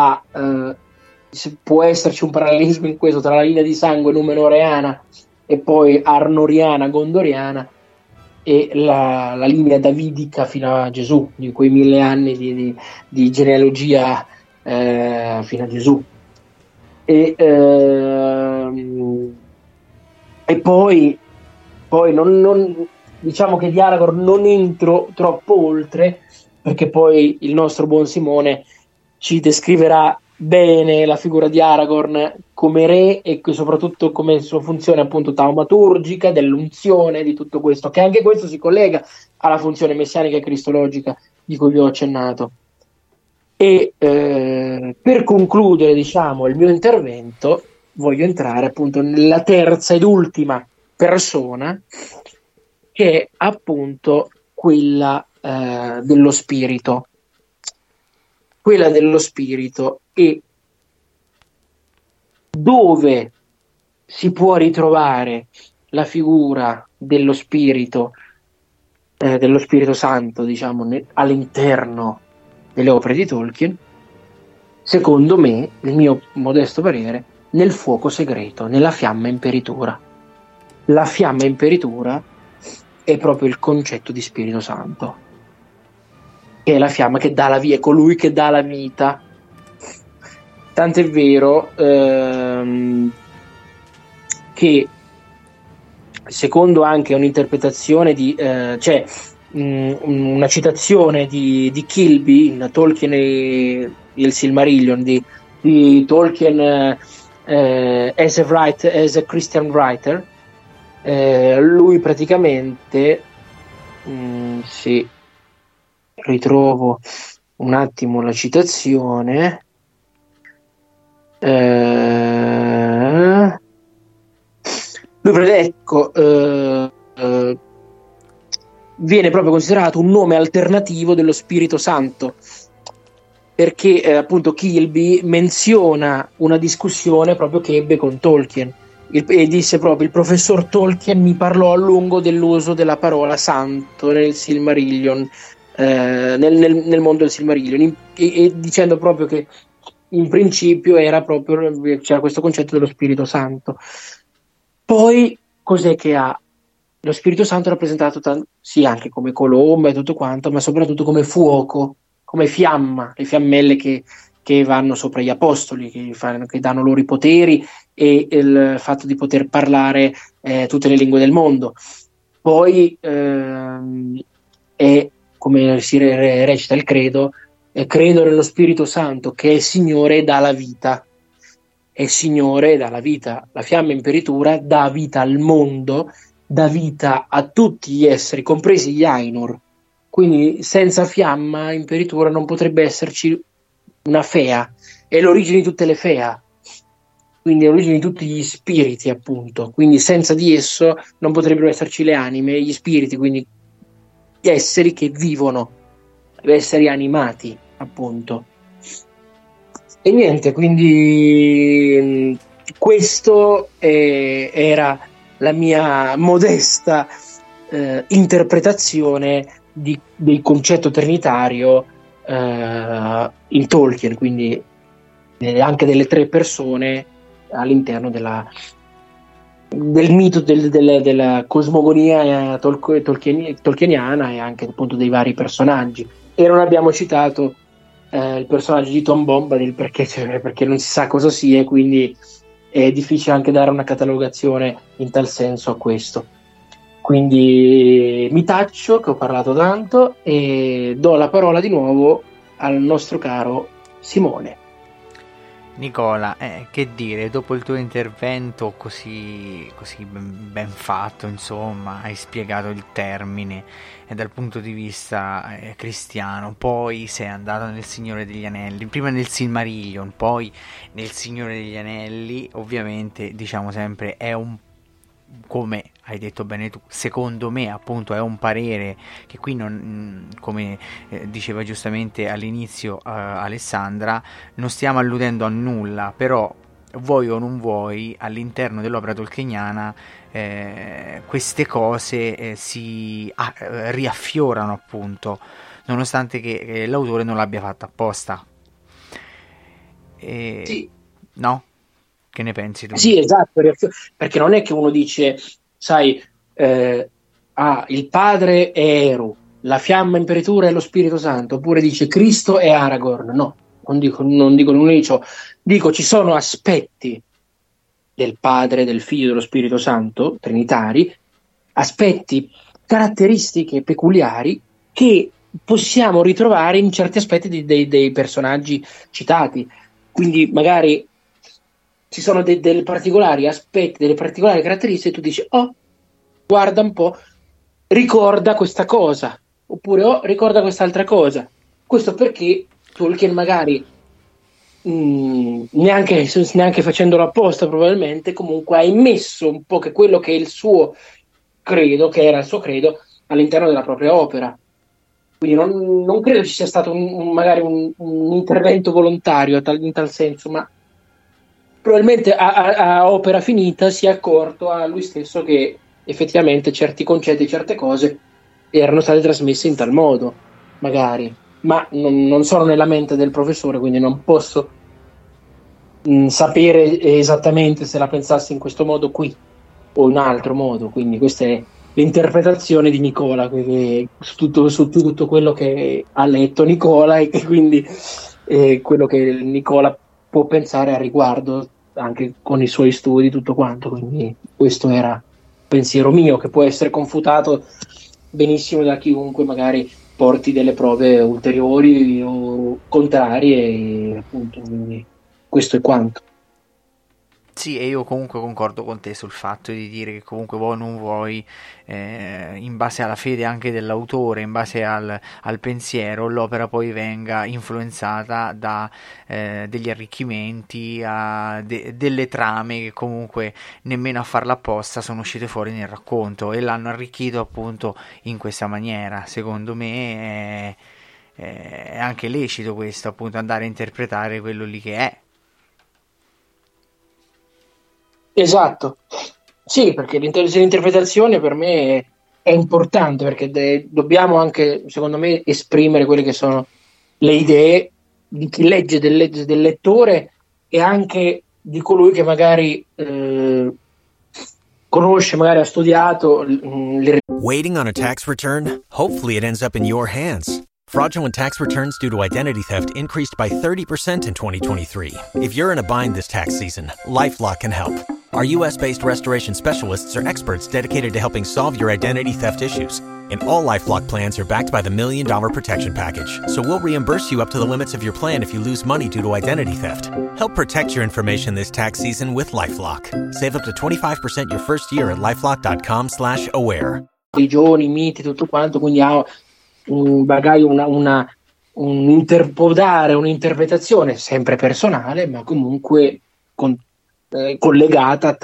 Speaker 6: può esserci un parallelismo in questo tra la linea di sangue numenoreana e poi arnoriana, gondoriana, e la linea davidica fino a Gesù, di quei 1000 anni di genealogia fino a Gesù. E poi non diciamo che di Aragorn non entro troppo oltre, perché poi il nostro buon Simone ci descriverà bene la figura di Aragorn come re e soprattutto come sua funzione appunto taumaturgica, dell'unzione, di tutto questo, che anche questo si collega alla funzione messianica e cristologica di cui vi ho accennato. E per concludere, diciamo, il mio intervento, voglio entrare appunto nella terza ed ultima persona, che è appunto quella dello spirito. Quella dello spirito, e dove si può ritrovare la figura dello spirito santo, diciamo, all'interno delle opere di Tolkien, secondo me, il mio modesto parere, nel fuoco segreto, nella fiamma imperitura. La fiamma imperitura è proprio il concetto di Spirito Santo, che è la fiamma che dà la vita, è colui che dà la vita. Tant'è vero che secondo anche un'interpretazione una citazione di Kilby in Tolkien e il Silmarillion, di Tolkien as a Christian writer, lui praticamente sì, ritrovo un attimo la citazione, viene proprio considerato un nome alternativo dello Spirito Santo, perché appunto Kilby menziona una discussione proprio che ebbe con Tolkien e disse proprio: il professor Tolkien mi parlò a lungo dell'uso della parola santo nel Silmarillion, nel mondo del Silmarillion, e dicendo proprio che in principio c'era questo concetto dello Spirito Santo. Poi cos'è che ha? Lo Spirito Santo è rappresentato sì anche come colomba e tutto quanto, ma soprattutto come fuoco, come fiamma, le fiammelle che vanno sopra gli apostoli, che danno loro i poteri e il fatto di poter parlare tutte le lingue del mondo. Poi è, come si recita il credo, credo nello Spirito Santo che è Signore e dà la vita. È Signore e dà la vita. La fiamma imperitura dà vita al mondo, dà vita a tutti gli esseri, compresi gli Ainur. Quindi senza fiamma imperitura non potrebbe esserci una fea. È l'origine di tutte le fea. Quindi è l'origine di tutti gli spiriti, appunto. Quindi senza di esso non potrebbero esserci le anime, gli spiriti, quindi gli esseri che vivono, gli esseri animati, appunto. E niente, quindi questo era la mia modesta interpretazione del concetto trinitario in Tolkien, quindi anche delle tre persone all'interno del mito della cosmogonia tolkieniana e anche appunto dei vari personaggi. E non abbiamo citato il personaggio di Tom Bombadil perché non si sa cosa sia, quindi è difficile anche dare una catalogazione in tal senso a questo. Quindi mi taccio, che ho parlato tanto, e do la parola di nuovo al nostro caro Simone.
Speaker 7: Nicola, che dire, dopo il tuo intervento così ben fatto, insomma, hai spiegato il termine dal punto di vista cristiano, poi sei andato nel Signore degli Anelli, prima nel Silmarillion, poi nel Signore degli Anelli. Ovviamente, diciamo sempre, è un, come hai detto bene tu, secondo me appunto è un parere che qui non, come diceva giustamente all'inizio Alessandra, non stiamo alludendo a nulla, però vuoi o non vuoi all'interno dell'opera tolkieniana queste cose si riaffiorano appunto, nonostante che l'autore non l'abbia fatta apposta.
Speaker 6: Sì.
Speaker 7: No? Che ne pensi tu?
Speaker 6: Sì, esatto, perché non è che uno dice, sai, il padre è Eru, la fiamma imperatura è lo Spirito Santo, oppure dice Cristo è Aragorn. No, non dico dico ci sono aspetti del Padre, del Figlio e dello Spirito Santo, trinitari, aspetti, caratteristiche peculiari che possiamo ritrovare in certi aspetti dei personaggi citati. Quindi magari ci sono dei particolari aspetti, delle particolari caratteristiche, e tu dici, oh, guarda un po', ricorda questa cosa, oppure oh, ricorda quest'altra cosa. Questo perché Tolkien magari neanche facendolo apposta probabilmente, comunque ha immesso un po' che quello che è il suo credo, che era il suo credo, all'interno della propria opera. Quindi non credo ci sia stato magari un intervento volontario in tal senso, ma probabilmente a opera finita si è accorto a lui stesso che effettivamente certi concetti, certe cose erano state trasmesse in tal modo, magari, ma non sono nella mente del professore, quindi non posso sapere esattamente se la pensasse in questo modo qui o in altro modo. Quindi questa è l'interpretazione di Nicola su tutto quello che ha letto Nicola, e che quindi quello che Nicola può pensare a riguardo anche con i suoi studi, tutto quanto. Quindi questo era il pensiero mio, che può essere confutato benissimo da chiunque magari porti delle prove ulteriori o contrarie, appunto. Quindi questo è quanto.
Speaker 7: Sì, e io comunque concordo con te sul fatto di dire che comunque vuoi o non vuoi, in base alla fede anche dell'autore, in base al pensiero, l'opera poi venga influenzata da degli arricchimenti, delle trame che comunque nemmeno a farla apposta sono uscite fuori nel racconto e l'hanno arricchito appunto in questa maniera. Secondo me è anche lecito questo, appunto, andare a interpretare quello lì che è.
Speaker 6: Esatto, sì, perché l'interpretazione per me è importante, perché dobbiamo anche, secondo me, esprimere quelle che sono le idee di chi legge, del lettore, e anche di colui che magari conosce, magari ha studiato.
Speaker 16: Waiting on a tax return? Hopefully it ends up in your hands. Fraudulent tax returns due to identity theft increased by 30% in 2023. If you're in a bind this tax season, LifeLock can help. Our U.S.-based restoration specialists are experts dedicated to helping solve your identity theft issues. And all LifeLock plans are backed by the $1 Million Protection Package. So we'll reimburse you up to the limits of your plan if you lose money due to identity theft. Help protect your information this tax season with LifeLock. Save up to 25% your first year at LifeLock.com/aware.
Speaker 6: I giovani, miti, tutto quanto, quindi magari può dare un'interpretazione sempre personale, ma comunque collegata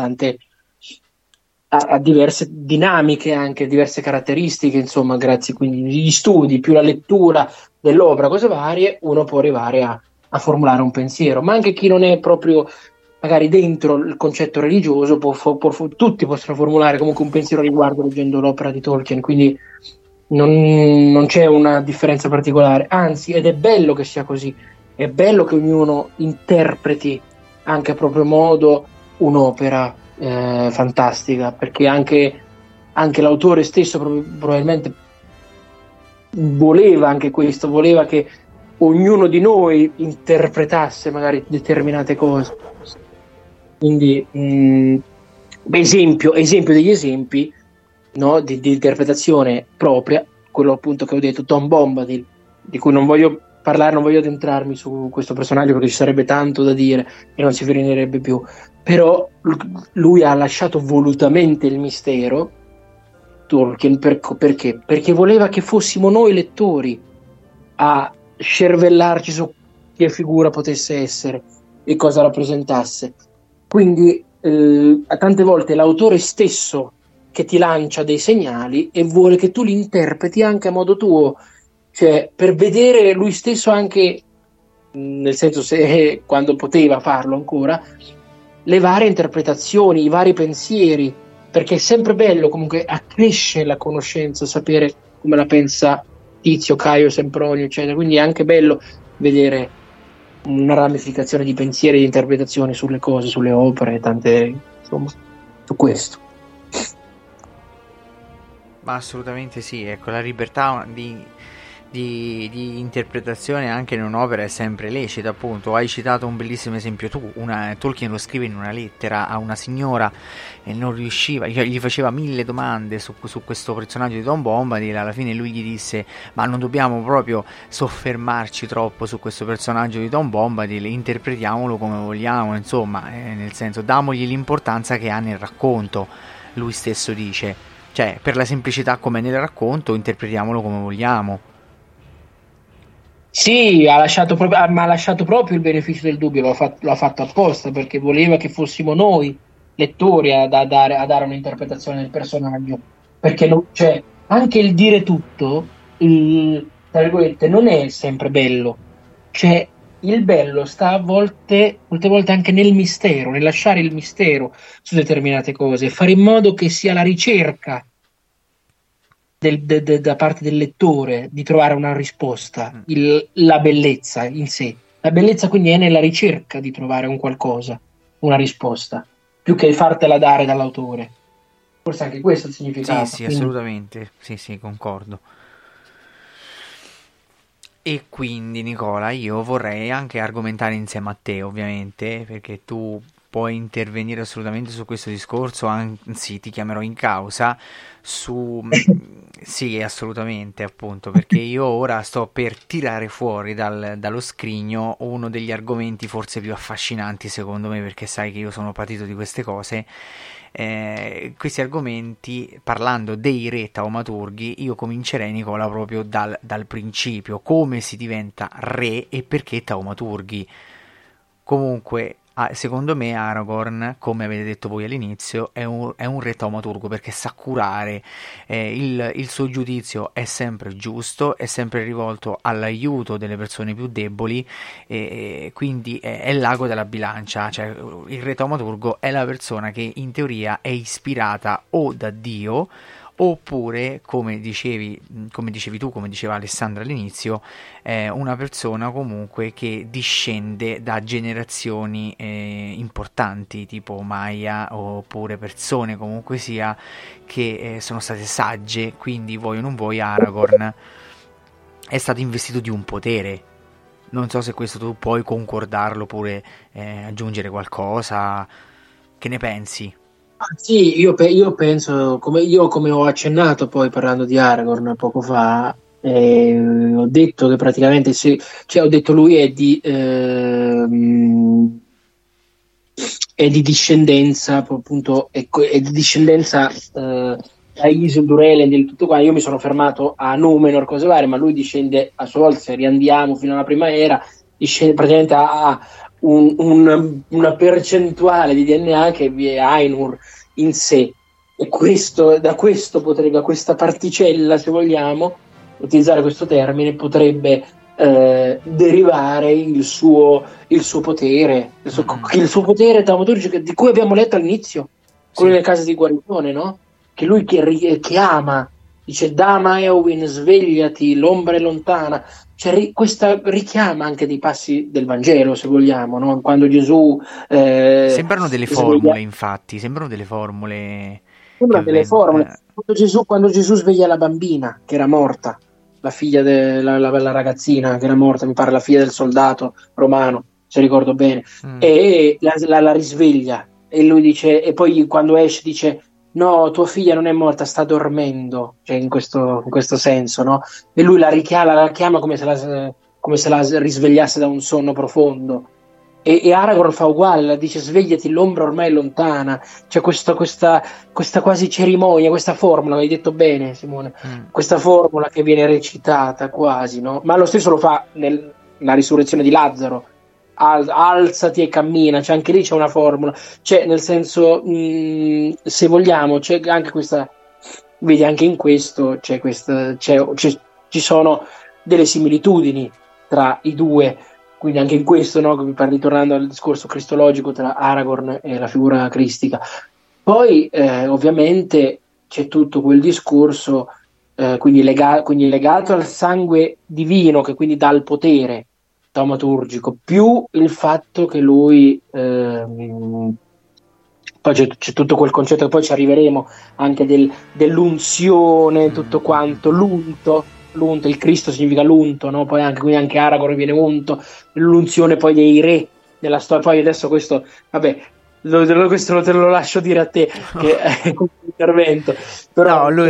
Speaker 6: a diverse dinamiche, anche diverse caratteristiche, insomma, grazie quindi agli studi più la lettura dell'opera, cose varie, uno può arrivare a formulare un pensiero. Ma anche chi non è proprio magari dentro il concetto religioso tutti possono formulare comunque un pensiero a riguardo leggendo l'opera di Tolkien, quindi non c'è una differenza particolare, anzi, ed è bello che sia così, è bello che ognuno interpreti anche a proprio modo un'opera fantastica, perché anche l'autore stesso probabilmente voleva anche questo, voleva che ognuno di noi interpretasse magari determinate cose. Quindi esempio degli esempi, no, di interpretazione propria, quello appunto che ho detto, Tom Bombadil, di cui non voglio parlare, non voglio addentrarmi su questo personaggio perché ci sarebbe tanto da dire e non si finirebbe più, però lui ha lasciato volutamente il mistero, Tolkien, perché voleva che fossimo noi lettori a scervellarci su che figura potesse essere e cosa rappresentasse. Quindi tante volte l'autore stesso che ti lancia dei segnali e vuole che tu li interpreti anche a modo tuo, cioè per vedere lui stesso anche, nel senso, se quando poteva farlo ancora, le varie interpretazioni, i vari pensieri, perché è sempre bello, comunque accresce la conoscenza, sapere come la pensa Tizio, Caio, Sempronio, eccetera. Quindi è anche bello vedere una ramificazione di pensieri e di interpretazioni sulle cose, sulle opere, tante, insomma, su questo.
Speaker 7: Ma assolutamente sì, ecco, la libertà di interpretazione anche in un'opera è sempre lecita, appunto. Hai citato un bellissimo esempio tu, Tolkien lo scrive in una lettera a una signora e non riusciva, gli faceva 1000 domande su questo personaggio di Tom Bombadil. Alla fine lui gli disse: ma non dobbiamo proprio soffermarci troppo su questo personaggio di Tom Bombadil, interpretiamolo come vogliamo, insomma, nel senso, damogli l'importanza che ha nel racconto. Lui stesso dice, cioè, per la semplicità come nel racconto, interpretiamolo come vogliamo.
Speaker 6: Sì, ma ha lasciato proprio il beneficio del dubbio, l'ha fatto apposta, perché voleva che fossimo noi lettori a dare un'interpretazione del personaggio, perché cioè, anche il dire tutto, tra virgolette, non è sempre bello, cioè il bello sta molte volte anche nel mistero, nel lasciare il mistero su determinate cose, fare in modo che sia la ricerca da parte del lettore di trovare una risposta, la bellezza in sé. La bellezza quindi è nella ricerca di trovare un qualcosa, una risposta, più che fartela dare dall'autore. Forse anche questo è il significato.
Speaker 7: Sì, assolutamente, sì, concordo. E quindi, Nicola, io vorrei anche argomentare insieme a te, ovviamente, perché tu puoi intervenire assolutamente su questo discorso, anzi ti chiamerò in causa sì, assolutamente, appunto, perché io ora sto per tirare fuori dallo scrigno uno degli argomenti forse più affascinanti secondo me, perché sai che io sono patito di queste cose. Questi argomenti, parlando dei re taumaturghi, io comincerei, Nicola, proprio dal principio: come si diventa re e perché taumaturghi. Comunque, secondo me Aragorn, come avete detto voi all'inizio, è un re taumaturgo perché sa curare, il suo giudizio è sempre giusto, è sempre rivolto all'aiuto delle persone più deboli, quindi è l'ago della bilancia, cioè il re taumaturgo è la persona che in teoria è ispirata o da Dio, oppure, come dicevi tu, come diceva Alessandra all'inizio, una persona comunque che discende da generazioni importanti, tipo Maya, oppure persone comunque sia che sono state sagge. Quindi, vuoi o non vuoi, Aragorn è stato investito di un potere. Non so se questo tu puoi concordarlo oppure aggiungere qualcosa. Che ne pensi?
Speaker 6: Sì, io penso, come ho accennato poi parlando di Aragorn poco fa, ho detto che praticamente ho detto lui è di discendenza, appunto, è di discendenza da Isildur, Elendil, tutto qua. Io mi sono fermato a Numenor, cose varie, ma lui discende a sua volta, se riandiamo fino alla prima era, discende praticamente a una percentuale di DNA che vi è Ainur in sé, e da questa particella, se vogliamo utilizzare questo termine, potrebbe derivare il suo potere, il suo potere taumaturgico di cui abbiamo letto all'inizio, quello delle case di guarigione, no? Che lui chiama, dice Dama Eowyn, svegliati, l'ombra è lontana. Cioè, questa richiama anche dei passi del Vangelo, se vogliamo, no? Quando Gesù
Speaker 7: sembrano delle formule, infatti, sembrano delle formule.
Speaker 6: Quando Gesù sveglia la bambina che era morta, la figlia la ragazzina che era morta, mi pare la figlia del soldato romano, se ricordo bene, e la risveglia, e lui dice, e poi quando esce dice no, tua figlia non è morta, sta dormendo, cioè in questo senso, no? E lui la chiama come se la risvegliasse da un sonno profondo. E Aragorn fa uguale, dice svegliati, l'ombra ormai è lontana. C'è questa quasi cerimonia, questa formula, hai detto bene Simone, questa formula che viene recitata quasi, no? Ma lo stesso lo fa nella risurrezione di Lazzaro, alzati e cammina, cioè anche lì c'è una formula, cioè nel senso, se vogliamo, c'è anche questa, vedi, anche in questo ci sono delle similitudini tra i due. Quindi anche in questo, no, ritornando al discorso cristologico tra Aragorn e la figura cristica. Poi ovviamente c'è tutto quel discorso quindi legato al sangue divino, che quindi dà il potere taumaturgico, più il fatto che lui poi c'è tutto quel concetto che poi ci arriveremo anche dell'unzione, tutto quanto, l'unto, il Cristo significa l'unto, no? Poi quindi anche Aragorn viene unto, l'unzione poi dei re nella storia. Poi adesso questo, vabbè, questo te lo lascio dire a te, che è un intervento. Però
Speaker 7: no,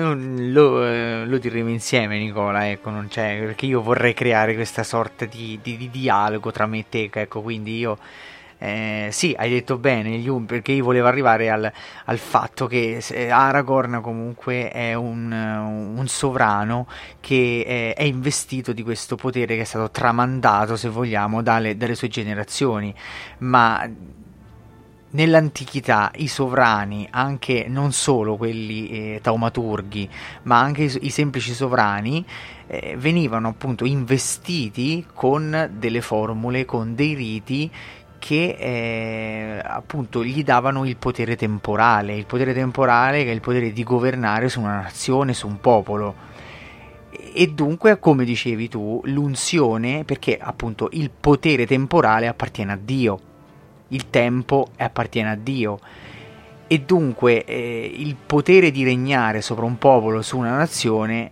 Speaker 7: lo diremo insieme, Nicola, ecco, non c'è, perché io vorrei creare questa sorta di dialogo tra me e te, ecco, quindi io sì, hai detto bene, perché io volevo arrivare al fatto che Aragorn comunque è un sovrano che è investito di questo potere che è stato tramandato, se vogliamo, dalle sue generazioni, ma nell'antichità i sovrani, anche non solo quelli taumaturghi, ma anche i semplici sovrani, venivano appunto investiti con delle formule, con dei riti che appunto gli davano il potere temporale che è il potere di governare su una nazione, su un popolo. E dunque, come dicevi tu, l'unzione, perché appunto il potere temporale appartiene a Dio, il tempo appartiene a Dio, e dunque il potere di regnare sopra un popolo, su una nazione,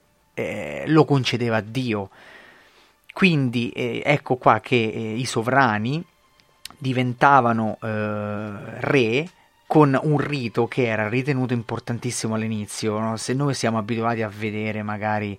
Speaker 7: lo concedeva a Dio. Quindi ecco qua che i sovrani diventavano re con un rito che era ritenuto importantissimo all'inizio, no? Se noi siamo abituati a vedere magari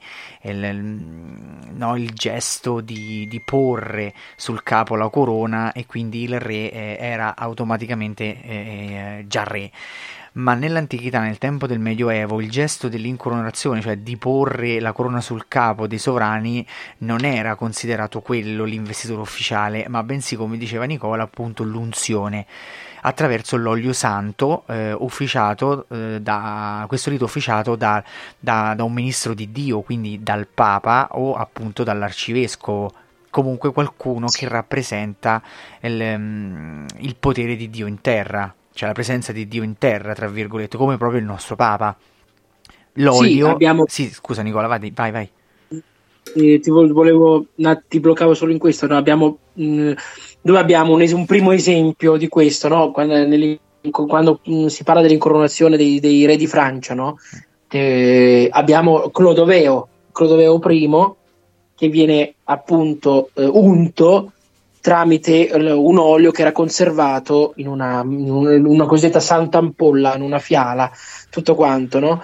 Speaker 7: il gesto di porre sul capo la corona, e quindi il re era automaticamente già re. Ma nell'antichità, nel tempo del Medioevo, il gesto dell'incoronazione, cioè di porre la corona sul capo dei sovrani, non era considerato quello l'investitore ufficiale, ma bensì, come diceva Nicola, appunto l'unzione attraverso l'olio santo, ufficiato questo rito ufficiato da un ministro di Dio, quindi dal Papa o appunto dall'arcivescovo, comunque qualcuno che rappresenta il potere di Dio in terra, cioè la presenza di Dio in terra, tra virgolette, come proprio il nostro Papa. L'olio... Sì, scusa Nicola, vai.
Speaker 6: Ti bloccavo solo in questo, no? Dove abbiamo un primo esempio di questo, no? Quando si parla dell'incoronazione dei re di Francia, no? Abbiamo Clodoveo I, che viene appunto unto tramite un olio che era conservato in una cosiddetta sant'ampolla, in una fiala, tutto quanto, no?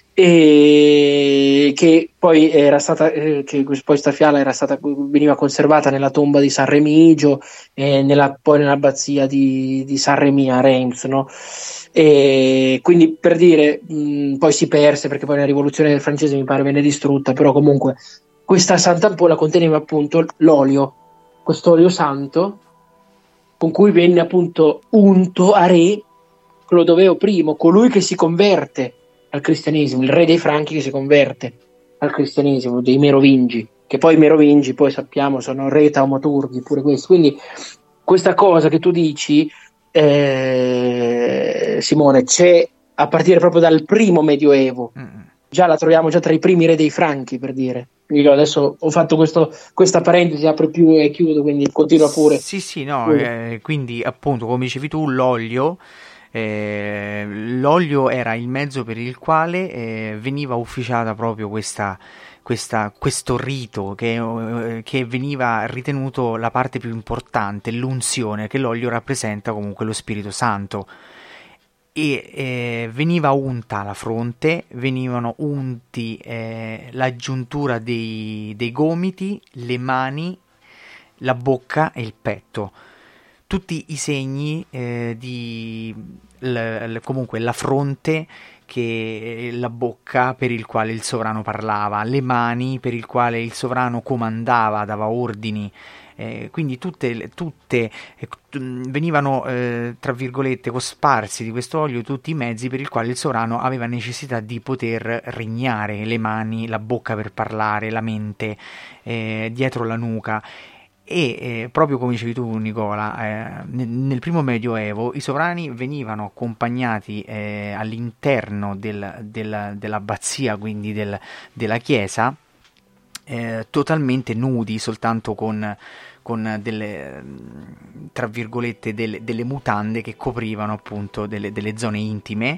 Speaker 6: E che poi questa fiala veniva conservata nella tomba di San Remigio e poi nell'abbazia di San Remi a Reims, no? E quindi, per dire, poi si perse perché poi la rivoluzione francese mi pare venne distrutta, però comunque questa sant'ampolla conteneva appunto questo olio santo con cui venne appunto unto a re Clodoveo I, colui che si converte al cristianesimo, il re dei Franchi che si converte al cristianesimo, dei Merovingi, che poi i Merovingi, poi sappiamo, sono re taumaturghi pure questi. Quindi questa cosa che tu dici, Simone, c'è a partire proprio dal primo Medioevo. Già la troviamo già tra i primi re dei Franchi, per dire. Io adesso ho fatto questa parentesi, apro più e chiudo, quindi continua pure.
Speaker 7: Sì, no, quindi appunto, come dicevi tu, l'olio era il mezzo per il quale veniva ufficiata proprio questo rito che veniva ritenuto la parte più importante, l'unzione, che l'olio rappresenta comunque lo Spirito Santo. E veniva unta la fronte, venivano unti la giuntura dei gomiti, le mani, la bocca e il petto, tutti i segni comunque la fronte, che la bocca per il quale il sovrano parlava, le mani per il quale il sovrano comandava, dava ordini. Quindi tutte venivano tra virgolette cosparsi di questo olio tutti i mezzi per il quale il sovrano aveva necessità di poter regnare: le mani, la bocca per parlare, la mente, dietro la nuca. E proprio come dicevi tu, Nicola, nel primo Medioevo i sovrani venivano accompagnati all'interno dell'abbazia, quindi della chiesa, totalmente nudi, soltanto con delle, tra virgolette, delle mutande che coprivano appunto delle zone intime,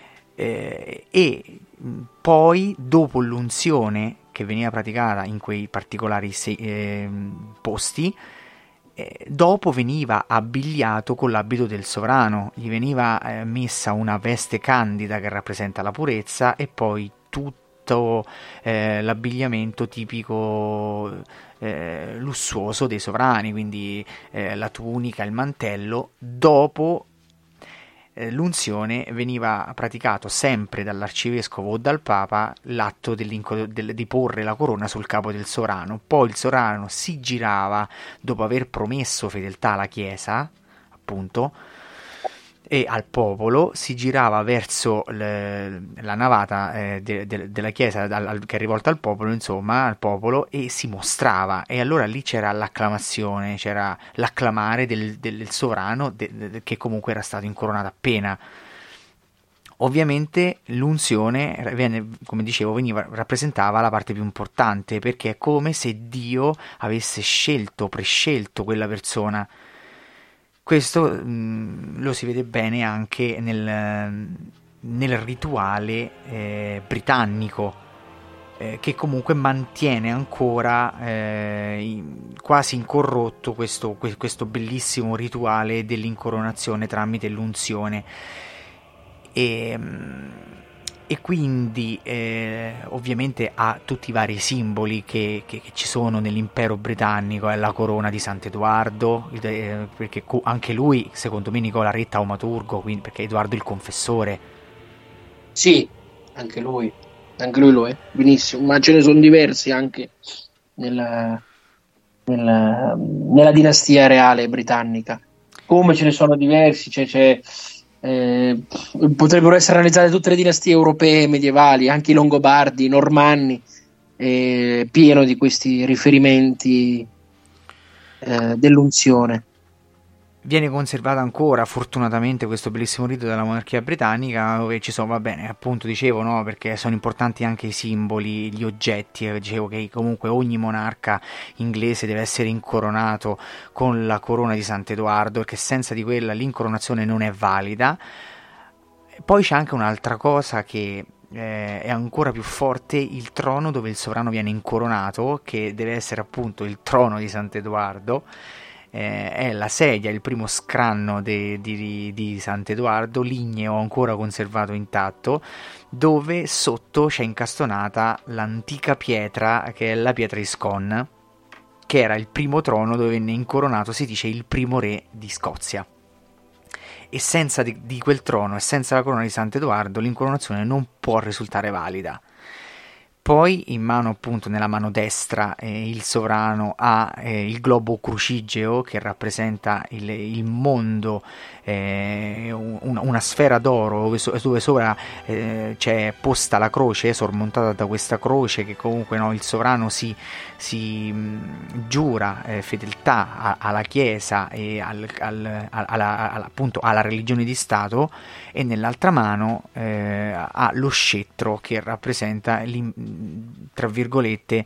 Speaker 7: e poi dopo l'unzione che veniva praticata in quei particolari posti, dopo veniva abbigliato con l'abito del sovrano, gli veniva messa una veste candida che rappresenta la purezza, e poi tutto l'abbigliamento tipico lussuoso dei sovrani, quindi la tunica, il mantello. Dopo l'unzione veniva praticato sempre dall'arcivescovo o dal papa l'atto di porre la corona sul capo del sovrano. Poi il sovrano si girava, dopo aver promesso fedeltà alla chiesa, appunto, e al popolo, si girava verso la navata della chiesa che è rivolta al popolo, insomma, al popolo, e si mostrava. E allora lì c'era l'acclamazione, c'era l'acclamare del sovrano che comunque era stato incoronato appena. Ovviamente l'unzione, come dicevo, rappresentava la parte più importante, perché è come se Dio avesse prescelto quella persona. Questo lo si vede bene anche nel rituale britannico, che comunque mantiene ancora quasi incorrotto questo bellissimo rituale dell'incoronazione tramite l'unzione. E quindi ovviamente ha tutti i vari simboli che ci sono nell'impero britannico. È la corona di Sant'Edoardo, perché anche lui, secondo me, Nicola, re taumaturgo, quindi, perché Edoardo il confessore.
Speaker 6: Sì, anche lui lo è, benissimo, ma ce ne sono diversi anche nella dinastia reale britannica, come ce ne sono diversi, potrebbero essere analizzate tutte le dinastie europee medievali, anche i Longobardi, i Normanni, pieno di questi riferimenti dell'unzione.
Speaker 7: Viene conservato ancora, fortunatamente, questo bellissimo rito della monarchia britannica, dove ci sono, va bene, appunto dicevo, no, perché sono importanti anche i simboli, gli oggetti. Dicevo che comunque ogni monarca inglese deve essere incoronato con la corona di Sant'Edoardo, perché senza di quella l'incoronazione non è valida. Poi c'è anche un'altra cosa che è ancora più forte: il trono dove il sovrano viene incoronato, che deve essere appunto il trono di Sant'Edoardo. È la sedia, il primo scranno di Sant'Edoardo, ligneo ancora conservato intatto, dove sotto c'è incastonata l'antica pietra, che è la pietra di Scone, che era il primo trono dove venne incoronato, si dice, il primo re di Scozia. E senza di quel trono e senza la corona di Sant'Edoardo l'incoronazione non può risultare valida. poi in mano, appunto nella mano destra, il sovrano ha il globo crucigeo che rappresenta il mondo, una sfera d'oro dove sopra c'è posta la croce, sormontata da questa croce, che comunque, no, il sovrano si giura fedeltà alla Chiesa e appunto alla religione di Stato, e nell'altra mano ha lo scettro che rappresenta tra virgolette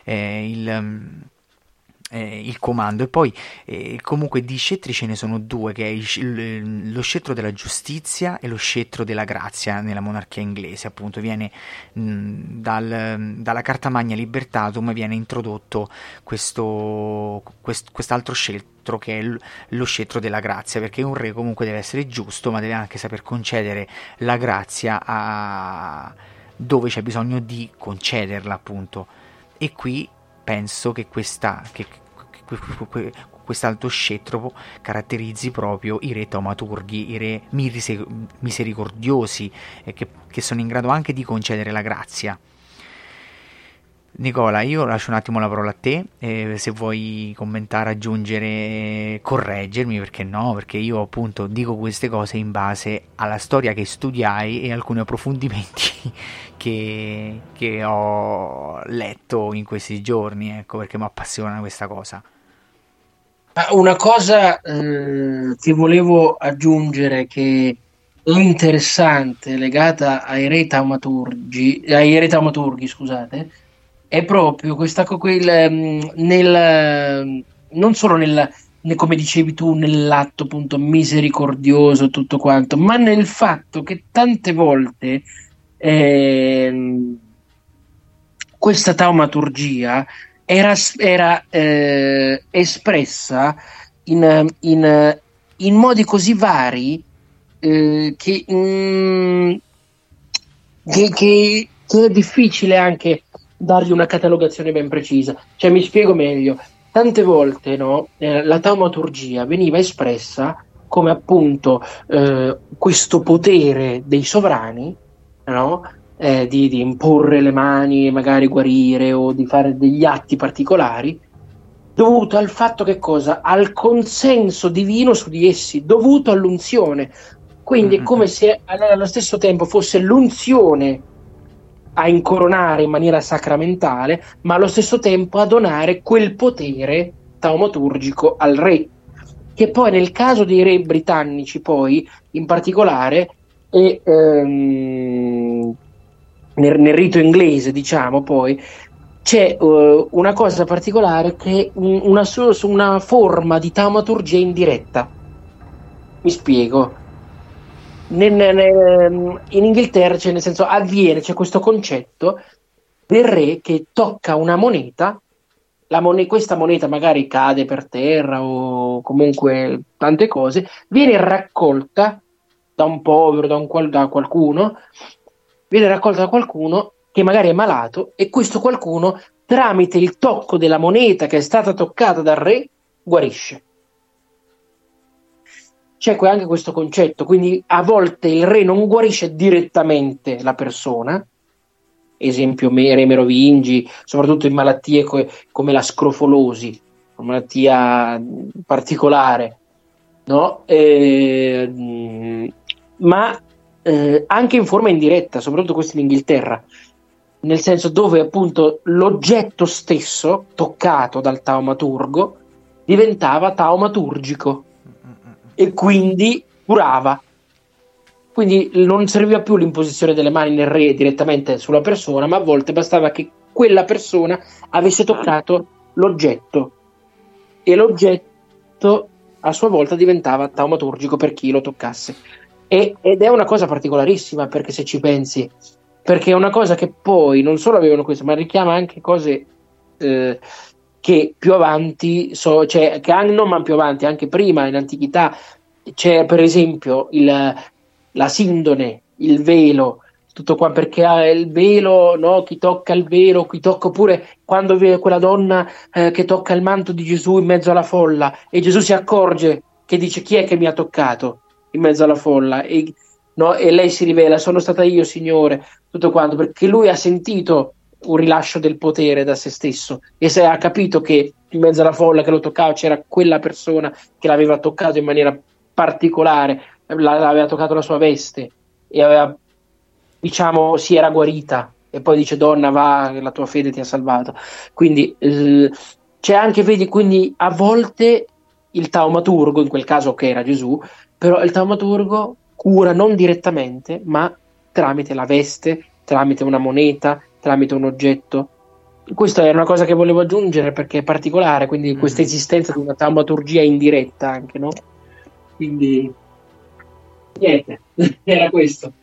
Speaker 7: il comando. E poi comunque di scettri ce ne sono due, che è lo scettro della giustizia e lo scettro della grazia nella monarchia inglese. Appunto viene dalla Carta Magna Libertatum viene introdotto quest'altro scettro, che è lo scettro della grazia, perché un re comunque deve essere giusto, ma deve anche saper concedere la grazia dove c'è bisogno di concederla, appunto. E qui penso che quest'altro scettro caratterizzi proprio i re taumaturghi, i re misericordiosi, che sono in grado anche di concedere la grazia. Nicola, io lascio un attimo la parola a te, se vuoi commentare, aggiungere, correggermi, perché no, perché io appunto dico queste cose in base alla storia che studiai e alcuni approfondimenti che ho letto in questi giorni, ecco, perché mi appassiona questa cosa.
Speaker 6: Una cosa che volevo aggiungere, che è interessante, legata ai re taumaturghi, scusate, è proprio questa non solo come dicevi tu, nell'atto appunto misericordioso, tutto quanto, ma nel fatto che tante volte questa taumaturgia era espressa in modi così vari che è difficile anche dargli una catalogazione ben precisa. Cioè, mi spiego meglio: tante volte, no, la taumaturgia veniva espressa come appunto questo potere dei sovrani, no, di imporre le mani e magari guarire, o di fare degli atti particolari, dovuto al fatto che cosa? Al consenso divino su di essi, dovuto all'unzione. Quindi è come se allo stesso tempo fosse l'unzione a incoronare in maniera sacramentale, ma allo stesso tempo a donare quel potere taumaturgico al re, che poi nel caso dei re britannici, poi in particolare, e nel rito inglese, diciamo, poi c'è una cosa particolare, che è una forma di taumaturgia indiretta. Mi spiego. In Inghilterra, cioè, nel senso, c'è questo concetto del re che tocca una moneta, questa moneta magari cade per terra o comunque tante cose, viene raccolta da un povero, da qualcuno, viene raccolta da qualcuno che magari è malato, e questo qualcuno, tramite il tocco della moneta che è stata toccata dal re, guarisce. C'è anche questo concetto, quindi a volte il re non guarisce direttamente la persona, esempio re merovingi, soprattutto in malattie come la scrofolosi, una malattia particolare, no? Ma anche in forma indiretta, soprattutto questo in Inghilterra, nel senso dove appunto l'oggetto stesso toccato dal taumaturgo diventava taumaturgico e quindi curava. Quindi non serviva più l'imposizione delle mani nel re direttamente sulla persona, ma a volte bastava che quella persona avesse toccato l'oggetto, e l'oggetto a sua volta diventava taumaturgico per chi lo toccasse. Ed è una cosa particolarissima, perché se ci pensi, perché è una cosa che poi non solo avevano questo, ma richiama anche cose che più avanti, ma più avanti, anche prima in antichità, c'è per esempio la sindone, il velo, tutto qua, perché il velo, no? Chi tocca il velo, chi tocca, oppure quando vede quella donna che tocca il manto di Gesù in mezzo alla folla, e Gesù si accorge, che dice: chi è che mi ha toccato in mezzo alla folla? E lei si rivela: sono stata io, Signore, tutto quanto, perché lui ha sentito un rilascio del potere da se stesso, e se ha capito che in mezzo alla folla che lo toccava c'era quella persona che l'aveva toccato in maniera particolare, l'aveva toccato la sua veste e aveva, diciamo, si era guarita, e poi dice: donna, va, la tua fede ti ha salvato. Quindi c'è anche, vedi, quindi a volte il taumaturgo, in quel caso che era Gesù, però il taumaturgo cura non direttamente, ma tramite la veste, tramite una moneta, tramite un oggetto. Questa è una cosa che volevo aggiungere perché è particolare, quindi questa esistenza di una taumaturgia indiretta anche, no? Quindi niente, era questo.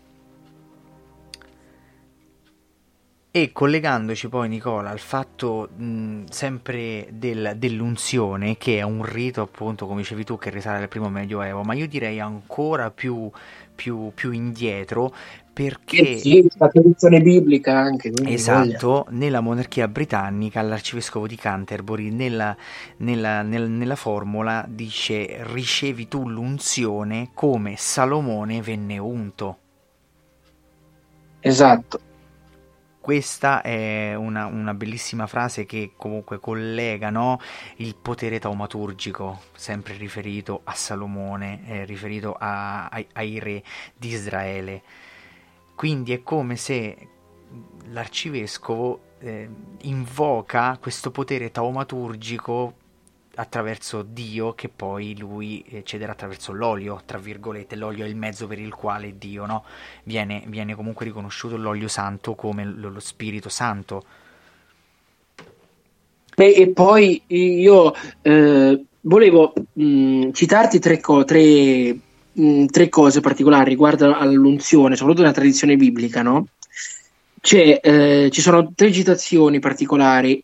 Speaker 7: E collegandoci poi, Nicola, al fatto sempre dell'unzione, che è un rito, appunto, come dicevi tu, che risale al primo Medioevo, ma io direi ancora più indietro, perché
Speaker 6: sì, la tradizione biblica anche.
Speaker 7: Esatto, nella monarchia britannica l'arcivescovo di Canterbury nella formula dice: ricevi tu l'unzione come Salomone venne unto.
Speaker 6: Esatto.
Speaker 7: Questa è una bellissima frase che comunque collega, no, il potere taumaturgico, sempre riferito a Salomone, riferito ai re di Israele. Quindi è come se l'arcivescovo invoca questo potere taumaturgico attraverso Dio, che poi lui cederà attraverso l'olio, tra virgolette. L'olio è il mezzo per il quale Dio, no, viene comunque riconosciuto, l'olio santo, come lo Spirito Santo.
Speaker 6: Beh, e poi io volevo citarti tre cose particolari riguardo all'unzione, soprattutto nella tradizione biblica, no? Ci sono 3 citazioni particolari,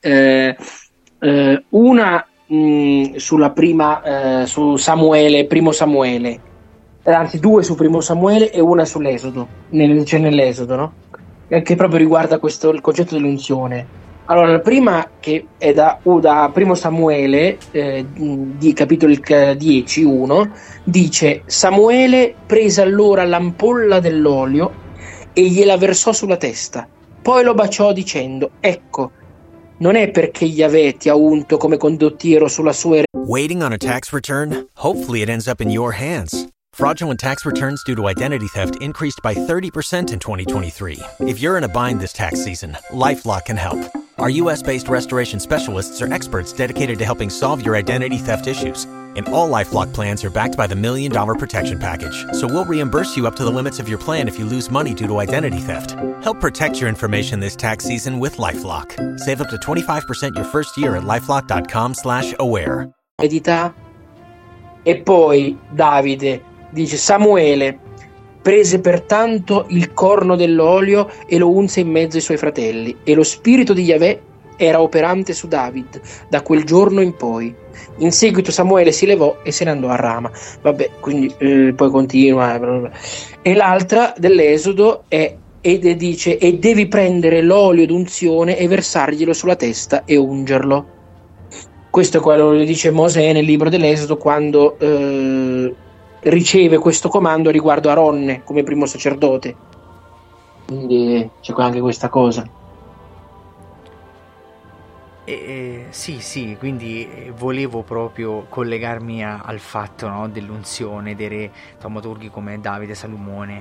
Speaker 6: una sulla prima, su Samuele, primo Samuele, anzi 2 su primo Samuele e una sull'Esodo, nell'Esodo, no? Che proprio riguarda il concetto dell'unzione. Allora, la prima, che è da primo Samuele, di capitolo 10, 1, dice: Samuele prese allora l'ampolla dell'olio e gliela versò sulla testa, poi lo baciò dicendo: ecco, non è perché Yahweh ti ha unto come condottiero sulla sua
Speaker 16: Waiting on a tax return? Hopefully it ends up in your hands. Fraudulent tax returns due to identity theft increased by 30% in 2023. If you're in a bind this tax season, LifeLock can help. Our U.S.-based restoration specialists are experts dedicated to helping solve your identity theft issues. And all LifeLock plans are backed by the $1 Million Protection Package. So we'll reimburse you up to the limits of your plan if you lose money due to identity theft. Help protect your information this tax season with LifeLock. Save up to 25% your first year at LifeLock.com/aware.
Speaker 6: E poi Davide dice: Samuele prese pertanto il corno dell'olio e lo unse in mezzo ai suoi fratelli, e lo spirito di Yahweh era operante su David da quel giorno in poi. In seguito Samuele si levò e se ne andò a Rama. Vabbè, quindi poi continua. E l'altra dell'Esodo dice: e devi prendere l'olio d'unzione e versarglielo sulla testa e ungerlo. Questo è quello che dice Mosè nel libro dell'Esodo, quando riceve questo comando riguardo Aronne come primo sacerdote. Quindi c'è anche questa cosa.
Speaker 7: Sì, quindi volevo proprio collegarmi al fatto, no, dell'unzione dei re taumaturghi come Davide, Salomone.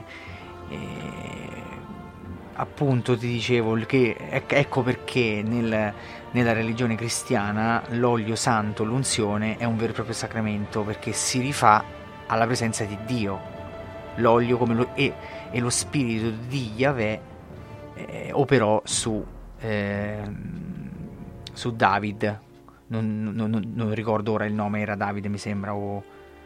Speaker 7: Appunto ti dicevo che ecco perché nella religione cristiana l'olio santo, l'unzione, è un vero e proprio sacramento, perché si rifà alla presenza di Dio. L'olio e lo spirito di Yahweh operò su David. Non ricordo ora il nome, era Davide mi sembra, o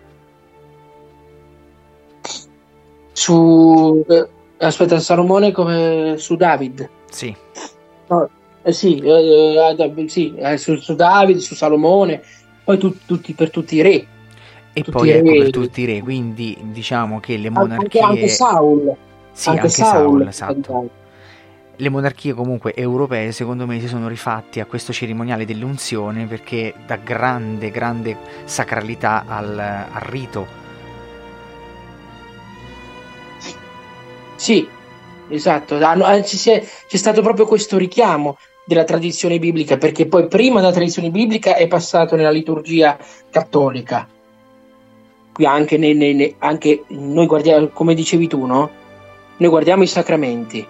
Speaker 6: su Salomone come su David.
Speaker 7: Sì.
Speaker 6: No, sì, su Davide, su Salomone, poi per tutti i re.
Speaker 7: E poi ecco, per tutti i re, quindi diciamo che le monarchie,
Speaker 6: anche Saul,
Speaker 7: sì, anche Saul, esatto. Le monarchie comunque europee, secondo me, si sono rifatti a questo cerimoniale dell'unzione perché dà grande sacralità al rito.
Speaker 6: Sì, esatto. Anzi, c'è stato proprio questo richiamo della tradizione biblica, perché poi prima della tradizione biblica è passato nella liturgia cattolica. Qui anche, anche noi guardiamo, come dicevi tu, no? Noi guardiamo i sacramenti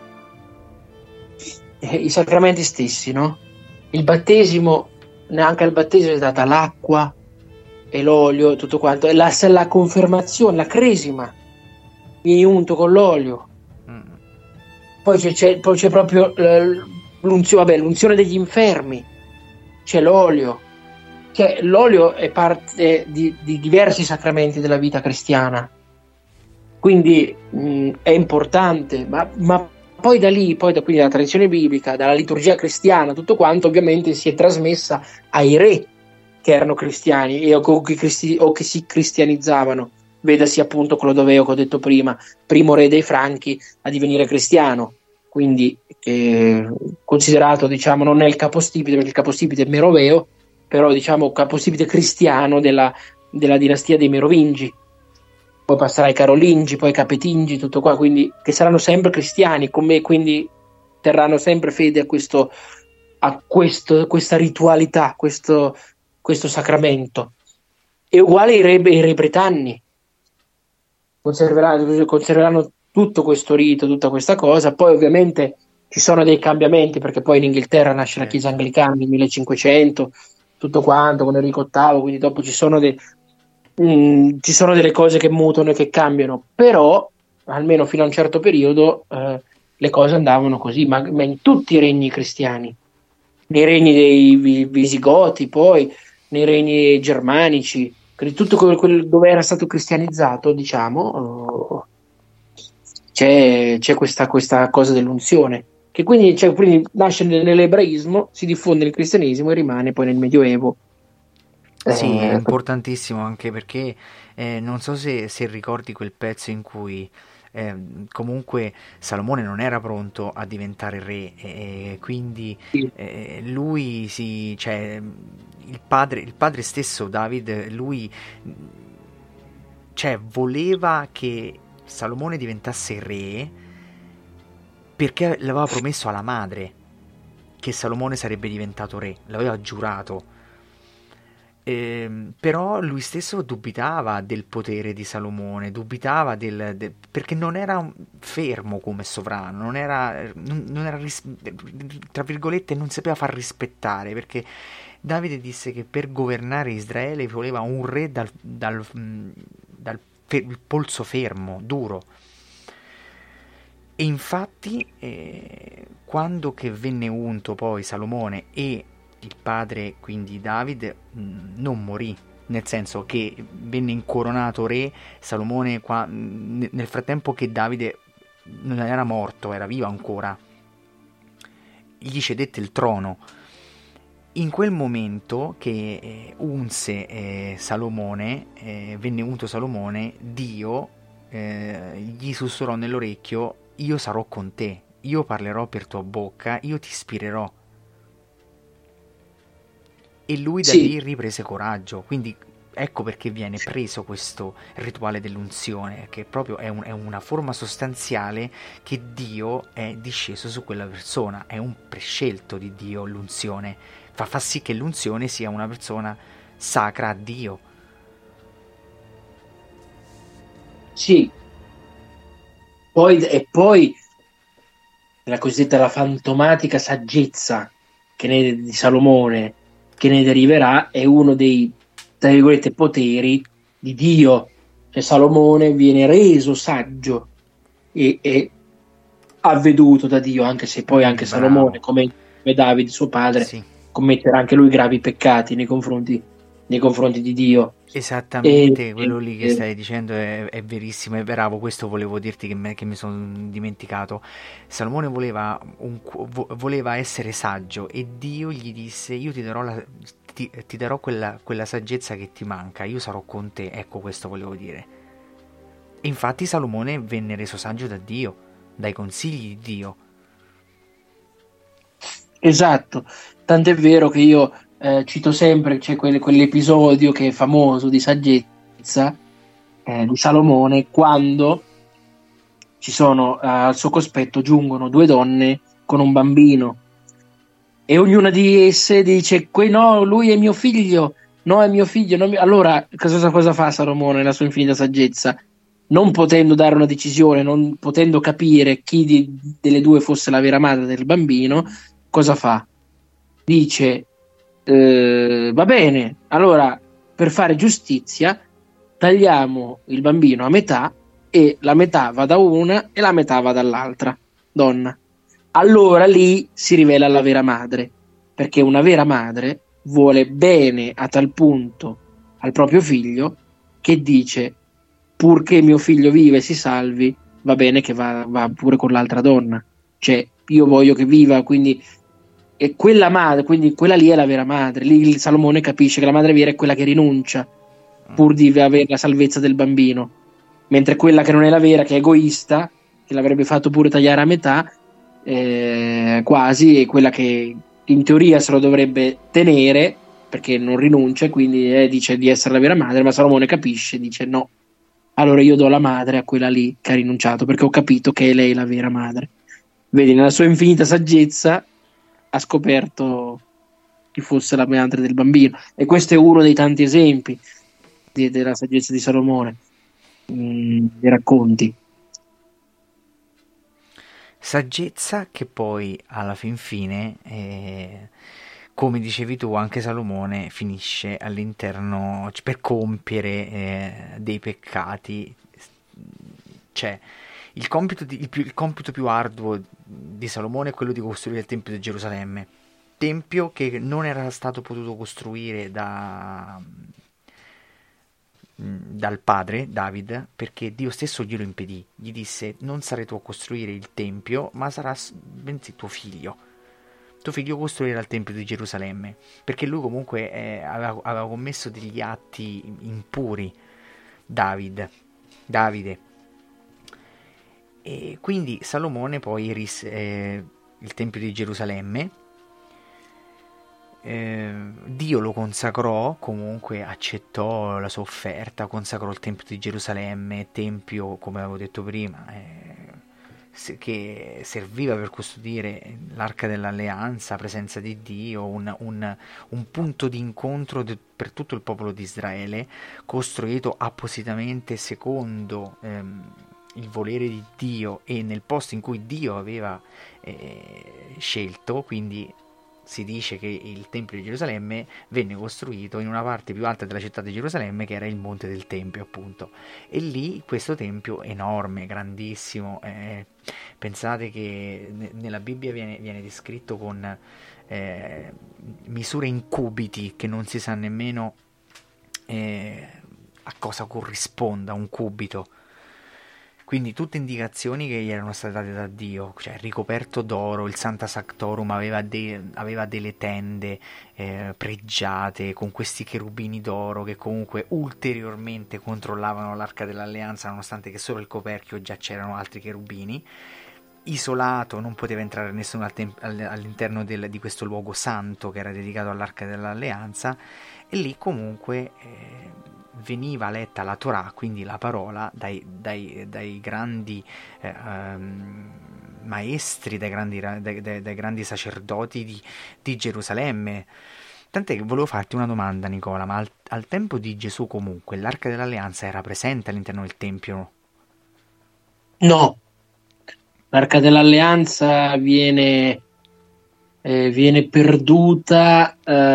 Speaker 6: stessi, no? Il battesimo, neanche al battesimo è data l'acqua e l'olio, tutto quanto, la confermazione, la cresima, vieni unto con l'olio. Poi c'è proprio l'unzione degli infermi, c'è l'olio. Cioè, l'olio è parte di diversi sacramenti della vita cristiana, quindi è importante, ma poi da lì, quindi dalla tradizione biblica, dalla liturgia cristiana, tutto quanto ovviamente si è trasmessa ai re che erano cristiani o che si cristianizzavano. Vedasi appunto Clodoveo, che ho detto prima, primo re dei Franchi a divenire cristiano, quindi considerato, diciamo, non è il capostipite, perché il capostipite è Meroveo, però diciamo capostipite cristiano della dinastia dei Merovingi. Poi passerà ai Carolingi, poi ai Capetingi, tutto qua, quindi che saranno sempre cristiani come, quindi terranno sempre fede a questa ritualità, questo sacramento. E uguale i re britanni conserveranno tutto questo rito, tutta questa cosa. Poi ovviamente ci sono dei cambiamenti, perché poi in Inghilterra nasce la Chiesa anglicana nel 1500, tutto quanto, con Enrico VIII, quindi dopo ci sono delle cose che mutano e che cambiano, però almeno fino a un certo periodo le cose andavano così, ma in tutti i regni cristiani, nei regni dei Visigoti, poi nei regni germanici, tutto quello dove era stato cristianizzato, diciamo, c'è questa cosa dell'unzione, che quindi nasce nell'ebraismo, si diffonde nel cristianesimo e rimane poi nel Medioevo.
Speaker 7: Sì, è importantissimo, anche perché non so se ricordi quel pezzo in cui comunque Salomone non era pronto a diventare re, quindi lui cioè il padre stesso, David, lui voleva che Salomone diventasse re perché l'aveva promesso alla madre che Salomone sarebbe diventato re, l'aveva giurato. Però lui stesso dubitava del potere di Salomone, dubitava perché non era fermo come sovrano, non era tra virgolette, non sapeva far rispettare, perché Davide disse che per governare Israele voleva un re dal polso fermo, duro. E infatti quando che venne unto poi Salomone e il padre, quindi David, non morì, nel senso che venne incoronato re Salomone nel frattempo che Davide non era morto, era vivo ancora, gli cedette il trono. In quel momento che unse Salomone, venne unto Salomone, Dio gli sussurrò nell'orecchio: io sarò con te, io parlerò per tua bocca, io ti ispirerò. E lui da lì riprese coraggio, quindi ecco perché viene preso questo rituale dell'unzione, che proprio è una forma sostanziale che Dio è disceso su quella persona, è un prescelto di Dio l'unzione, fa sì che l'unzione sia una persona sacra a Dio.
Speaker 6: Sì, poi la cosiddetta la fantomatica saggezza di Salomone, che ne deriverà, è uno dei, tra virgolette, poteri di Dio. Cioè Salomone viene reso saggio e avveduto da Dio, anche se poi anche Salomone, come Davide suo padre, commetterà anche lui gravi peccati nei confronti di Dio.
Speaker 7: Esattamente, quello lì che stai dicendo è verissimo, è bravo. Questo volevo dirti che mi sono dimenticato. Salomone voleva essere saggio e Dio gli disse: io ti darò quella saggezza che ti manca, io sarò con te. Ecco, questo volevo dire. E infatti Salomone venne reso saggio da Dio, dai consigli di Dio.
Speaker 6: Esatto, tant'è vero che io cito sempre, c'è quell'episodio che è famoso di saggezza di Salomone, quando ci sono al suo cospetto giungono 2 donne con un bambino e ognuna di esse dice no, lui è mio figlio, no, è mio figlio, allora cosa fa Salomone nella sua infinita saggezza? Non potendo dare una decisione, non potendo capire chi delle due fosse la vera madre del bambino, cosa fa? Dice va bene, allora per fare giustizia tagliamo il bambino a metà e la metà va da una e la metà va dall'altra donna. Allora lì si rivela la vera madre, perché una vera madre vuole bene a tal punto al proprio figlio che dice purché mio figlio vive e si salvi, va bene che va pure con l'altra donna, cioè io voglio che viva, quindi e quella madre, quindi quella lì è la vera madre. Lì il Salomone capisce che la madre vera è quella che rinuncia pur di avere la salvezza del bambino, mentre quella che non è la vera, che è egoista, che l'avrebbe fatto pure tagliare a metà quasi, è quella che in teoria se lo dovrebbe tenere perché non rinuncia e quindi dice di essere la vera madre, ma Salomone capisce, dice no, allora io do la madre a quella lì che ha rinunciato perché ho capito che è lei la vera madre. Vedi, nella sua infinita saggezza ha scoperto chi fosse la madre del bambino, e questo è uno dei tanti esempi della saggezza di Salomone, dei racconti.
Speaker 7: Saggezza che poi alla fin fine, come dicevi tu, anche Salomone finisce all'interno per compiere dei peccati. Cioè il compito più arduo di Salomone è quello di costruire il Tempio di Gerusalemme, tempio che non era stato potuto costruire dal padre David, perché Dio stesso glielo impedì. Gli disse: non sarai tu a costruire il tempio, ma sarà bensì tuo figlio costruirà il Tempio di Gerusalemme, perché lui comunque aveva commesso degli atti impuri, Davide. E quindi Salomone poi il Tempio di Gerusalemme, Dio lo consacrò, comunque accettò la sua offerta, consacrò il Tempio di Gerusalemme, tempio, come avevo detto prima, che serviva per custodire l'Arca dell'Alleanza, presenza di Dio, un punto di incontro per tutto il popolo di Israele, costruito appositamente secondo il volere di Dio e nel posto in cui Dio aveva scelto. Quindi si dice che il Tempio di Gerusalemme venne costruito in una parte più alta della città di Gerusalemme, che era il Monte del Tempio, appunto. E lì questo tempio enorme, grandissimo, pensate che nella Bibbia viene descritto con misure in cubiti, che non si sa nemmeno a cosa corrisponda un cubito. Quindi tutte indicazioni che gli erano state date da Dio, cioè ricoperto d'oro, il Santa Sanctorum aveva delle tende pregiate con questi cherubini d'oro che comunque ulteriormente controllavano l'Arca dell'Alleanza, nonostante che solo il coperchio già c'erano altri cherubini. Isolato, non poteva entrare nessuno all'interno di questo luogo santo che era dedicato all'Arca dell'Alleanza, e lì comunque veniva letta la Torah, quindi la parola, dai grandi maestri, dai grandi sacerdoti di Gerusalemme. Tant'è che volevo farti una domanda, Nicola, ma al tempo di Gesù comunque l'Arca dell'Alleanza era presente all'interno del Tempio?
Speaker 6: No, l'Arca dell'Alleanza viene perduta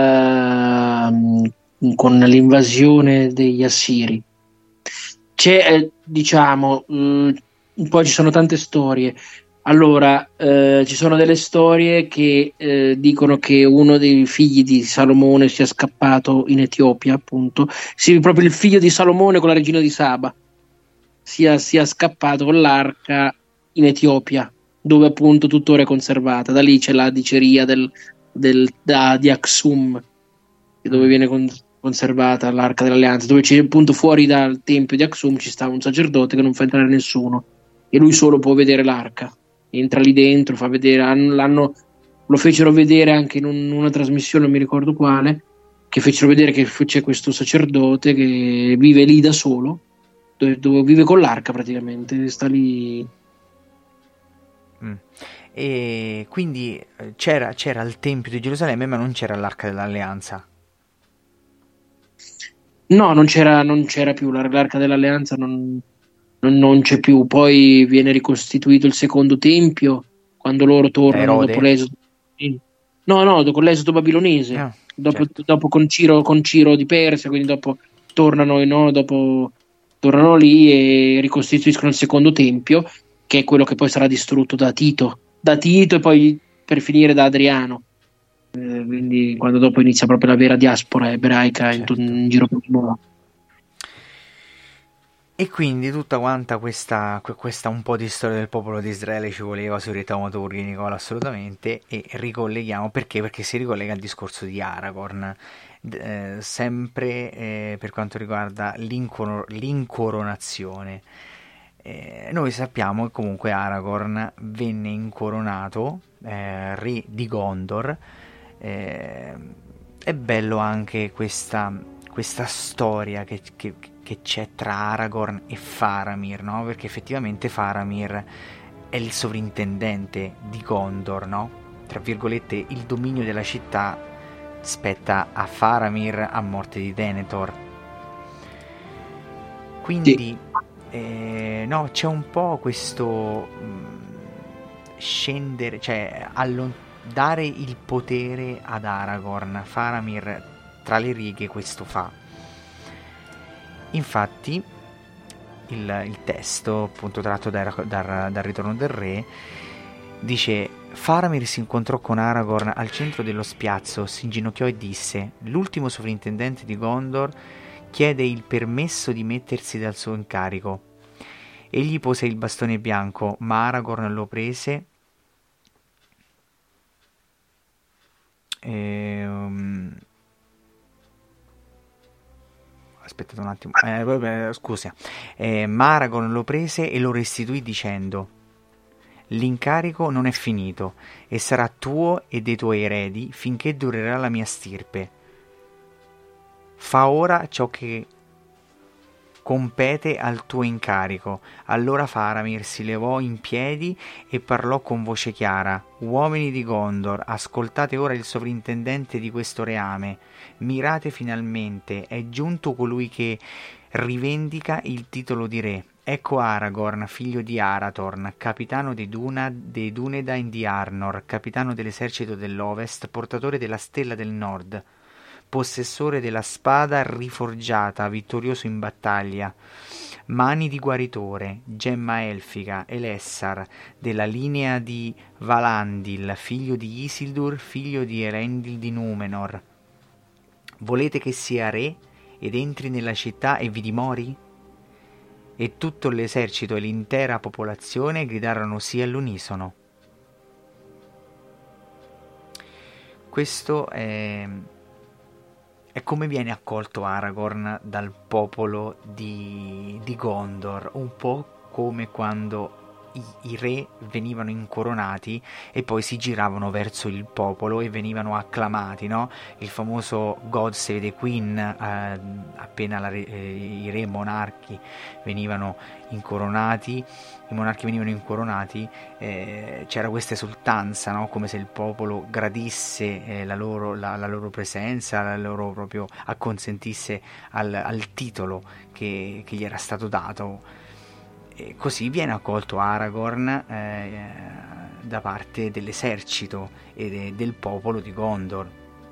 Speaker 6: con l'invasione degli Assiri. C'è, poi ci sono tante storie. Allora, ci sono delle storie che dicono che uno dei figli di Salomone sia scappato in Etiopia, appunto. Sì, proprio il figlio di Salomone con la regina di Saba sia scappato con l'arca in Etiopia, dove appunto tuttora è conservata. Da lì c'è la diceria di Aksum, dove viene conservata l'Arca dell'Alleanza, dove c'è appunto fuori dal tempio di Aksum ci sta un sacerdote che non fa entrare nessuno e lui solo può vedere l'arca. Entra lì dentro, fa vedere, lo fecero vedere anche in una trasmissione, non mi ricordo quale, che fecero vedere che c'è questo sacerdote che vive lì da solo, dove vive con l'arca praticamente, sta lì
Speaker 7: E quindi c'era il Tempio di Gerusalemme, ma non c'era l'Arca dell'Alleanza.
Speaker 6: No, non c'era più l'Arca dell'Alleanza, non c'è più. Poi viene ricostituito il secondo tempio quando loro tornano
Speaker 7: Erode?
Speaker 6: dopo l'esodo. No, con l'esodo babilonese. Dopo con Ciro di Persia, quindi dopo tornano lì e ricostituiscono il secondo tempio, che è quello che poi sarà distrutto da Tito e poi per finire da Adriano. Quindi quando dopo inizia proprio la vera diaspora ebraica in giro per il mondo.
Speaker 7: E quindi tutta quanta questa un po' di storia del popolo di Israele ci voleva sui taumaturghi, Nicola, assolutamente, e ricolleghiamo perché si ricollega al discorso di Aragorn, sempre per quanto riguarda l'incoronazione. Noi sappiamo che comunque Aragorn venne incoronato re di Gondor. È bello anche questa storia che c'è tra Aragorn e Faramir, no? Perché effettivamente Faramir è il sovrintendente di Gondor, no? Tra virgolette, il dominio della città spetta a Faramir a morte di Denethor. Quindi no, c'è un po' questo scendere, cioè dare il potere ad Aragorn. Faramir tra le righe questo fa. Infatti il testo, appunto tratto dal Ritorno del Re, dice: Faramir si incontrò con Aragorn al centro dello spiazzo, si inginocchiò e disse: l'ultimo sovrintendente di Gondor chiede il permesso di mettersi dal suo incarico. Egli pose il bastone bianco, ma Aragorn lo prese aspettate un attimo, scusa, ma Aragorn lo prese e lo restituì dicendo: l'incarico non è finito e sarà tuo e dei tuoi eredi finché durerà la mia stirpe. Fa ora ciò che compete al tuo incarico. Allora Faramir si levò in piedi e parlò con voce chiara: uomini di Gondor, ascoltate ora il sovrintendente di questo reame. Mirate finalmente, è giunto colui che rivendica il titolo di re. Ecco Aragorn, figlio di Arathorn, capitano dei Dúnedain di Arnor, capitano dell'esercito dell'Ovest, portatore della stella del Nord, possessore della spada riforgiata, vittorioso in battaglia, mani di guaritore, gemma elfica, Elessar, della linea di Valandil, figlio di Isildur, figlio di Elendil di Númenor. Volete che sia re ed entri nella città e vi dimori? E tutto l'esercito e l'intera popolazione gridarono sì all'unisono. Questo è come viene accolto Aragorn dal popolo di Gondor, un po' come quando i re venivano incoronati e poi si giravano verso il popolo e venivano acclamati, no? Il famoso God Save the Queen, appena i re monarchi venivano incoronati, c'era questa esultanza, no? Come se il popolo gradisse la loro presenza, la loro proprio acconsentisse al titolo che gli era stato dato. E così viene accolto Aragorn da parte dell'esercito e del popolo di Gondor.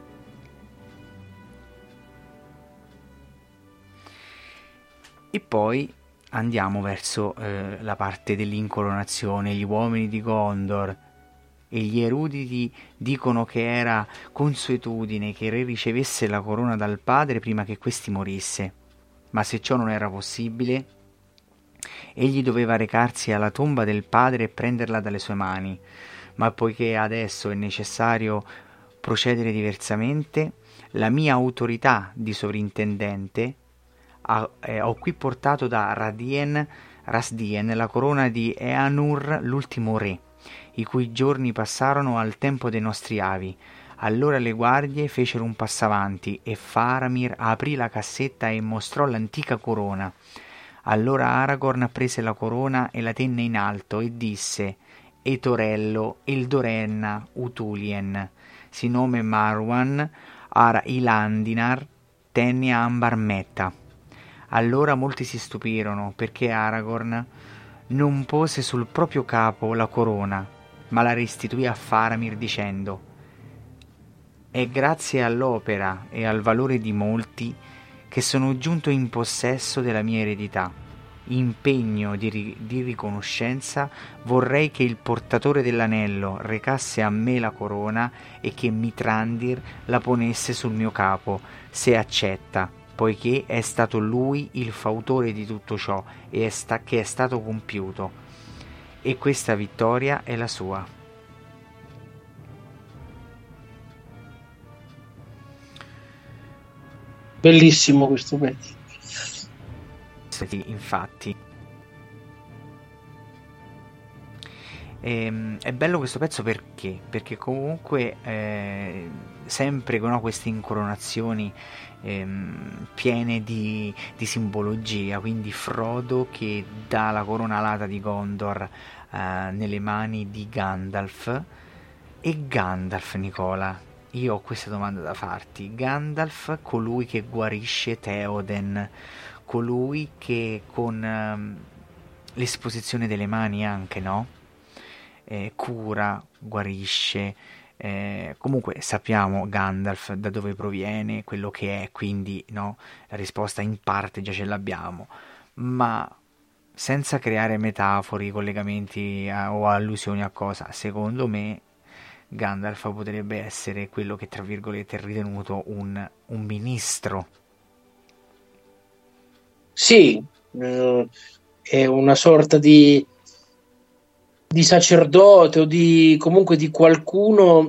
Speaker 7: E poi andiamo verso la parte dell'incoronazione. Gli uomini di Gondor e gli eruditi dicono che era consuetudine che il re ricevesse la corona dal padre prima che questi morisse, ma se ciò non era possibile, egli doveva recarsi alla tomba del padre e prenderla dalle sue mani. Ma poiché adesso è necessario procedere diversamente, la mia autorità di sovrintendente ho qui portato da Rasdien la corona di Eanur, l'ultimo re, i cui giorni passarono al tempo dei nostri avi. Allora le guardie fecero un passo avanti e Faramir aprì la cassetta e mostrò l'antica corona. Allora Aragorn prese la corona e la tenne in alto e disse: Etorello, Eldorenna, Utulien, Sinome Marwan, Ara Ilandinar, Tennia Ambar Metta. Allora molti si stupirono perché Aragorn non pose sul proprio capo la corona, ma la restituì a Faramir dicendo: «È grazie all'opera e al valore di molti che sono giunto in possesso della mia eredità. Impegno di riconoscenza vorrei che il portatore dell'anello recasse a me la corona e che Mithrandir la ponesse sul mio capo, se accetta, poiché è stato lui il fautore di tutto ciò che è stato compiuto, e questa vittoria è la sua».
Speaker 6: Bellissimo questo pezzo.
Speaker 7: Sì, infatti. È bello questo pezzo perché comunque sempre con queste incoronazioni piene di simbologia, quindi Frodo che dà la corona alata di Gondor nelle mani di Gandalf. E Gandalf, Nicola, io ho questa domanda da farti. Gandalf, colui che guarisce Théoden, colui che con l'esposizione delle mani anche, no? Cura, guarisce, comunque sappiamo Gandalf da dove proviene, quello che è, quindi no, la risposta in parte già ce l'abbiamo, ma senza creare metafori, collegamenti o allusioni a cosa, secondo me Gandalf potrebbe essere quello che tra virgolette è ritenuto un ministro.
Speaker 6: Sì, è una sorta di sacerdote o di comunque di qualcuno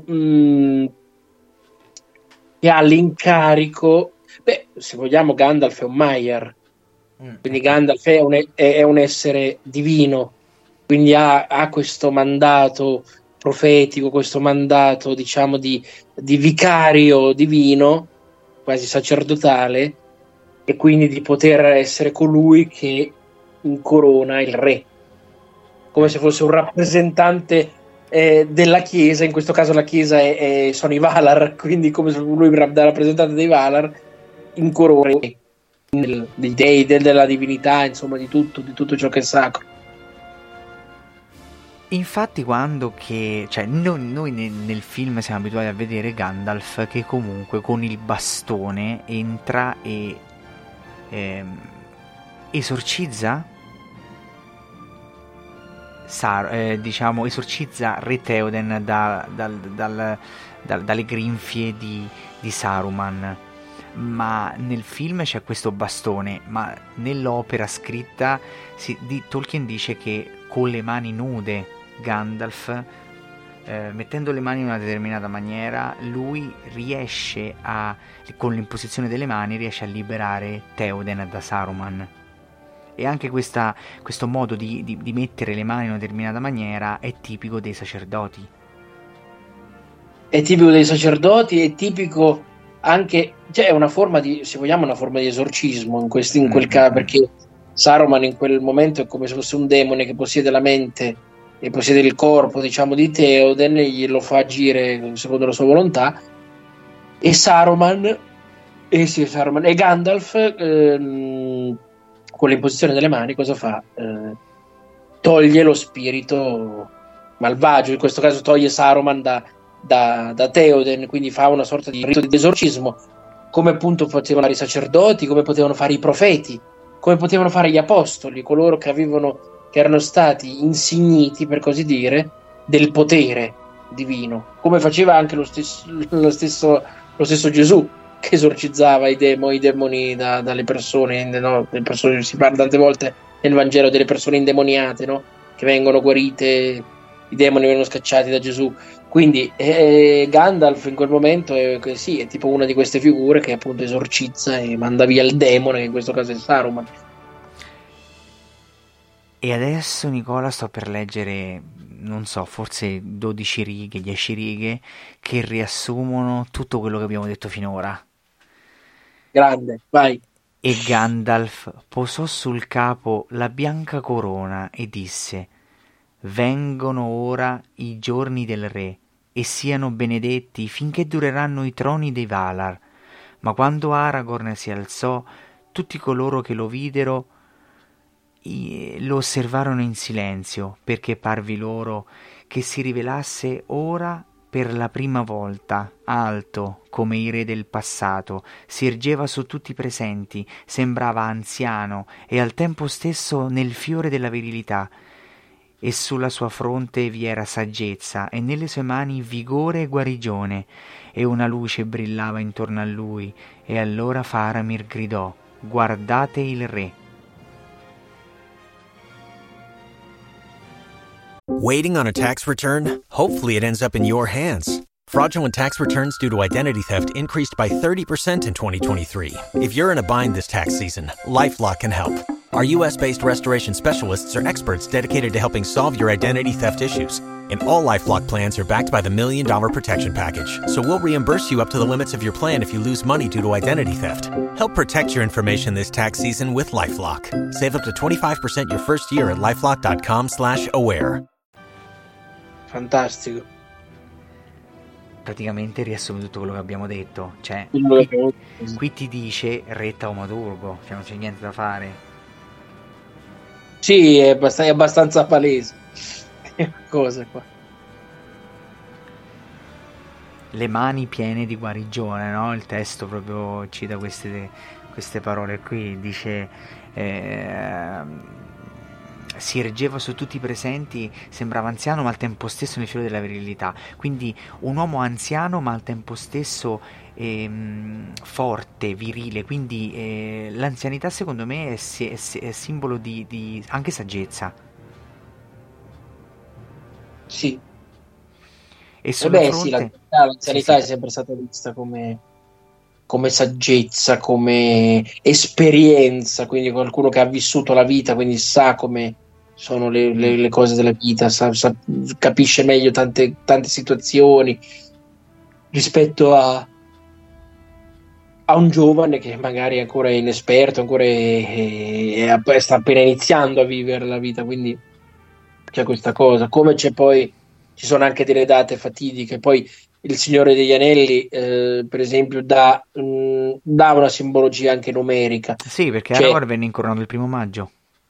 Speaker 6: che ha l'incarico. Beh, se vogliamo, Gandalf è un Maiar, quindi Gandalf è un essere divino, quindi ha questo mandato profetico, questo mandato, diciamo, di vicario divino, quasi sacerdotale, e quindi di poter essere colui che incorona il re, come se fosse un rappresentante della Chiesa. In questo caso la Chiesa sono i Valar, quindi come se lui da rappresentante dei Valar incorona dei dei, della divinità, insomma di tutto ciò che è sacro.
Speaker 7: Infatti noi nel film siamo abituati a vedere Gandalf che comunque con il bastone entra e esorcizza esorcizza Re Théoden dalle grinfie di Saruman. Ma nel film c'è questo bastone, ma nell'opera scritta Tolkien dice che con le mani nude Gandalf, mettendo le mani in una determinata maniera, lui riesce con l'imposizione delle mani riesce a liberare Théoden da Saruman. E anche questo modo di mettere le mani in una determinata maniera è tipico dei sacerdoti.
Speaker 6: È tipico anche, cioè è una forma se vogliamo, una forma di esorcismo in quel caso, perché Saruman in quel momento è come se fosse un demone che possiede la mente e possiede il corpo, diciamo, di Théoden, e glielo fa agire secondo la sua volontà. E Gandalf con l'imposizione delle mani cosa fa? Toglie lo spirito malvagio, in questo caso toglie Saruman da Théoden, quindi fa una sorta di rito di esorcismo, come appunto potevano fare i sacerdoti, come potevano fare i profeti, come potevano fare gli apostoli, coloro che erano stati insigniti, per così dire, del potere divino, come faceva anche lo stesso Gesù, che esorcizzava i demoni dalle persone, no? Le persone, si parla tante volte nel Vangelo delle persone indemoniate, no? Che vengono guarite, i demoni vengono scacciati da Gesù. Quindi Gandalf in quel momento è tipo una di queste figure che appunto esorcizza e manda via il demone, che in questo caso è Saruman.
Speaker 7: E adesso, Nicola, sto per leggere, non so, forse 12 righe, 10 righe che riassumono tutto quello che abbiamo detto finora.
Speaker 6: Grande, vai.
Speaker 7: E Gandalf posò sul capo la bianca corona e disse: Vengono ora i giorni del re, e siano benedetti finché dureranno i troni dei Valar. Ma quando Aragorn si alzò, tutti coloro che lo videro lo osservarono in silenzio, perché parvi loro che si rivelasse ora per la prima volta, alto come i re del passato, si ergeva su tutti i presenti, sembrava anziano e al tempo stesso nel fiore della virilità, e sulla sua fronte vi era saggezza, e nelle sue mani vigore e guarigione, e una luce brillava intorno a lui, e allora Faramir gridò: «Guardate il re!»
Speaker 16: Waiting on a tax return? Hopefully it ends up in your hands. Fraudulent tax returns due to identity theft increased by 30% in 2023. If you're in a bind this tax season, LifeLock can help. Our U.S.-based restoration specialists are experts dedicated to helping solve your identity theft issues. And all LifeLock plans are backed by the $1 Million Protection Package. So we'll reimburse you up to the limits of your plan if you lose money due to identity theft. Help protect your information this tax season with LifeLock. Save up to 25% your first year at LifeLock.com/aware.
Speaker 6: Fantastico.
Speaker 7: Praticamente riassume tutto quello che abbiamo detto. Cioè, qui ti dice re taumaturgo, cioè non c'è niente da fare.
Speaker 6: Sì, è abbastanza palese. Cosa qua?
Speaker 7: Le mani piene di guarigione, no? Il testo proprio cita queste parole qui. Dice si ergeva su tutti i presenti, sembrava anziano ma al tempo stesso nel fiore della virilità. Quindi un uomo anziano ma al tempo stesso forte, virile. Quindi l'anzianità secondo me è simbolo di anche saggezza.
Speaker 6: Sì.
Speaker 7: E sulla fronte...
Speaker 6: sì, l'anzianità è sempre stata vista come saggezza, come esperienza, quindi qualcuno che ha vissuto la vita, quindi sa come sono le cose della vita, capisce meglio tante situazioni rispetto a un giovane che magari è ancora inesperto, ancora sta appena iniziando a vivere la vita, quindi c'è questa cosa. Come ci sono anche delle date fatidiche. Poi il Signore degli Anelli per esempio dà una simbologia anche numerica.
Speaker 7: Sì, perché Aragorn venne incoronato il 1 maggio.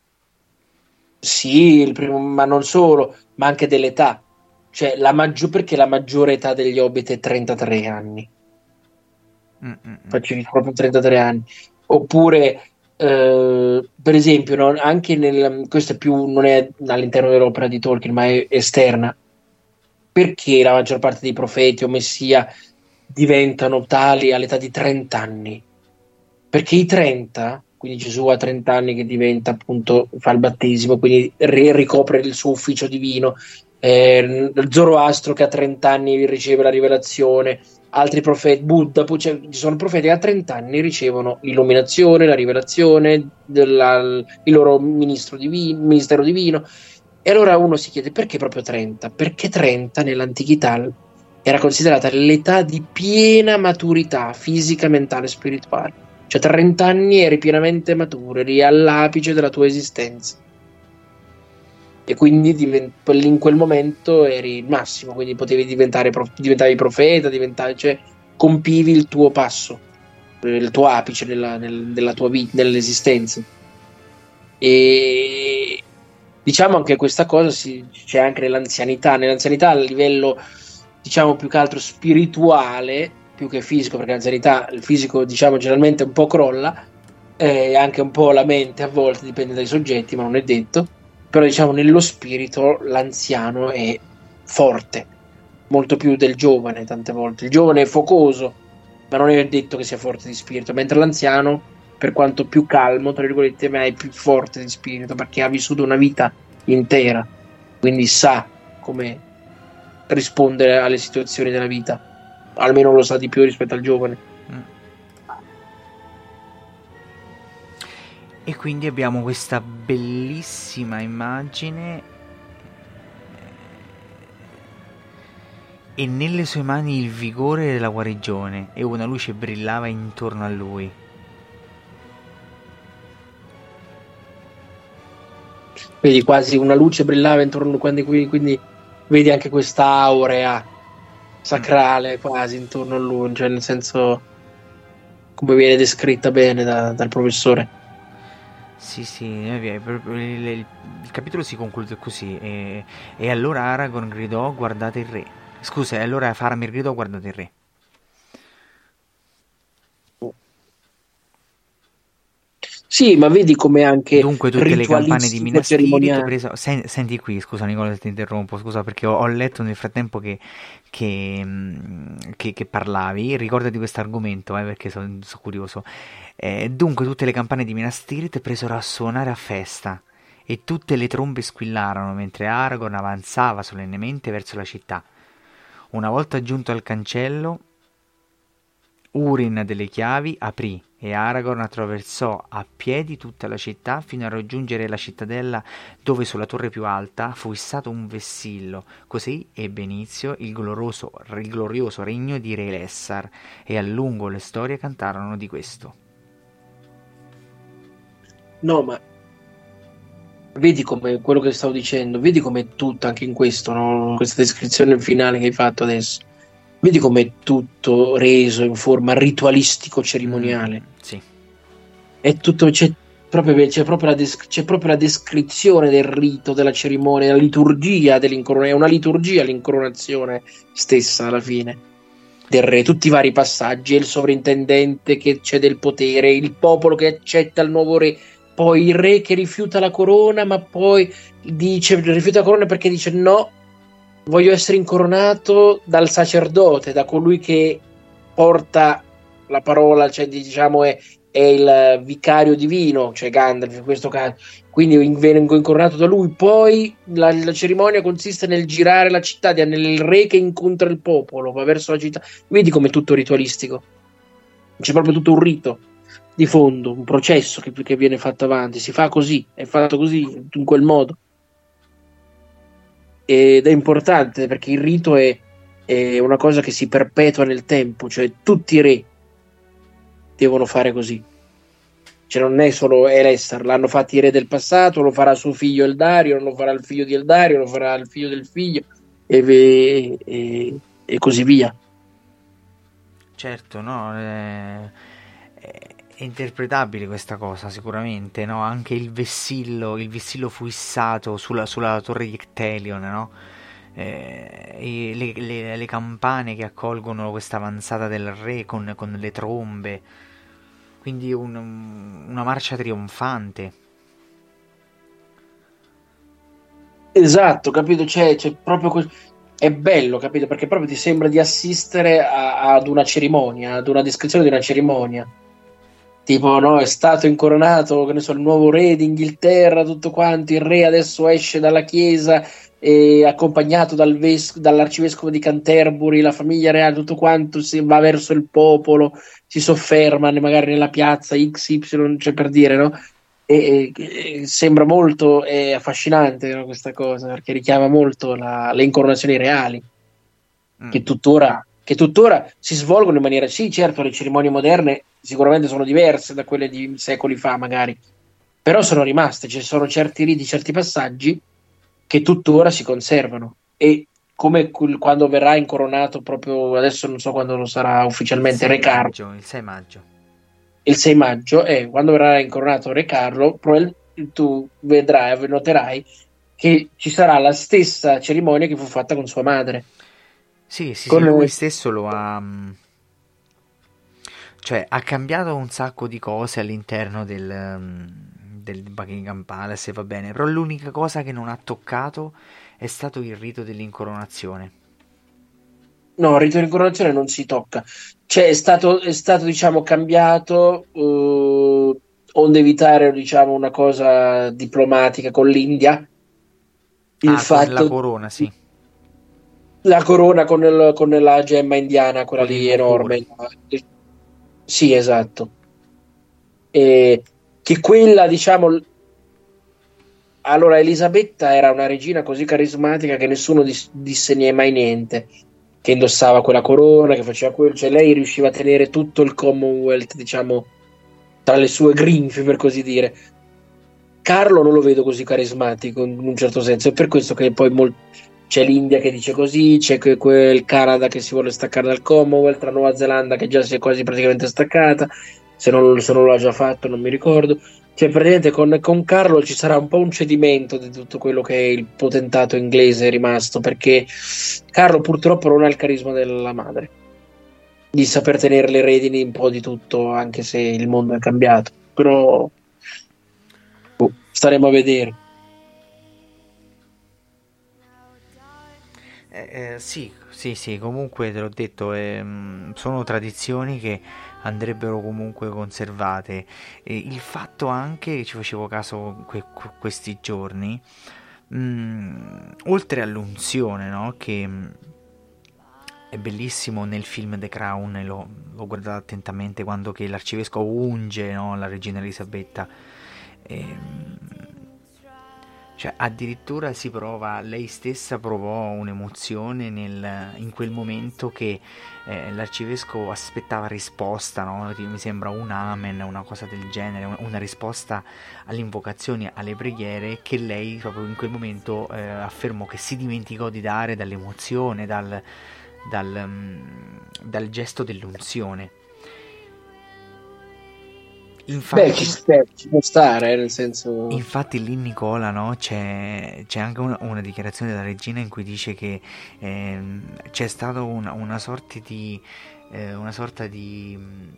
Speaker 6: Sì, ma non solo, ma anche dell'età. Cioè perché la maggiore età degli Hobbit è 33 anni. Facevi proprio 33 anni. Oppure per esempio, no, anche questo non è all'interno dell'opera di Tolkien, ma è esterna. Perché la maggior parte dei profeti o messia diventano tali all'età di 30 anni? Perché i 30, quindi Gesù ha 30 anni che diventa, appunto, fa il battesimo, quindi ricopre il suo ufficio divino. Zoroastro che a 30 anni riceve la rivelazione, altri profeti, Buddha, ci sono profeti che a 30 anni ricevono l'illuminazione, la rivelazione, il loro ministero divino. E allora uno si chiede perché proprio 30? Perché 30 nell'antichità era considerata l'età di piena maturità fisica, mentale e spirituale. Cioè 30 anni eri pienamente maturo, eri all'apice della tua esistenza. E quindi in quel momento eri il massimo, quindi potevi diventavi profeta, cioè compivi il tuo passo, il tuo apice della tua vita, dell'esistenza. E diciamo anche questa cosa c'è anche nell'anzianità a livello, diciamo, più che altro spirituale, più che fisico, perché l'anzianità, il fisico, diciamo, generalmente un po' crolla, anche un po' la mente a volte, dipende dai soggetti, ma non è detto. Però diciamo nello spirito l'anziano è forte, molto più del giovane tante volte. Il giovane è focoso, ma non è detto che sia forte di spirito, mentre l'anziano, per quanto più calmo, tra virgolette, ma è più forte di spirito, perché ha vissuto una vita intera, quindi sa come rispondere alle situazioni della vita, almeno lo sa di più rispetto al giovane.
Speaker 7: E quindi abbiamo questa bellissima immagine, e nelle sue mani il vigore della guarigione, e una luce brillava intorno a lui.
Speaker 6: Vedi quasi una luce brillava intorno, quindi vedi anche questa aurea sacrale quasi intorno a lui, cioè nel senso come viene descritta bene dal professore.
Speaker 7: Sì, il capitolo si conclude così e allora Aragorn gridò guardate il re. Scusa, e allora Faramir gridò guardate il re.
Speaker 6: Sì, ma vedi come anche
Speaker 7: dunque tutte le campane di Minas
Speaker 6: cerimoniali.
Speaker 7: Tirith senti qui, scusa Nicola se ti interrompo, scusa perché ho letto nel frattempo che parlavi, ricordati questo argomento perché sono curioso. Dunque tutte le campane di Minas Tirith presero a suonare a festa e tutte le trombe squillarono mentre Aragorn avanzava solennemente verso la città. Una volta giunto al cancello, Urin delle chiavi aprì e Aragorn attraversò a piedi tutta la città fino a raggiungere la cittadella dove sulla torre più alta fu issato un vessillo. Così ebbe inizio il glorioso regno di Re Elessar e a lungo le storie cantarono di questo.
Speaker 6: No, ma vedi come quello che stavo dicendo, vedi come tutto anche in questo, no? Questa descrizione finale che hai fatto adesso, vedi come è tutto reso in forma ritualistico cerimoniale.
Speaker 7: Sì.
Speaker 6: È tutto, c'è proprio la descrizione del rito, della cerimonia, la liturgia dell'incoronazione, è una liturgia l'incoronazione stessa alla fine del re, tutti i vari passaggi, il sovrintendente che cede il potere, il popolo che accetta il nuovo re, poi il re che rifiuta la corona, ma poi rifiuta la corona perché dice no, voglio essere incoronato dal sacerdote, da colui che porta la parola, cioè diciamo è il vicario divino, cioè Gandalf in questo caso, quindi vengo incoronato da lui. Poi la cerimonia consiste nel girare la città, nel re che incontra il popolo, va verso la città. Vedi come è tutto ritualistico, c'è proprio tutto un rito di fondo, un processo che viene fatto avanti, si fa così, è fatto così, in quel modo. Ed è importante perché il rito è una cosa che si perpetua nel tempo, cioè tutti i re devono fare così, cioè non è solo Elessar, l'hanno fatto i re del passato, lo farà suo figlio Eldario, lo farà il figlio di Eldario, lo farà il figlio del figlio e così via.
Speaker 7: Certo, no, è interpretabile questa cosa sicuramente, no? Anche il vessillo fu issato sulla torre di Ectelion, no? E le campane che accolgono questa avanzata del re con le trombe, quindi una marcia trionfante.
Speaker 6: Esatto, capito? C'è proprio è bello, capito? Perché proprio ti sembra di assistere ad una cerimonia, ad una descrizione di una cerimonia. Tipo, no, è stato incoronato, che ne so, il nuovo re d'Inghilterra, tutto quanto, il re adesso esce dalla chiesa accompagnato dall'arcivescovo di Canterbury, la famiglia reale, tutto quanto, si va verso il popolo, si sofferma magari nella piazza XY, cioè per dire, no? E sembra molto affascinante, no, questa cosa, perché richiama molto le incoronazioni reali, che tuttora si svolgono in maniera, sì, certo, le cerimonie moderne sicuramente sono diverse da quelle di secoli fa magari, però sono rimaste, ci sono certi riti, certi passaggi che tuttora si conservano, e come quando verrà incoronato, proprio adesso non so quando lo sarà ufficialmente, Re Carlo,
Speaker 7: il 6 maggio,
Speaker 6: quando verrà incoronato Re Carlo, tu noterai che ci sarà la stessa cerimonia che fu fatta con sua madre.
Speaker 7: Sì, lui stesso lo ha, cioè ha cambiato un sacco di cose all'interno del Buckingham Palace, va bene, però l'unica cosa che non ha toccato è stato il rito dell'incoronazione.
Speaker 6: No, il rito dell'incoronazione non si tocca, cioè è stato diciamo cambiato, onde evitare diciamo una cosa diplomatica con l'India, il fatto
Speaker 7: con la corona, sì.
Speaker 6: La corona con la gemma indiana, quella lì enorme. Sì, esatto. Che quella, diciamo... Allora, Elisabetta era una regina così carismatica che nessuno disse mai niente. Che indossava quella corona, che faceva quello. Cioè, lei riusciva a tenere tutto il Commonwealth, diciamo, tra le sue grinfie, per così dire. Carlo non lo vedo così carismatico in un certo senso, è per questo che poi c'è l'India che dice così, c'è quel Canada che si vuole staccare dal Commonwealth, la Nuova Zelanda che già si è quasi praticamente staccata, se non l'ha già fatto non mi ricordo. Cioè praticamente con Carlo ci sarà un po' un cedimento di tutto quello che è il potentato inglese rimasto, perché Carlo purtroppo non ha il carisma della madre, di saper tenere le redini un po' di tutto, anche se il mondo è cambiato, però staremo a vedere.
Speaker 7: Sì, comunque te l'ho detto, sono tradizioni che andrebbero comunque conservate. Il fatto anche che ci facevo caso questi giorni, oltre all'unzione, no? Che è bellissimo nel film The Crown, l'ho guardato attentamente, quando che l'arcivescovo unge, no, la regina Elisabetta, cioè addirittura lei stessa provò un'emozione in quel momento che l'arcivescovo aspettava risposta, no? Mi sembra un amen, una cosa del genere, una risposta alle invocazioni, alle preghiere, che lei proprio in quel momento affermò che si dimenticò di dare dall'emozione, dal gesto dell'unzione. Infatti,
Speaker 6: ci può stare, nel senso.
Speaker 7: Infatti lì, Nicola, no, c'è anche una dichiarazione della regina in cui dice che c'è stato una sorta di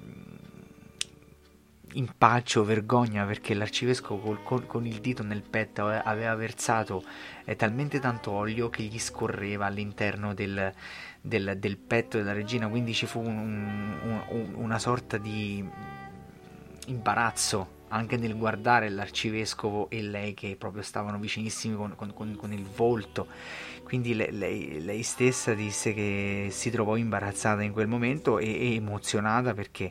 Speaker 7: impaccio, vergogna, perché l'arcivescovo con il dito nel petto aveva versato talmente tanto olio che gli scorreva all'interno del petto della regina, quindi ci fu una sorta di imbarazzo anche nel guardare l'arcivescovo e lei, che proprio stavano vicinissimi con il volto. Quindi lei stessa disse che si trovò imbarazzata in quel momento e emozionata, perché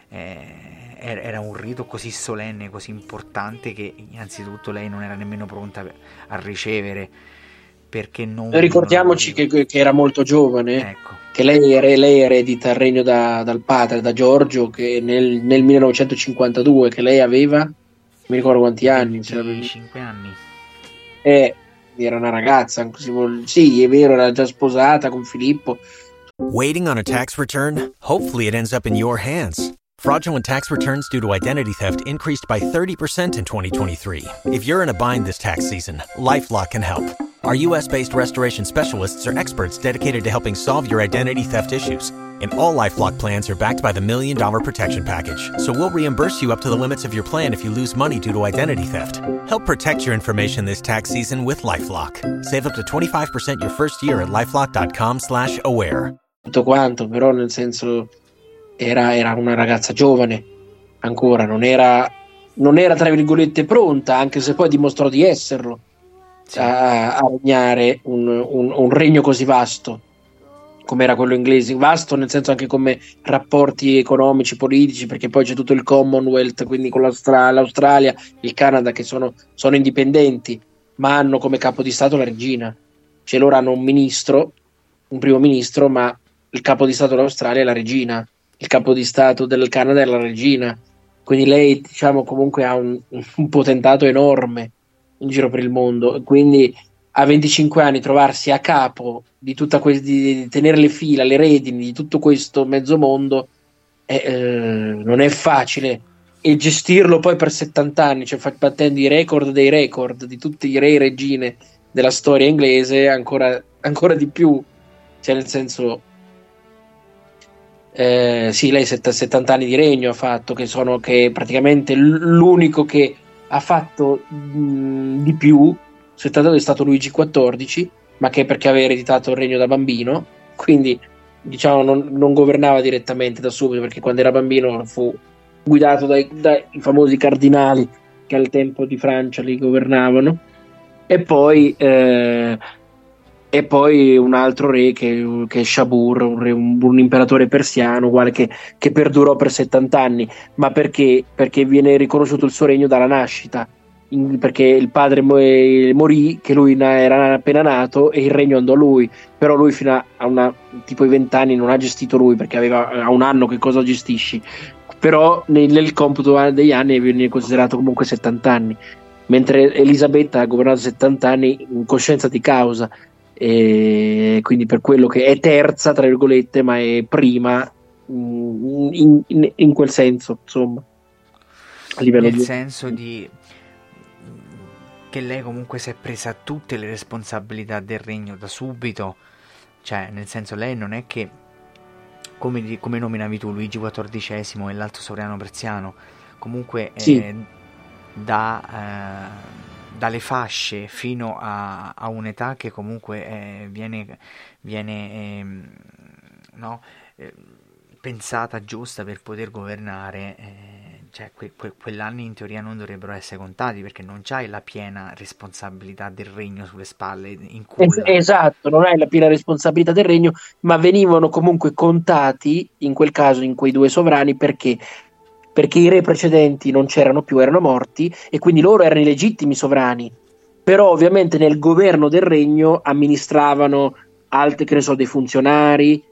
Speaker 7: era un rito così solenne, così importante, che innanzitutto lei non era nemmeno pronta a ricevere, perché
Speaker 6: ricordiamoci che era molto giovane,
Speaker 7: ecco.
Speaker 6: Che lei eredita il regno dal padre, da Giorgio, che nel 1952, che lei aveva, mi ricordo quanti anni,
Speaker 7: 5 anni.
Speaker 6: Era una ragazza, sì, è vero, era già sposata con Filippo.
Speaker 16: Waiting on a tax return? Hopefully it ends up in your hands. Fraudulent tax returns due to identity theft increased by 30% in 2023. If you're in a bind this tax season, LifeLock can help. Our U.S.-based restoration specialists are experts dedicated to helping solve your identity theft issues. And all LifeLock plans are backed by the $1 Million Protection Package. So we'll reimburse you up to the limits of your plan if you lose money due to identity theft. Help protect your information this tax season with LifeLock. Save up to 25% your first year at LifeLock.com/aware.
Speaker 6: Tutto quanto, però nel senso era una ragazza giovane ancora, non era tra virgolette pronta, anche se poi dimostrò di esserlo, sì, a regnare un regno così vasto come era quello inglese, vasto nel senso anche come rapporti economici, politici, perché poi c'è tutto il Commonwealth, quindi con l'Australia, il Canada, che sono indipendenti, ma hanno come capo di stato la regina, cioè loro hanno un primo ministro, ma il capo di stato dell'Australia è la regina, il capo di stato del Canada è la regina, quindi lei, diciamo, comunque ha un potentato enorme in giro per il mondo, quindi a 25 anni trovarsi a capo di tutta di tenere le fila, le redini di tutto questo mezzo mondo non è facile, e gestirlo poi per 70 anni, cioè battendo i record dei record di tutti i re e regine della storia inglese, ancora di più, cioè nel senso sì, lei 70 anni di regno ha fatto, che è praticamente l'unico che ha fatto di più. 72 è stato Luigi XIV, ma che perché aveva ereditato il regno da bambino, quindi diciamo non governava direttamente da subito, perché quando era bambino fu guidato dai famosi cardinali che al tempo di Francia li governavano, e poi un altro re che è Shabur, un imperatore persiano uguale, che perdurò per 70 anni, ma perché viene riconosciuto il suo regno dalla nascita, perché il padre morì, che lui era appena nato, e il regno andò a lui, però lui fino a tipo i 20 anni non ha gestito lui, perché a un anno che cosa gestisci, però nel computo degli anni viene considerato comunque 70 anni, mentre Elisabetta ha governato 70 anni in coscienza di causa, e quindi per quello che è terza, tra virgolette, ma è prima in quel senso, insomma, a livello
Speaker 7: nel
Speaker 6: di...
Speaker 7: senso di che lei comunque si è presa tutte le responsabilità del regno da subito, cioè nel senso lei non è che come nominavi tu Luigi XIV e l'altro sovrano persiano, comunque
Speaker 6: Sì.
Speaker 7: dalle fasce fino a un'età che comunque viene no, pensata giusta per poter governare, cioè quell'anni in teoria non dovrebbero essere contati perché non c'hai la piena responsabilità del regno sulle spalle in culla.
Speaker 6: Esatto, non hai la piena responsabilità del regno, ma venivano comunque contati in quel caso in quei due sovrani perché i re precedenti non c'erano più, erano morti, e quindi loro erano i legittimi sovrani. Però ovviamente nel governo del regno amministravano altri, che ne so, dei funzionari,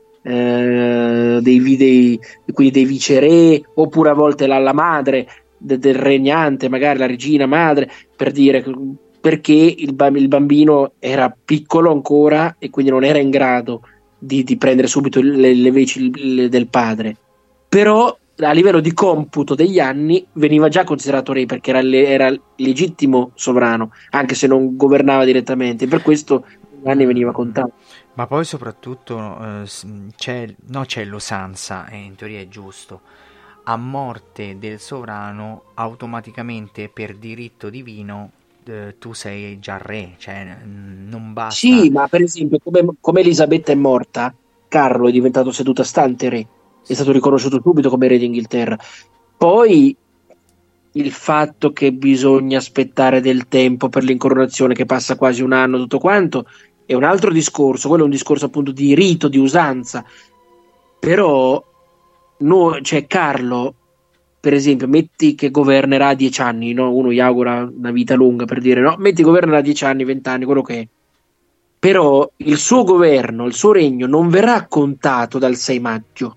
Speaker 6: quindi dei viceré, oppure a volte la madre del regnante, magari la regina madre, per dire, perché il bambino era piccolo ancora e quindi non era in grado di prendere subito le veci del padre. Però a livello di computo degli anni veniva già considerato re perché era legittimo sovrano, anche se non governava direttamente, per questo negli anni veniva contato.
Speaker 7: Ma poi soprattutto c'è l'usanza, e in teoria è giusto, a morte del sovrano automaticamente per diritto divino tu sei già re, cioè non basta.
Speaker 6: Sì, ma per esempio come Elisabetta è morta, Carlo è diventato seduta stante re, è stato riconosciuto subito come re d'Inghilterra. Poi il fatto che bisogna aspettare del tempo per l'incoronazione, che passa quasi un anno, tutto quanto, è un altro discorso, quello è un discorso appunto di rito, di usanza. Però cioè Carlo, per esempio, metti che governerà 10 anni, no? Uno gli augura una vita lunga, per dire, no? Metti che governerà 10 anni, 20 anni, quello che è. Però il suo governo, il suo regno non verrà contato dal 6 maggio,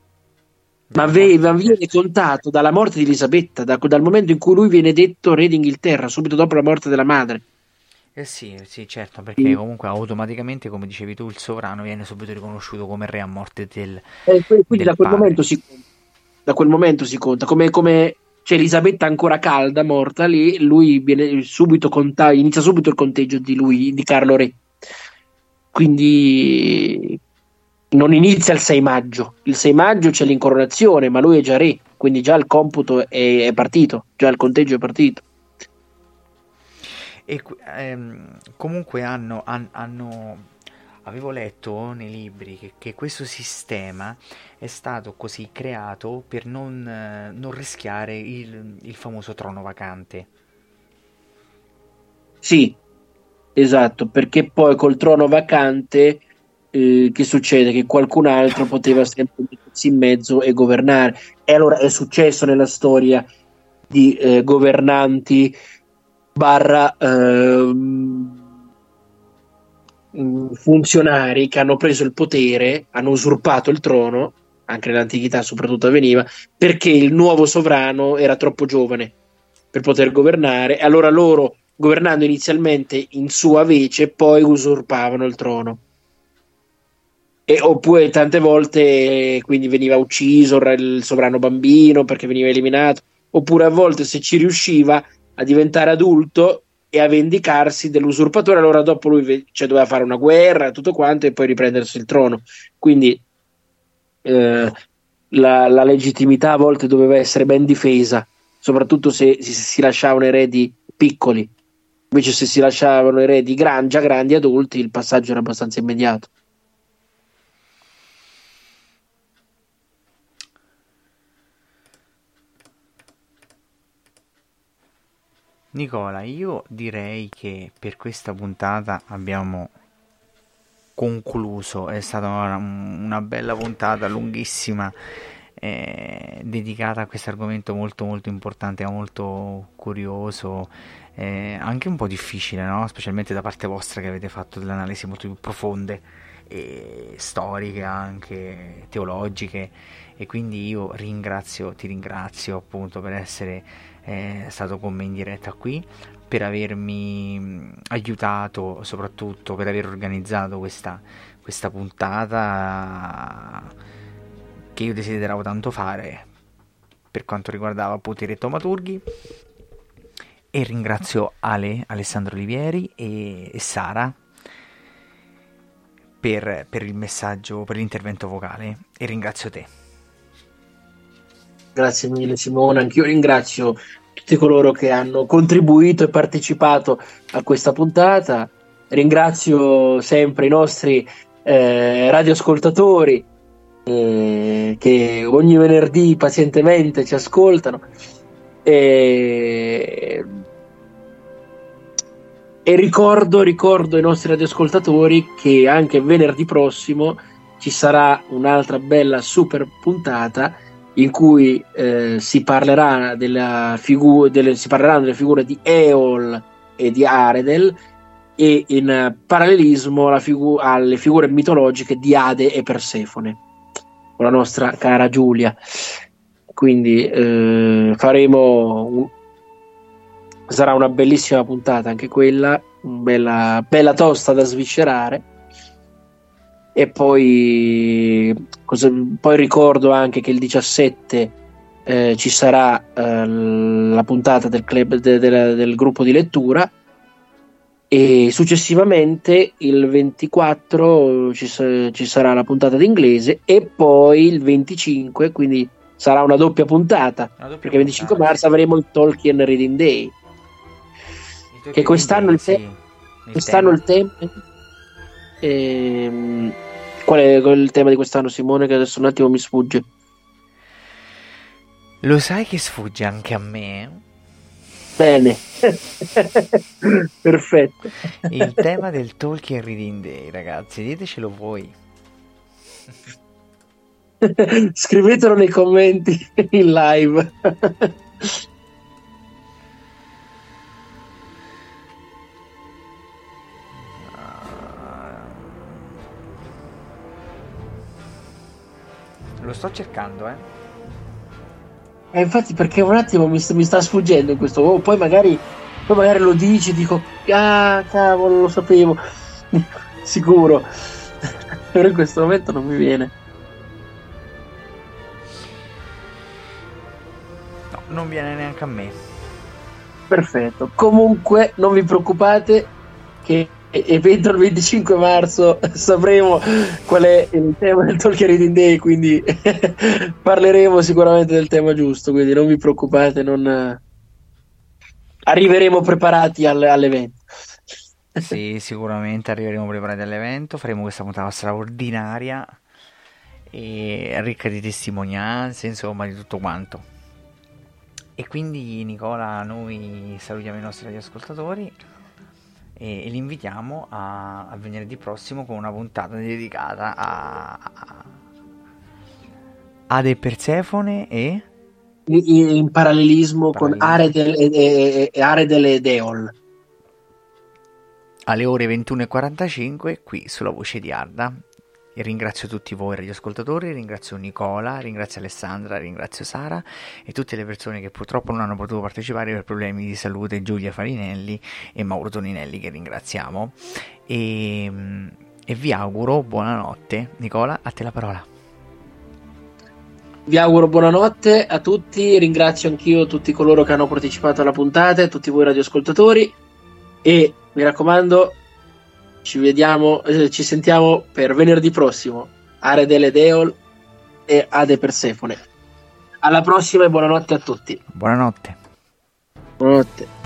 Speaker 6: ma viene contato dalla morte di Elisabetta, dal momento in cui lui viene detto re d'Inghilterra, subito dopo la morte della madre.
Speaker 7: Sì, certo, perché comunque automaticamente, come dicevi tu, il sovrano viene subito riconosciuto come re a morte del
Speaker 6: quindi da quel momento si conta, come c'è Elisabetta ancora calda, morta lì, lui viene subito inizia subito il conteggio di Carlo Re. Quindi non inizia il 6 maggio. Il 6 maggio c'è l'incoronazione, ma lui è già re, quindi già il computo è partito, già il conteggio è partito.
Speaker 7: E comunque avevo letto nei libri che questo sistema è stato così creato per non rischiare il famoso trono vacante.
Speaker 6: Sì, esatto, perché poi col trono vacante che succede? Che qualcun altro poteva sempre mettersi in mezzo e governare. E allora è successo nella storia di governanti barra funzionari che hanno preso il potere, hanno usurpato il trono, anche nell'antichità soprattutto avveniva, perché il nuovo sovrano era troppo giovane per poter governare, e allora loro, governando inizialmente in sua vece, poi usurpavano il trono. Oppure tante volte quindi veniva ucciso il sovrano bambino perché veniva eliminato, oppure a volte se ci riusciva a diventare adulto e a vendicarsi dell'usurpatore, allora dopo lui doveva fare una guerra, tutto quanto, e poi riprendersi il trono. Quindi la legittimità a volte doveva essere ben difesa, soprattutto se si lasciavano eredi piccoli. Invece se si lasciavano eredi già grandi adulti, il passaggio era abbastanza immediato.
Speaker 7: Nicola, io direi che per questa puntata abbiamo concluso, è stata una bella puntata, lunghissima, dedicata a questo argomento molto molto importante, molto curioso, anche un po' difficile, no? Specialmente da parte vostra, che avete fatto delle analisi molto più profonde, storiche, anche teologiche, e quindi io ti ringrazio appunto per essere stato con me in diretta qui, per avermi aiutato, soprattutto per aver organizzato questa puntata che io desideravo tanto fare per quanto riguardava poteri e taumaturghi. E ringrazio Alessandro Olivieri e Sara per il messaggio, per l'intervento vocale, e ringrazio te.
Speaker 6: Grazie mille Simone, anch'io ringrazio tutti coloro che hanno contribuito e partecipato a questa puntata. Ringrazio sempre i nostri radioascoltatori che ogni venerdì pazientemente ci ascoltano, e ricordo ai nostri radioascoltatori che anche venerdì prossimo ci sarà un'altra bella super puntata in cui si parleranno delle figure di Eol e di Aredel, e in parallelismo alle figure mitologiche di Ade e Persefone, con la nostra cara Giulia. Quindi sarà una bellissima puntata anche quella, bella tosta da sviscerare. E poi ricordo anche che il 17 ci sarà la puntata del club del gruppo di lettura, e successivamente il 24 ci sarà la puntata d'inglese, e poi il 25, quindi sarà una doppia puntata, perché il 25 marzo avremo il Tolkien Reading Day, che quest'anno il tema qual è il tema di quest'anno, Simone, che adesso un attimo mi sfugge?
Speaker 7: Lo sai che sfugge anche a me?
Speaker 6: Bene. Perfetto.
Speaker 7: Il tema del Tolkien Reading Day, ragazzi, ditecelo voi.
Speaker 6: Scrivetelo nei commenti in live.
Speaker 7: Lo sto cercando,
Speaker 6: infatti, perché un attimo mi sta sfuggendo questo. Poi magari lo dici, dico, ah cavolo, lo sapevo. Sicuro. Però in questo momento non mi viene.
Speaker 7: No, non viene neanche a me.
Speaker 6: Perfetto. Comunque non vi preoccupate, che entro il 25 marzo sapremo qual è il tema del Tolkien Reading Day, quindi parleremo sicuramente del tema giusto, quindi non vi preoccupate, arriveremo preparati all'evento.
Speaker 7: Sì, sicuramente arriveremo preparati all'evento, faremo questa puntata straordinaria e ricca di testimonianze, insomma, di tutto quanto. E quindi, Nicola, noi salutiamo i nostri radioascoltatori e li invitiamo a venerdì prossimo con una puntata dedicata a Ade e Persefone e
Speaker 6: in parallelismo con Aredel ed Eol,
Speaker 7: alle ore 21:45 qui sulla Voce di Arda. E ringrazio tutti voi radioascoltatori, ringrazio Nicola, ringrazio Alessandra, ringrazio Sara e tutte le persone che purtroppo non hanno potuto partecipare per problemi di salute, Giulia Farinelli e Mauro Toninelli, che ringraziamo, e vi auguro buonanotte. Nicola, a te la parola.
Speaker 6: Vi auguro buonanotte a tutti, ringrazio anch'io tutti coloro che hanno partecipato alla puntata e tutti voi radioascoltatori, e mi raccomando, ci sentiamo per venerdì prossimo. Aredel ed Eol e Ade Persefone. Alla prossima e buonanotte a tutti.
Speaker 7: Buonanotte.
Speaker 6: Buonanotte.